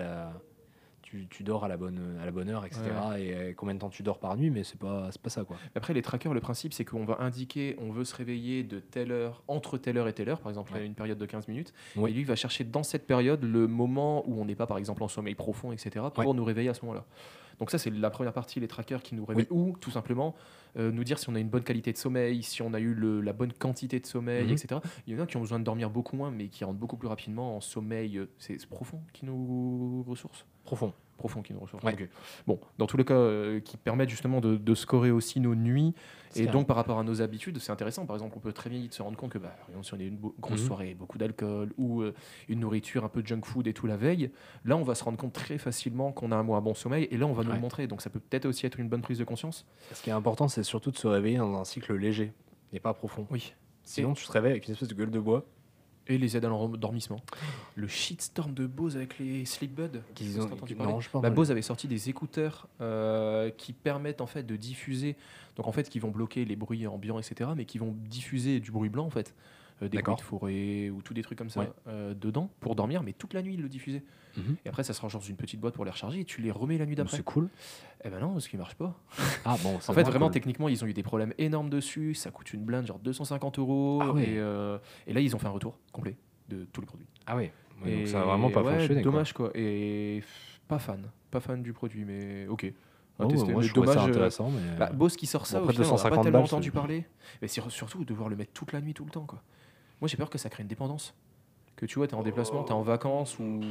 tu dors à la bonne heure, etc. Et combien de temps tu dors par nuit, mais c'est pas ça, quoi. Après, les trackers, le principe, c'est qu'on va indiquer, on veut se réveiller de telle heure, entre telle heure et telle heure, par exemple, Ouais. une période de 15 minutes. Oui. Et lui, il va chercher dans cette période le moment où on n'est pas, par exemple, en sommeil profond, etc., pour Ouais. nous réveiller à ce moment-là. Donc ça, c'est la première partie, les trackers qui nous réveillent, ou tout simplement nous dire si on a une bonne qualité de sommeil, si on a eu la bonne quantité de sommeil, Mhm. etc. Il y en a qui ont besoin de dormir beaucoup moins, mais qui rentrent beaucoup plus rapidement en sommeil. C'est profond qui nous ressource. Profond qui nous ressource. Ouais. Ok. Bon, dans tous les cas, qui permettent justement de scorer aussi nos nuits. C'est Et un- donc, par rapport à nos habitudes, c'est intéressant. Par exemple, on peut très bien vite se rendre compte que, par exemple, si on a une grosse Mhm. soirée, beaucoup d'alcool ou une nourriture un peu junk food et tout la veille, là, on va se rendre compte très facilement qu'on a un moins bon sommeil. Et là, on va nous le Ouais. montrer. Donc, ça peut peut-être aussi être une bonne prise de conscience. Ce qui est important, c'est surtout de se réveiller dans un cycle léger et pas profond. Oui. Sinon, tu te réveilles avec une espèce de gueule de bois. Et les aides à l'endormissement. Le shitstorm de Bose avec les Sleep Buds. Qu'ils Est-ce que ont- t'as entendu non, parler je sais pas, Bah, moi, Bose avait sorti des écouteurs qui permettent en fait de diffuser, donc en fait qui vont bloquer les bruits ambiants, etc., mais qui vont diffuser du bruit blanc en fait, des bruits D'accord. de forêt ou tout des trucs comme ça Ouais. dedans pour dormir, mais toute la nuit ils le diffusaient. Mhm. Et après ça se range dans une petite boîte pour les recharger et tu les remets la nuit d'après. C'est cool. Eh ben non, parce qu'ils marchent pas. Ah bon, En fait, vraiment, techniquement, ils ont eu des problèmes énormes dessus. Ça coûte une blinde, genre 250 €. Ah ouais. Et là, ils ont fait un retour complet de tous les produits. Ah ouais. Ouais, donc Et ça a vraiment pas ouais, fonctionné. quoi. Dommage quoi. Et pas fan du produit, mais ok. On va Oh, tester. moi, Mais je trouve ça dommage, intéressant, mais bah, Bose qui sort ça, bon, au après final, on n'a pas 250 tellement balles, entendu c'est- parler. Mais c'est surtout devoir le mettre toute la nuit, tout le temps quoi. Moi, j'ai peur que ça crée une dépendance. Que tu vois, t'es en déplacement, t'es en vacances ou.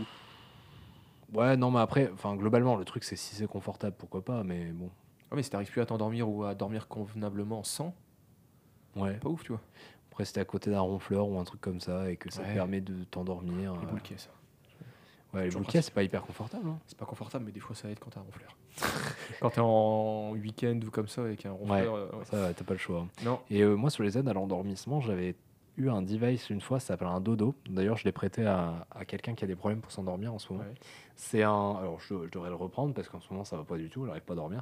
ouais, non, mais après, enfin, globalement, le truc, c'est si c'est confortable, pourquoi pas, mais bon. Ah, mais si t'arrives plus à t'endormir ou à dormir convenablement sans, Ouais. pas ouf, tu vois. Après, si t'es à côté d'un ronfleur ou un truc comme ça et que ça te Ouais. permet de t'endormir. Les boules caisses. Ouais, les Toujours boules caisses, c'est pas hyper confortable. Hein. C'est pas confortable, mais des fois ça aide quand t'as un ronfleur. Quand t'es en week-end ou comme ça avec un ronfleur. Ouais. Ça, t'as pas le choix. Non. Et moi, sur les aides à l'endormissement, j'avais eu un device une fois, ça s'appelle un dodo. D'ailleurs, je l'ai prêté à quelqu'un qui a des problèmes pour s'endormir en ce moment. Ouais. C'est un. Alors, je devrais le reprendre parce qu'en ce moment, ça va pas du tout, j'arrive pas à dormir.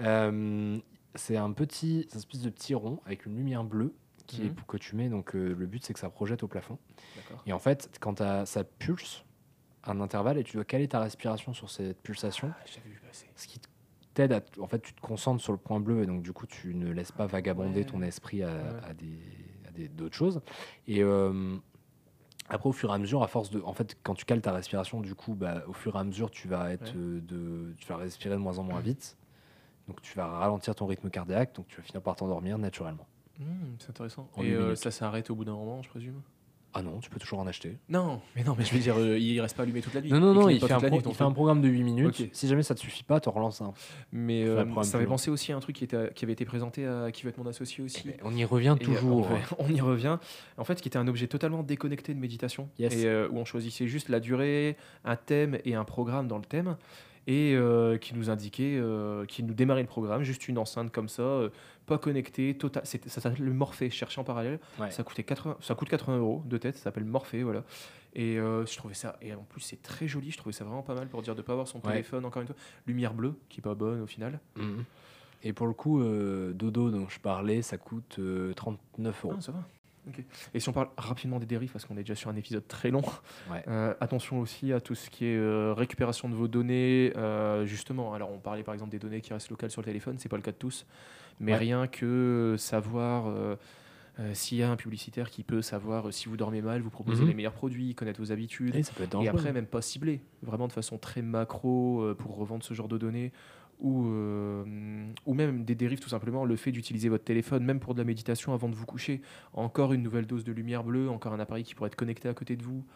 C'est un espèce de petit rond avec une lumière bleue que tu mets. Donc, le but, c'est que ça projette au plafond. D'accord. Et en fait, quand ça pulse, un intervalle et tu dois caler ta respiration sur cette pulsation. J'avais vu passer. Ce qui t'aide à... En fait, tu te concentres sur le point bleu et donc du coup, tu ne laisses pas vagabonder ton esprit à d'autres choses. Et après, au fur et à mesure, à force de... En fait, quand tu cales ta respiration, du coup, au fur et à mesure, tu vas respirer de moins en moins vite. Donc, tu vas ralentir ton rythme cardiaque. Donc, tu vas finir par t'endormir naturellement. C'est intéressant. Et ça s'arrête au bout d'un moment, je présume? Ah non, tu peux toujours en acheter. Non, mais je veux dire, il reste pas allumé toute la nuit. Non, il fait un programme de 8 minutes. Okay. Si jamais ça te suffit pas, tu relances un. Mais ça m'avait pensé aussi à un truc qui avait été présenté à Qui veut être mon associé aussi. On y revient toujours. On y revient. En fait, qui était un objet totalement déconnecté de méditation. Yes. Et où on choisissait juste la durée, un thème et un programme dans le thème. Et qui nous indiquait, qui nous démarrait le programme, juste une enceinte comme ça, pas connectée, total. Ça s'appelle le Morphée, cherché en parallèle. Ouais. Ça coûte 80 € de tête, ça s'appelle Morphée, voilà. Et je trouvais ça, et en plus c'est très joli, je trouvais ça vraiment pas mal pour dire de pas avoir son téléphone, encore une fois. Lumière bleue, qui est pas bonne au final. Mmh. Et pour le coup, Dodo dont je parlais, ça coûte 39 €. Ah, ça va. Okay. Et si on parle rapidement des dérives, parce qu'on est déjà sur un épisode très long, attention aussi à tout ce qui est récupération de vos données. Justement, alors on parlait par exemple des données qui restent locales sur le téléphone, c'est pas le cas de tous, mais rien que savoir s'il y a un publicitaire qui peut savoir si vous dormez mal, vous proposer les meilleurs produits, connaître vos habitudes, et après même pas cibler, vraiment de façon très macro pour revendre ce genre de données. Ou même des dérives, tout simplement le fait d'utiliser votre téléphone même pour de la méditation avant de vous coucher, encore une nouvelle dose de lumière bleue, encore un appareil qui pourrait être connecté à côté de vous,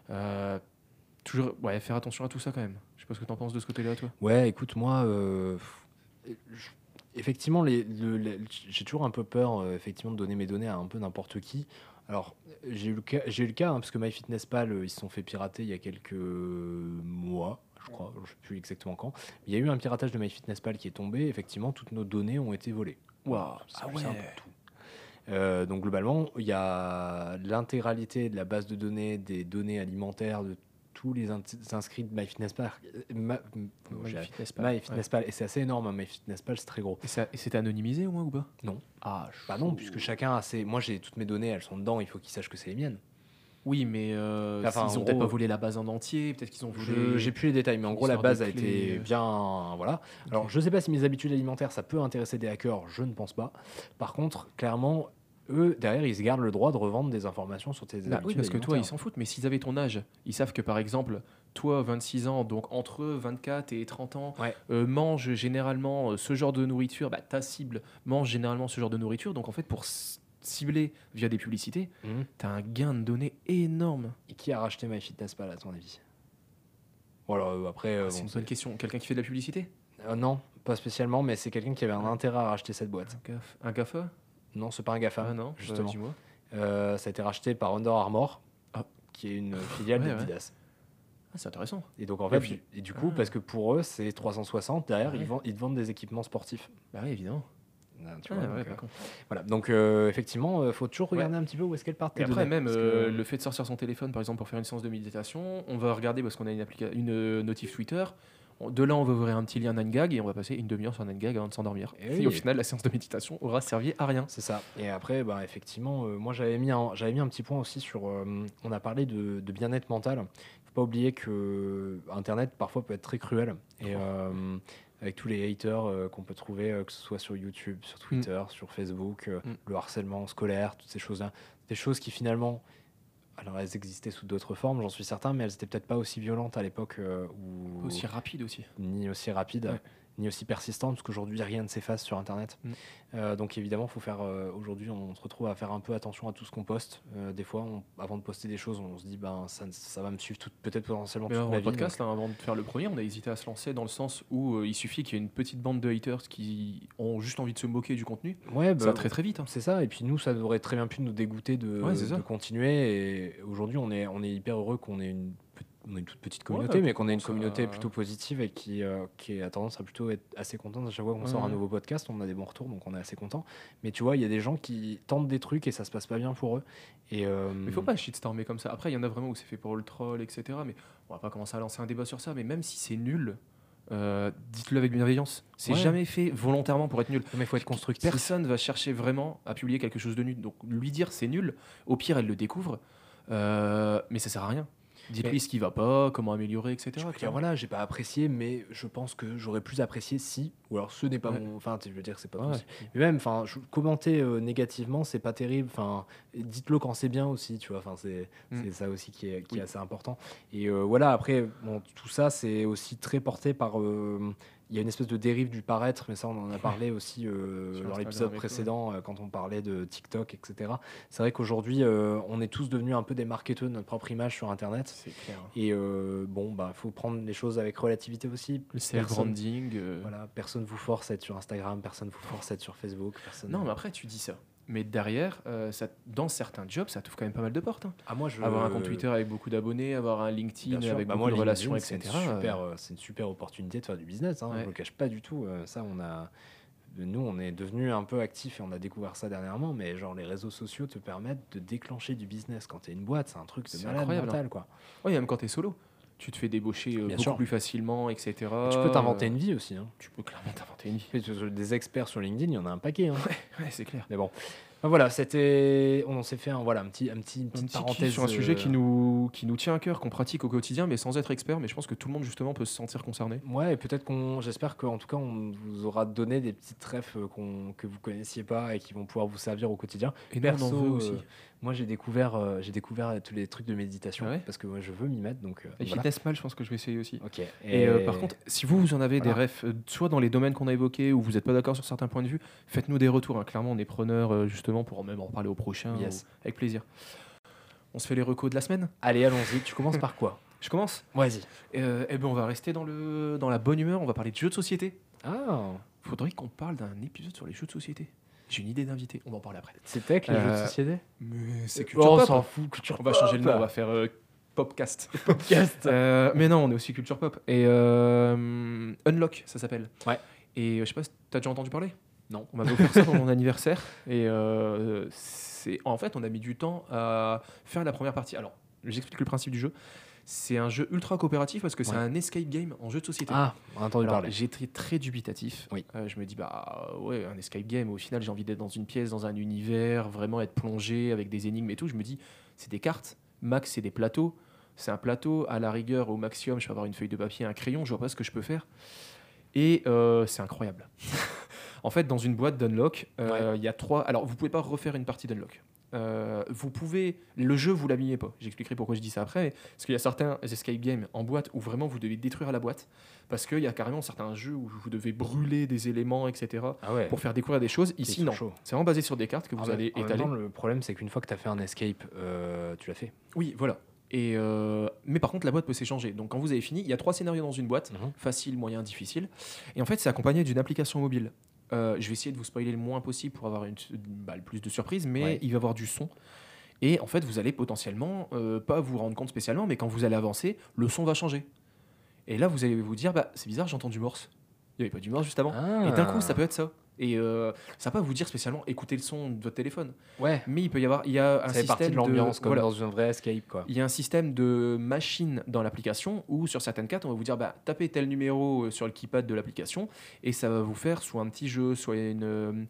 toujours faire attention à tout ça quand même. Je sais pas ce que tu en penses de ce côté-là, toi. Ouais, écoute, moi effectivement j'ai toujours un peu peur effectivement de donner mes données à un peu n'importe qui. Alors j'ai eu le cas parce que MyFitnessPal ils se sont fait pirater il y a quelques mois, je crois, je ne sais plus exactement quand. Il y a eu un piratage de MyFitnessPal qui est tombé. Effectivement, toutes nos données ont été volées. Waouh, c'est un peu tout. Donc globalement, il y a l'intégralité de la base de données, des données alimentaires de tous les inscrits de MyFitnessPal. MyFitnessPal, et c'est assez énorme. MyFitnessPal, c'est très gros. Et c'est anonymisé au moins ou pas? Non. Non, puisque chacun a ses... Moi, j'ai toutes mes données, elles sont dedans. Il faut qu'ils sachent que c'est les miennes. Oui, mais ils ont peut-être pas volé la base en entier, peut-être qu'ils ont volé... J'ai plus les détails, mais en gros, la base a été bien... Voilà. Okay. Alors, je sais pas si mes habitudes alimentaires, ça peut intéresser des hackers, je ne pense pas. Par contre, clairement, eux, derrière, ils se gardent le droit de revendre des informations sur tes habitudes oui, parce que toi, ils s'en foutent, mais s'ils avaient ton âge, ils savent que, par exemple, toi, 26 ans, donc entre 24 et 30 ans, mange généralement ce genre de nourriture, ta cible mange généralement ce genre de nourriture, donc en fait, pour... ciblé via des publicités, t'as un gain de données énorme. Et qui a racheté MyFitnessPal à ton avis? Voilà, après... c'est une bonne question. Quelqu'un qui fait de la publicité? Non, pas spécialement, mais c'est quelqu'un qui avait un intérêt à racheter cette boîte. Un GAFA? Non, c'est pas un GAFA. Ah non, justement. Dis-moi. Ça a été racheté par Under Armour, qui est une filiale d'Adidas. Ah, c'est intéressant. Et donc en fait, du coup, parce que pour eux, c'est 360, derrière, ils te vendent des équipements sportifs. Bah oui, évidemment. Tu vois, voilà. Donc effectivement, faut toujours regarder un petit peu où est-ce qu'elle part. Et après, même le fait de sortir son téléphone, par exemple, pour faire une séance de méditation, on va regarder parce qu'on a une notif Twitter. De là, on va ouvrir un petit lien 9gag et on va passer une demi-heure sur 9gag avant de s'endormir. Et au final, la séance de méditation aura servi à rien. C'est ça. Et après, effectivement, moi, j'avais mis un petit point aussi sur... on a parlé de bien-être mental. Il ne faut pas oublier que Internet, parfois, peut être très cruel. Et... avec tous les haters qu'on peut trouver, que ce soit sur YouTube, sur Twitter, sur Facebook, le harcèlement scolaire, toutes ces choses-là. Des choses qui finalement, alors elles existaient sous d'autres formes, j'en suis certain, mais elles n'étaient peut-être pas aussi violentes à l'époque. Pas aussi rapides aussi. Ni aussi rapides. Ni aussi persistante, parce qu'aujourd'hui rien ne s'efface sur Internet. Donc évidemment, faut faire. Aujourd'hui, on se retrouve à faire un peu attention à tout ce qu'on poste. Des fois, avant de poster des choses, on se dit ça va me suivre peut-être potentiellement toute ma vie. Podcast, avant de faire le premier, on a hésité à se lancer dans le sens où il suffit qu'il y ait une petite bande de haters qui ont juste envie de se moquer du contenu. Ça va très très vite. C'est ça. Et puis nous, ça aurait très bien pu nous dégoûter de continuer. Et aujourd'hui, on est hyper heureux qu'on ait une toute petite communauté, mais qu'on ait une communauté plutôt positive et qui a tendance à plutôt être assez contente à chaque fois qu'on sort un nouveau podcast. On a des bons retours, donc on est assez content. Mais tu vois, il y a des gens qui tentent des trucs et ça se passe pas bien pour eux. Mais faut pas shitstormer comme ça. Après, il y en a vraiment où c'est fait pour le troll, etc. Mais on va pas commencer à lancer un débat sur ça. Mais même si c'est nul, dites-le avec bienveillance. C'est jamais fait volontairement pour être nul. Mais il faut être constructif. Personne va chercher vraiment à publier quelque chose de nul. Donc lui dire c'est nul, au pire elle le découvre, mais ça sert à rien. Dites-lui ce qui va pas, comment améliorer, etc. Je peux dire, voilà, j'ai pas apprécié, mais je pense que j'aurais plus apprécié si, ou alors ce n'est pas mon. Enfin, je veux dire, c'est pas tout. Mais même, enfin, commenter négativement, c'est pas terrible. Enfin, dites-le quand c'est bien aussi, tu vois. Enfin, c'est ça aussi qui est assez important. Et voilà, après, bon, tout ça, c'est aussi très porté par. Il y a une espèce de dérive du paraître, mais ça on en a parlé aussi dans l'épisode précédent quand on parlait de TikTok, etc. C'est vrai qu'aujourd'hui on est tous devenus un peu des marketeurs de notre propre image sur Internet. C'est clair. Et bon, faut prendre les choses avec relativité aussi. Le self-branding. Voilà, personne vous force à être sur Instagram, personne vous force à être sur Facebook. Non, mais après tu dis ça. Mais derrière, dans certains jobs, ça t'ouvre quand même pas mal de portes. Hein. Ah, moi, avoir un compte Twitter avec beaucoup d'abonnés, avoir un LinkedIn avec beaucoup de relations, etc. C'est une super opportunité de faire du business. Hein. Je ne le cache pas du tout. Nous, on est devenus un peu actifs et on a découvert ça dernièrement. Mais genre, les réseaux sociaux te permettent de déclencher du business. Quand tu es une boîte, c'est un truc de malade mental, quoi. Oui, même quand tu es solo. Tu te fais débaucher beaucoup plus facilement, etc. Tu peux t'inventer une vie aussi. Hein. Tu peux clairement t'inventer une vie. Des experts sur LinkedIn, il y en a un paquet. Hein. Ouais, c'est clair. Mais bon, voilà, on s'est fait un petit parenthèse sur un sujet qui nous tient à cœur, qu'on pratique au quotidien, mais sans être expert. Mais je pense que tout le monde justement peut se sentir concerné. Ouais, et peut-être j'espère qu'en tout cas, on vous aura donné des petites refs que vous connaissiez pas et qui vont pouvoir vous servir au quotidien. Et perso, on en veut aussi. Moi, j'ai découvert tous les trucs de méditation parce que moi, je veux m'y mettre. Donc, et voilà. Fitness Mal, je pense que je vais essayer aussi. Ok. Et par contre, si vous en avez des refs, soit dans les domaines qu'on a évoqués ou vous n'êtes pas d'accord sur certains points de vue, faites-nous des retours. Hein. Clairement, on est preneurs justement pour même en reparler au prochain. Avec plaisir. On se fait les recos de la semaine. Allez, allons-y. Tu commences par quoi? Je commence. Vas-y. On va rester dans la bonne humeur. On va parler de jeux de société. Ah. Faudrait qu'on parle d'un épisode sur les jeux de société. J'ai une idée d'invité, on va en parler après. C'est tech, les jeux de société? Mais c'est culture pop. On s'en fout, culture pop. On va changer le nom, on va faire Popcast. Popcast. Mais non, on est aussi culture pop. Et Unlock, ça s'appelle. Ouais. Et je sais pas si t'as déjà entendu parler? Non. On m'avait offert ça pour mon anniversaire. Et en fait, on a mis du temps à faire la première partie. Alors, j'explique le principe du jeu. C'est un jeu ultra coopératif parce que c'est un escape game en jeu de société. Ah, on a entendu parler. J'étais très dubitatif. Oui. Je me dis, un escape game, au final, j'ai envie d'être dans une pièce, dans un univers, vraiment être plongé avec des énigmes et tout. Je me dis, c'est des cartes. Max, c'est des plateaux. C'est un plateau. À la rigueur, au maximum, je peux avoir une feuille de papier, un crayon. Je vois pas ce que je peux faire. Et c'est incroyable. En fait, dans une boîte d'Unlock, il y a 3... Alors, vous pouvez pas refaire une partie d'Unlock. Vous pouvez... Le jeu, vous l'abîmez pas. J'expliquerai pourquoi je dis ça après. Parce qu'il y a certains escape games en boîte où vraiment vous devez détruire la boîte. Parce qu'il y a carrément certains jeux où vous devez brûler des éléments, etc. pour faire découvrir des choses. Ici, non. C'est vraiment basé sur des cartes que vous allez étaler. Le problème, c'est qu'une fois que tu as fait un escape, tu l'as fait. Oui, voilà. Mais par contre, la boîte peut s'échanger. Donc, quand vous avez fini, il y a 3 scénarios dans une boîte. Facile, moyen, difficile. Et en fait, c'est accompagné d'une application mobile. Je vais essayer de vous spoiler le moins possible pour avoir le plus de surprises, mais il va y avoir du son. Et en fait, vous allez potentiellement pas vous rendre compte spécialement, mais quand vous allez avancer, le son va changer. Et là, vous allez vous dire, c'est bizarre, j'entends du morse. Il n'y avait pas du morse juste avant. Et d'un coup, ça peut être ça. Et ça va pas vous dire spécialement écoutez le son de votre téléphone. Ouais. Mais il y a un système partie de l'ambiance comme dans un vrai escape, quoi. Il y a un système de machine dans l'application où sur certaines cartes on va vous dire tapez tel numéro sur le keypad de l'application et ça va vous faire soit un petit jeu, soit une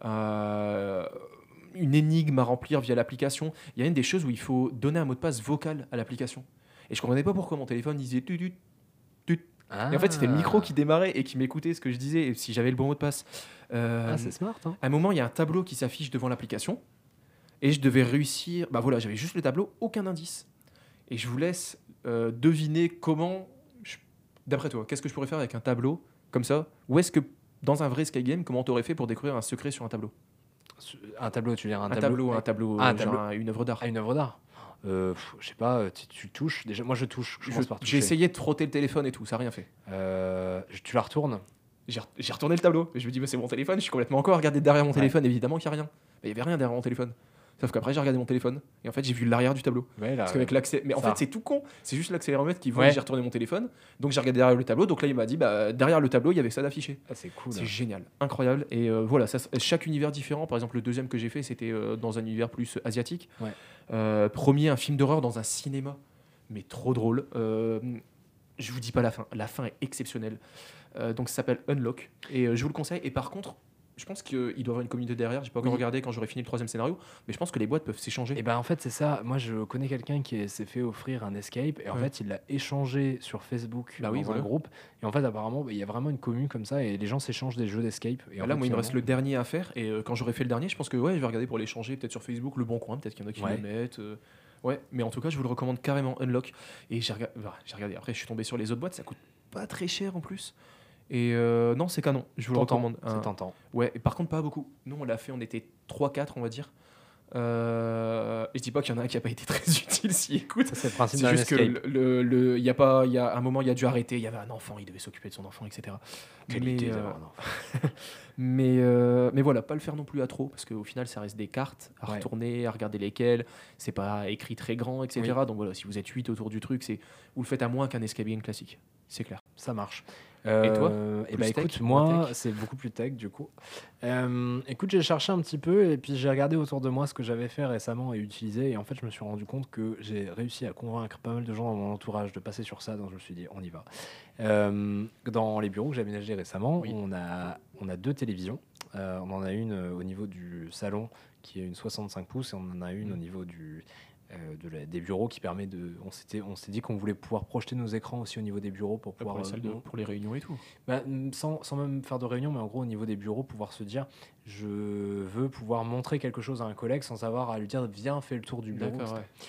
énigme à remplir via l'application. Il y a une des choses où il faut donner un mot de passe vocal à l'application. Et je comprenais pas pourquoi mon téléphone disait tut. Et en fait, c'était le micro qui démarrait et qui m'écoutait ce que je disais et si j'avais le bon mot de passe. C'est smart. Hein. À un moment, il y a un tableau qui s'affiche devant l'application et je devais réussir. J'avais juste le tableau, aucun indice. Et je vous laisse deviner comment. D'après toi, qu'est-ce que je pourrais faire avec un tableau comme ça? Ou est-ce que dans un vrai Sky Game, comment t'aurais fait pour découvrir un secret sur un tableau? Un tableau, tu veux dire un tableau, une œuvre d'art. Une œuvre d'art. Je sais pas, tu touches déjà. Moi, je touche. J'ai essayé de frotter le téléphone et tout, ça n'a rien fait. Tu la retournes? J'ai retourné le tableau. Je me dis, c'est mon téléphone, je suis complètement encore regardé derrière mon téléphone. Évidemment qu'il n'y a rien. Il n'y avait rien derrière mon téléphone. Sauf qu'après, j'ai regardé mon téléphone et en fait, j'ai vu l'arrière du tableau. Parce qu'avec l'accès. Mais en fait, c'est tout con. C'est juste l'accéléromètre qui voit que j'ai retourné mon téléphone. Donc, j'ai regardé derrière le tableau. Donc là, il m'a dit, derrière le tableau, il y avait ça d'affiché. C'est cool. C'est génial, incroyable. Et voilà, chaque univers différent. Par exemple, le deuxième que j'ai fait, c'était dans un univers plus asiatique. Premier, un film d'horreur dans un cinéma. Mais trop drôle. Je vous dis pas la fin. La fin est exceptionnelle. Donc, ça s'appelle Unlock. Et je vous le conseille. Et par contre, je pense qu'il doit y avoir une communauté derrière. J'ai pas encore regardé quand j'aurai fini le 3e scénario, mais je pense que les boîtes peuvent s'échanger. Et ben en fait c'est ça. Moi je connais quelqu'un qui s'est fait offrir un escape et en fait il l'a échangé sur Facebook dans un groupe. Et en fait apparemment il y a vraiment une commune comme ça et les gens s'échangent des jeux d'escape. Et là moi il me reste le dernier à faire et quand j'aurai fait le dernier, je pense que je vais regarder pour l'échanger peut-être sur Facebook, Le Bon Coin, peut-être qu'il y en a qui le mettent. Mais en tout cas je vous le recommande carrément, Unlock. Et j'ai regardé. Après je suis tombé sur les autres boîtes, ça coûte pas très cher en plus. Et non, c'est canon, je vous le recommande. C'est tentant. Ouais, et par contre, pas beaucoup. Nous, on l'a fait, on était 3-4, on va dire. Et je dis pas qu'il y en a un qui a pas été très utile s'il écoute. Ça, c'est le principe c'est d'un juste escape. que il y a un moment, il a dû arrêter. Il y avait un enfant, il devait s'occuper de son enfant, etc. Mais voilà, pas le faire non plus à trop, parce qu'au final, ça reste des cartes à retourner, à regarder lesquelles. C'est pas écrit très grand, etc. Donc voilà, si vous êtes 8 autour du truc, vous le faites à moins qu'un escape game classique. C'est clair. Ça marche. Et toi écoute, moi, c'est beaucoup plus tech du coup. Écoute, j'ai cherché un petit peu et puis j'ai regardé autour de moi ce que j'avais fait récemment et utilisé. Et en fait, je me suis rendu compte que j'ai réussi à convaincre pas mal de gens dans mon entourage de passer sur ça. Donc, je me suis dit, on y va. Dans les bureaux que j'ai aménagés récemment, on a 2 télévisions. On en a une au niveau du salon qui est une 65 pouces et on en a une au niveau des bureaux qui permet de. On s'est dit qu'on voulait pouvoir projeter nos écrans aussi au niveau des bureaux pour pouvoir. Pour les réunions et tout. Sans même faire de réunion, mais en gros au niveau des bureaux, pouvoir se dire je veux pouvoir montrer quelque chose à un collègue sans avoir à lui dire viens fais le tour du bureau.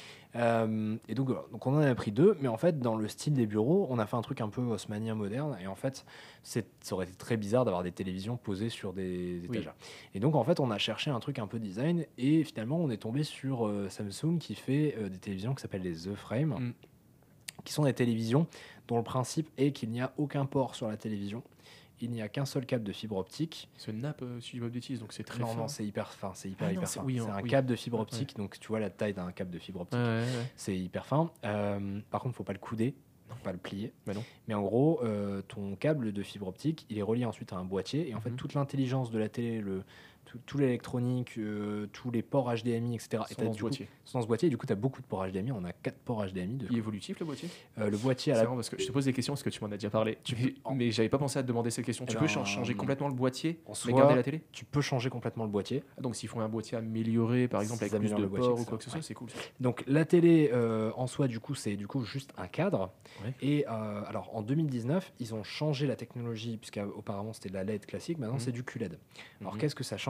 Et donc on en a pris 2, mais en fait dans le style des bureaux on a fait un truc un peu haussmannien moderne et en fait ça aurait été très bizarre d'avoir des télévisions posées sur des étagères. Et donc en fait on a cherché un truc un peu design et finalement on est tombé sur Samsung qui fait des télévisions qui s'appellent les The Frame, qui sont des télévisions dont le principe est qu'il n'y a aucun port sur la télévision. Il n'y a qu'un seul câble de fibre optique. C'est une nappe, si je ne dis pas de bêtises, donc c'est très fin. Non, c'est hyper fin. C'est hyper fin. C'est un câble de fibre optique, donc tu vois la taille d'un câble de fibre optique. C'est hyper fin. Par contre, il ne faut pas le couder, pas le plier. Mais en gros, ton câble de fibre optique, il est relié ensuite à un boîtier. Et en fait, toute l'intelligence de la télé, tout l'électronique, tous les ports HDMI, etc. sont dans ce boîtier. Et du coup, tu as beaucoup de ports HDMI. On a 4 ports HDMI. Il est évolutif, le boîtier Le boîtier, c'est marrant parce que je te pose des questions parce que tu m'en as déjà parlé. Mais j'avais pas pensé à te demander cette question. Tu peux changer complètement le boîtier, mais garder la télé. Tu peux changer complètement le boîtier. Donc, s'ils font un boîtier amélioré, par exemple, avec plus de ports ou quoi que ce soit, c'est cool. Donc, la télé en soi, du coup, c'est juste un cadre. Et alors, en 2019, ils ont changé la technologie, puisqu'auparavant, c'était de la LED classique. Maintenant, c'est du QLED. Alors, qu'est-ce que ça change ?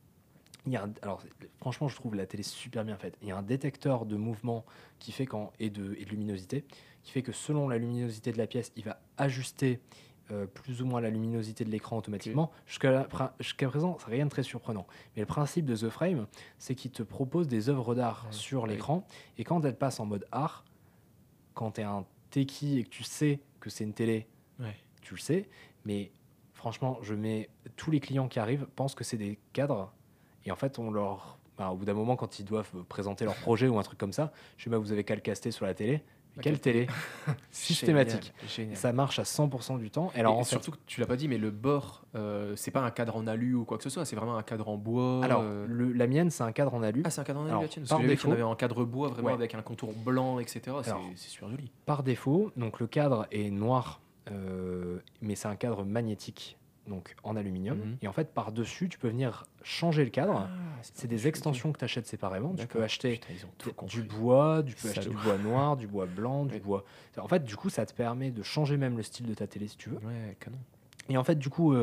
Alors, franchement, je trouve la télé super bien faite. Il y a un détecteur de mouvement qui fait et de luminosité, qui fait que selon la luminosité de la pièce, il va ajuster plus ou moins la luminosité de l'écran automatiquement. Jusqu'à présent, c'est rien de très surprenant. Mais le principe de The Frame, c'est qu'il te propose des œuvres d'art sur l'écran. Et quand elle passe en mode art, quand tu es un techie et que tu sais que c'est une télé, tu le sais. Mais franchement, tous les clients qui arrivent pensent que c'est des cadres. Et en fait, au bout d'un moment, quand ils doivent présenter leur projet ou un truc comme ça, je dis vous avez qu'à le caster sur la télé. Quelle télé systématique. Génial. Ça marche à 100% du temps. Et alors, surtout, tu l'as pas dit, mais le bord, c'est pas un cadre en alu ou quoi que ce soit, c'est vraiment un cadre en bois. Alors, la mienne, c'est un cadre en alu. Ah, c'est un cadre en alu, la tienne. Parce que j'avais un cadre bois vraiment avec un contour blanc, etc. C'est super joli. Par défaut, donc le cadre est noir, mais c'est un cadre magnétique. Donc en aluminium. Et en fait, par-dessus, tu peux venir changer le cadre. C'est des extensions que tu achètes séparément. Tu peux acheter du bois, tu peux acheter du bois noir, du bois blanc, du bois. En fait, du coup, ça te permet de changer même le style de ta télé si tu veux. Ouais, canon. Et en fait, du coup,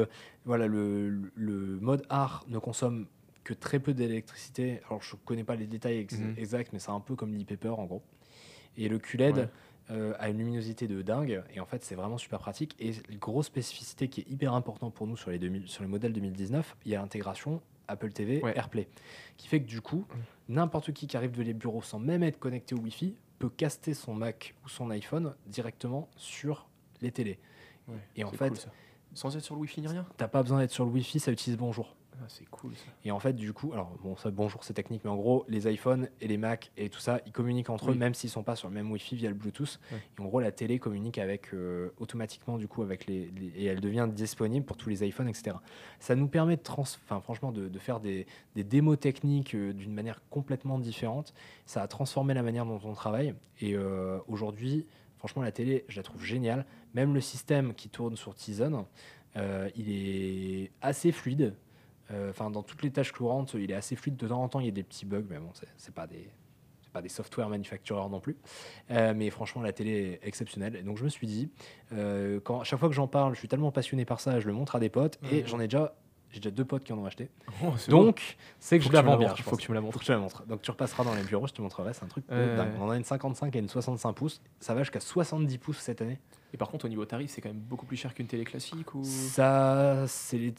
le mode art ne consomme que très peu d'électricité. Alors, je connais pas les détails exacts, mais c'est un peu comme l'e-paper en gros. Et le QLED. A une luminosité de dingue et en fait c'est vraiment super pratique et une grosse spécificité qui est hyper importante pour nous sur les modèles 2019, il y a l'intégration Apple TV AirPlay qui fait que du coup n'importe qui arrive de les bureaux sans même être connecté au Wi-Fi peut caster son Mac ou son iPhone directement sur les télés et en fait cool, ça. Sans être sur le Wi-Fi ni rien, t'as pas besoin d'être sur le Wi-Fi, ça utilise Bonjour. C'est cool ça. Et en fait, du coup, alors bon, ça, Bonjour, c'est technique, mais en gros, les iPhones et les Mac et tout ça, ils communiquent entre eux, même s'ils sont pas sur le même Wi-Fi via le Bluetooth. Et en gros, la télé communique avec automatiquement, du coup, avec et elle devient disponible pour tous les iPhones, etc. Ça nous permet franchement, de faire des démos techniques d'une manière complètement différente. Ça a transformé la manière dont on travaille. Et aujourd'hui, franchement, la télé, je la trouve géniale. Même le système qui tourne sur Tizen, il est assez fluide. Enfin, dans toutes les tâches courantes, il est assez fluide. De temps en temps, il y a des petits bugs, mais bon, c'est pas des software manufacturers non plus. Mais franchement, la télé est exceptionnelle. Et donc, je me suis dit, à chaque fois que j'en parle, je suis tellement passionné par ça, je le montre à des potes. Et j'ai déjà 2 potes qui en ont acheté. Donc, c'est que je la vends bien. Il faut que tu me la montres. Je te la montre. Donc, tu repasseras dans les bureaux, je te montrerai. C'est un truc de dingue. On en a une 55 et une 65 pouces. Ça va jusqu'à 70 pouces cette année. Et par contre, au niveau tarif, c'est quand même beaucoup plus cher qu'une télé classique ou... Ça, c'est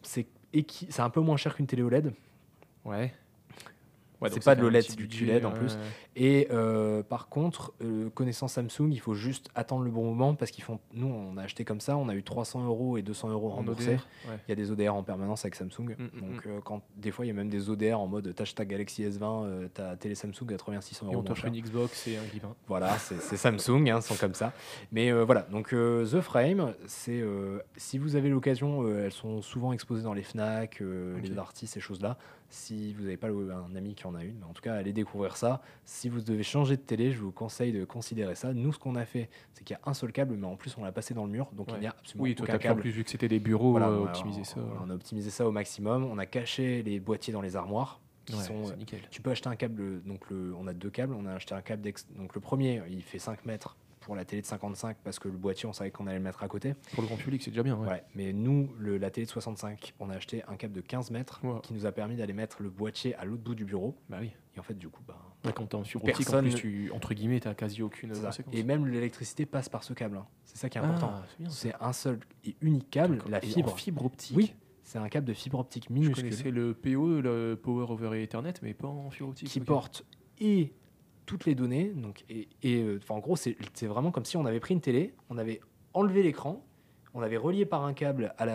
un peu moins cher qu'une télé OLED. Ouais. C'est pas de l'OLED, c'est du QLED en plus. Et par contre, connaissant Samsung, il faut juste attendre le bon moment parce nous, on a acheté comme ça, on a eu 300 € et 200 € remboursés. Il y a des ODR en permanence avec Samsung. Donc, des fois, il y a même des ODR en mode t'achètes ta Galaxy S20, ta télé Samsung à 3600 €. Et on t'offre une Xbox et un Clip 1. Voilà, c'est Samsung, ils sont comme ça. Mais voilà, donc The Frame, c'est si vous avez l'occasion, elles sont souvent exposées dans les Fnac, les artistes, ces choses-là. Si vous n'avez pas un ami qui en a une, mais en tout cas, allez découvrir ça. Si vous devez changer de télé, je vous conseille de considérer ça. Nous, ce qu'on a fait, c'est qu'il y a un seul câble, mais en plus, on l'a passé dans le mur, donc il n'y a absolument aucun câble. En plus, vu que c'était des bureaux, voilà, optimiser ça. On a optimisé ça au maximum. On a caché les boîtiers dans les armoires. C'est nickel. Tu peux acheter un câble, on a 2 câbles. On a acheté un câble donc le premier, il fait 5 mètres pour la télé de 55 parce que le boîtier, on savait qu'on allait le mettre à côté. Pour le grand public, c'est déjà bien. Ouais, mais nous, la télé de 65, on a acheté un câble de 15 mètres qui nous a permis d'aller mettre le boîtier à l'autre bout du bureau. Bah oui. Et en fait, du coup, quand t'es en fibre optique, en plus, entre guillemets, t'as quasi aucune conséquence. Et même l'électricité passe par ce câble. C'est ça qui est important. C'est un seul et unique câble, la fibre. En fibre optique. Oui. C'est un câble de fibre optique minuscule. Je connaissais le PoE, le Power over Ethernet, mais pas en fibre optique. Qui porte toutes les données. Donc, en gros, c'est vraiment comme si on avait pris une télé, on avait enlevé l'écran, on avait relié par un câble à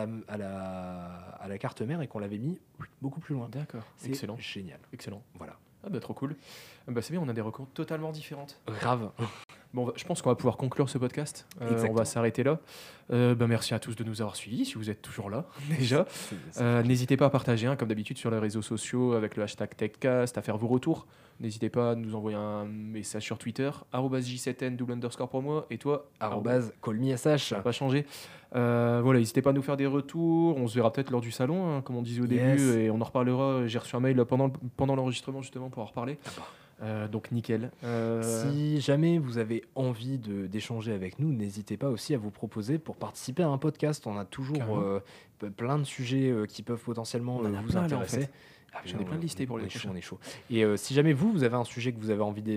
la carte mère et qu'on l'avait mis beaucoup plus loin. D'accord. C'est excellent. Génial. Excellent. Voilà. Ah bah trop cool. C'est bien, on a des recours totalement différentes. Grave. Bon, je pense qu'on va pouvoir conclure ce podcast. On va s'arrêter là. Merci à tous de nous avoir suivis, si vous êtes toujours là déjà. N'hésitez pas à partager, comme d'habitude, sur les réseaux sociaux avec le hashtag TechCast, à faire vos retours. N'hésitez pas à nous envoyer un message sur Twitter, @J7N_ pour moi, et toi, @CallMeSH. Ça n'a pas changé. N'hésitez pas à nous faire des retours. On se verra peut-être lors du salon, comme on disait au début, et on en reparlera. J'ai reçu un mail pendant l'enregistrement justement pour en reparler. Donc nickel. Si jamais vous avez envie d'échanger avec nous, n'hésitez pas aussi à vous proposer pour participer à un podcast. On a toujours plein de sujets qui peuvent potentiellement vous intéresser. J'en ai plein de listés pour les prochains. On est chaud. Et si jamais vous avez un sujet que vous avez envie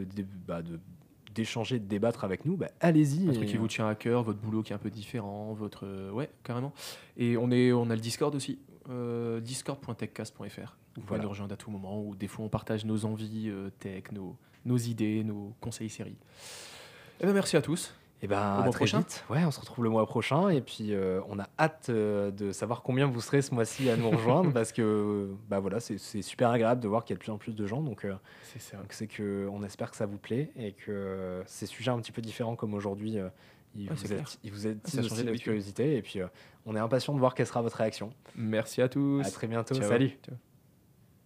d'échanger, de débattre avec nous, allez-y. Un truc qui vous tient à cœur, votre boulot qui est un peu différent, ouais, carrément. Et on a le Discord aussi, discord.techcast.fr. Vous pouvez nous rejoindre à tout moment, où des fois on partage nos envies tech, nos idées, nos conseils séries. Merci à tous. Au mois prochain. Vite. Ouais, on se retrouve le mois prochain et puis on a hâte de savoir combien vous serez ce mois-ci à nous rejoindre parce que c'est super agréable de voir qu'il y a de plus en plus de gens, donc c'est que on espère que ça vous plaît et que ces sujets un petit peu différents comme aujourd'hui ils vous attisent aussi de curiosité et puis on est impatient de voir quelle sera votre réaction. Merci à tous. À très bientôt. Ciao. Salut. Ciao.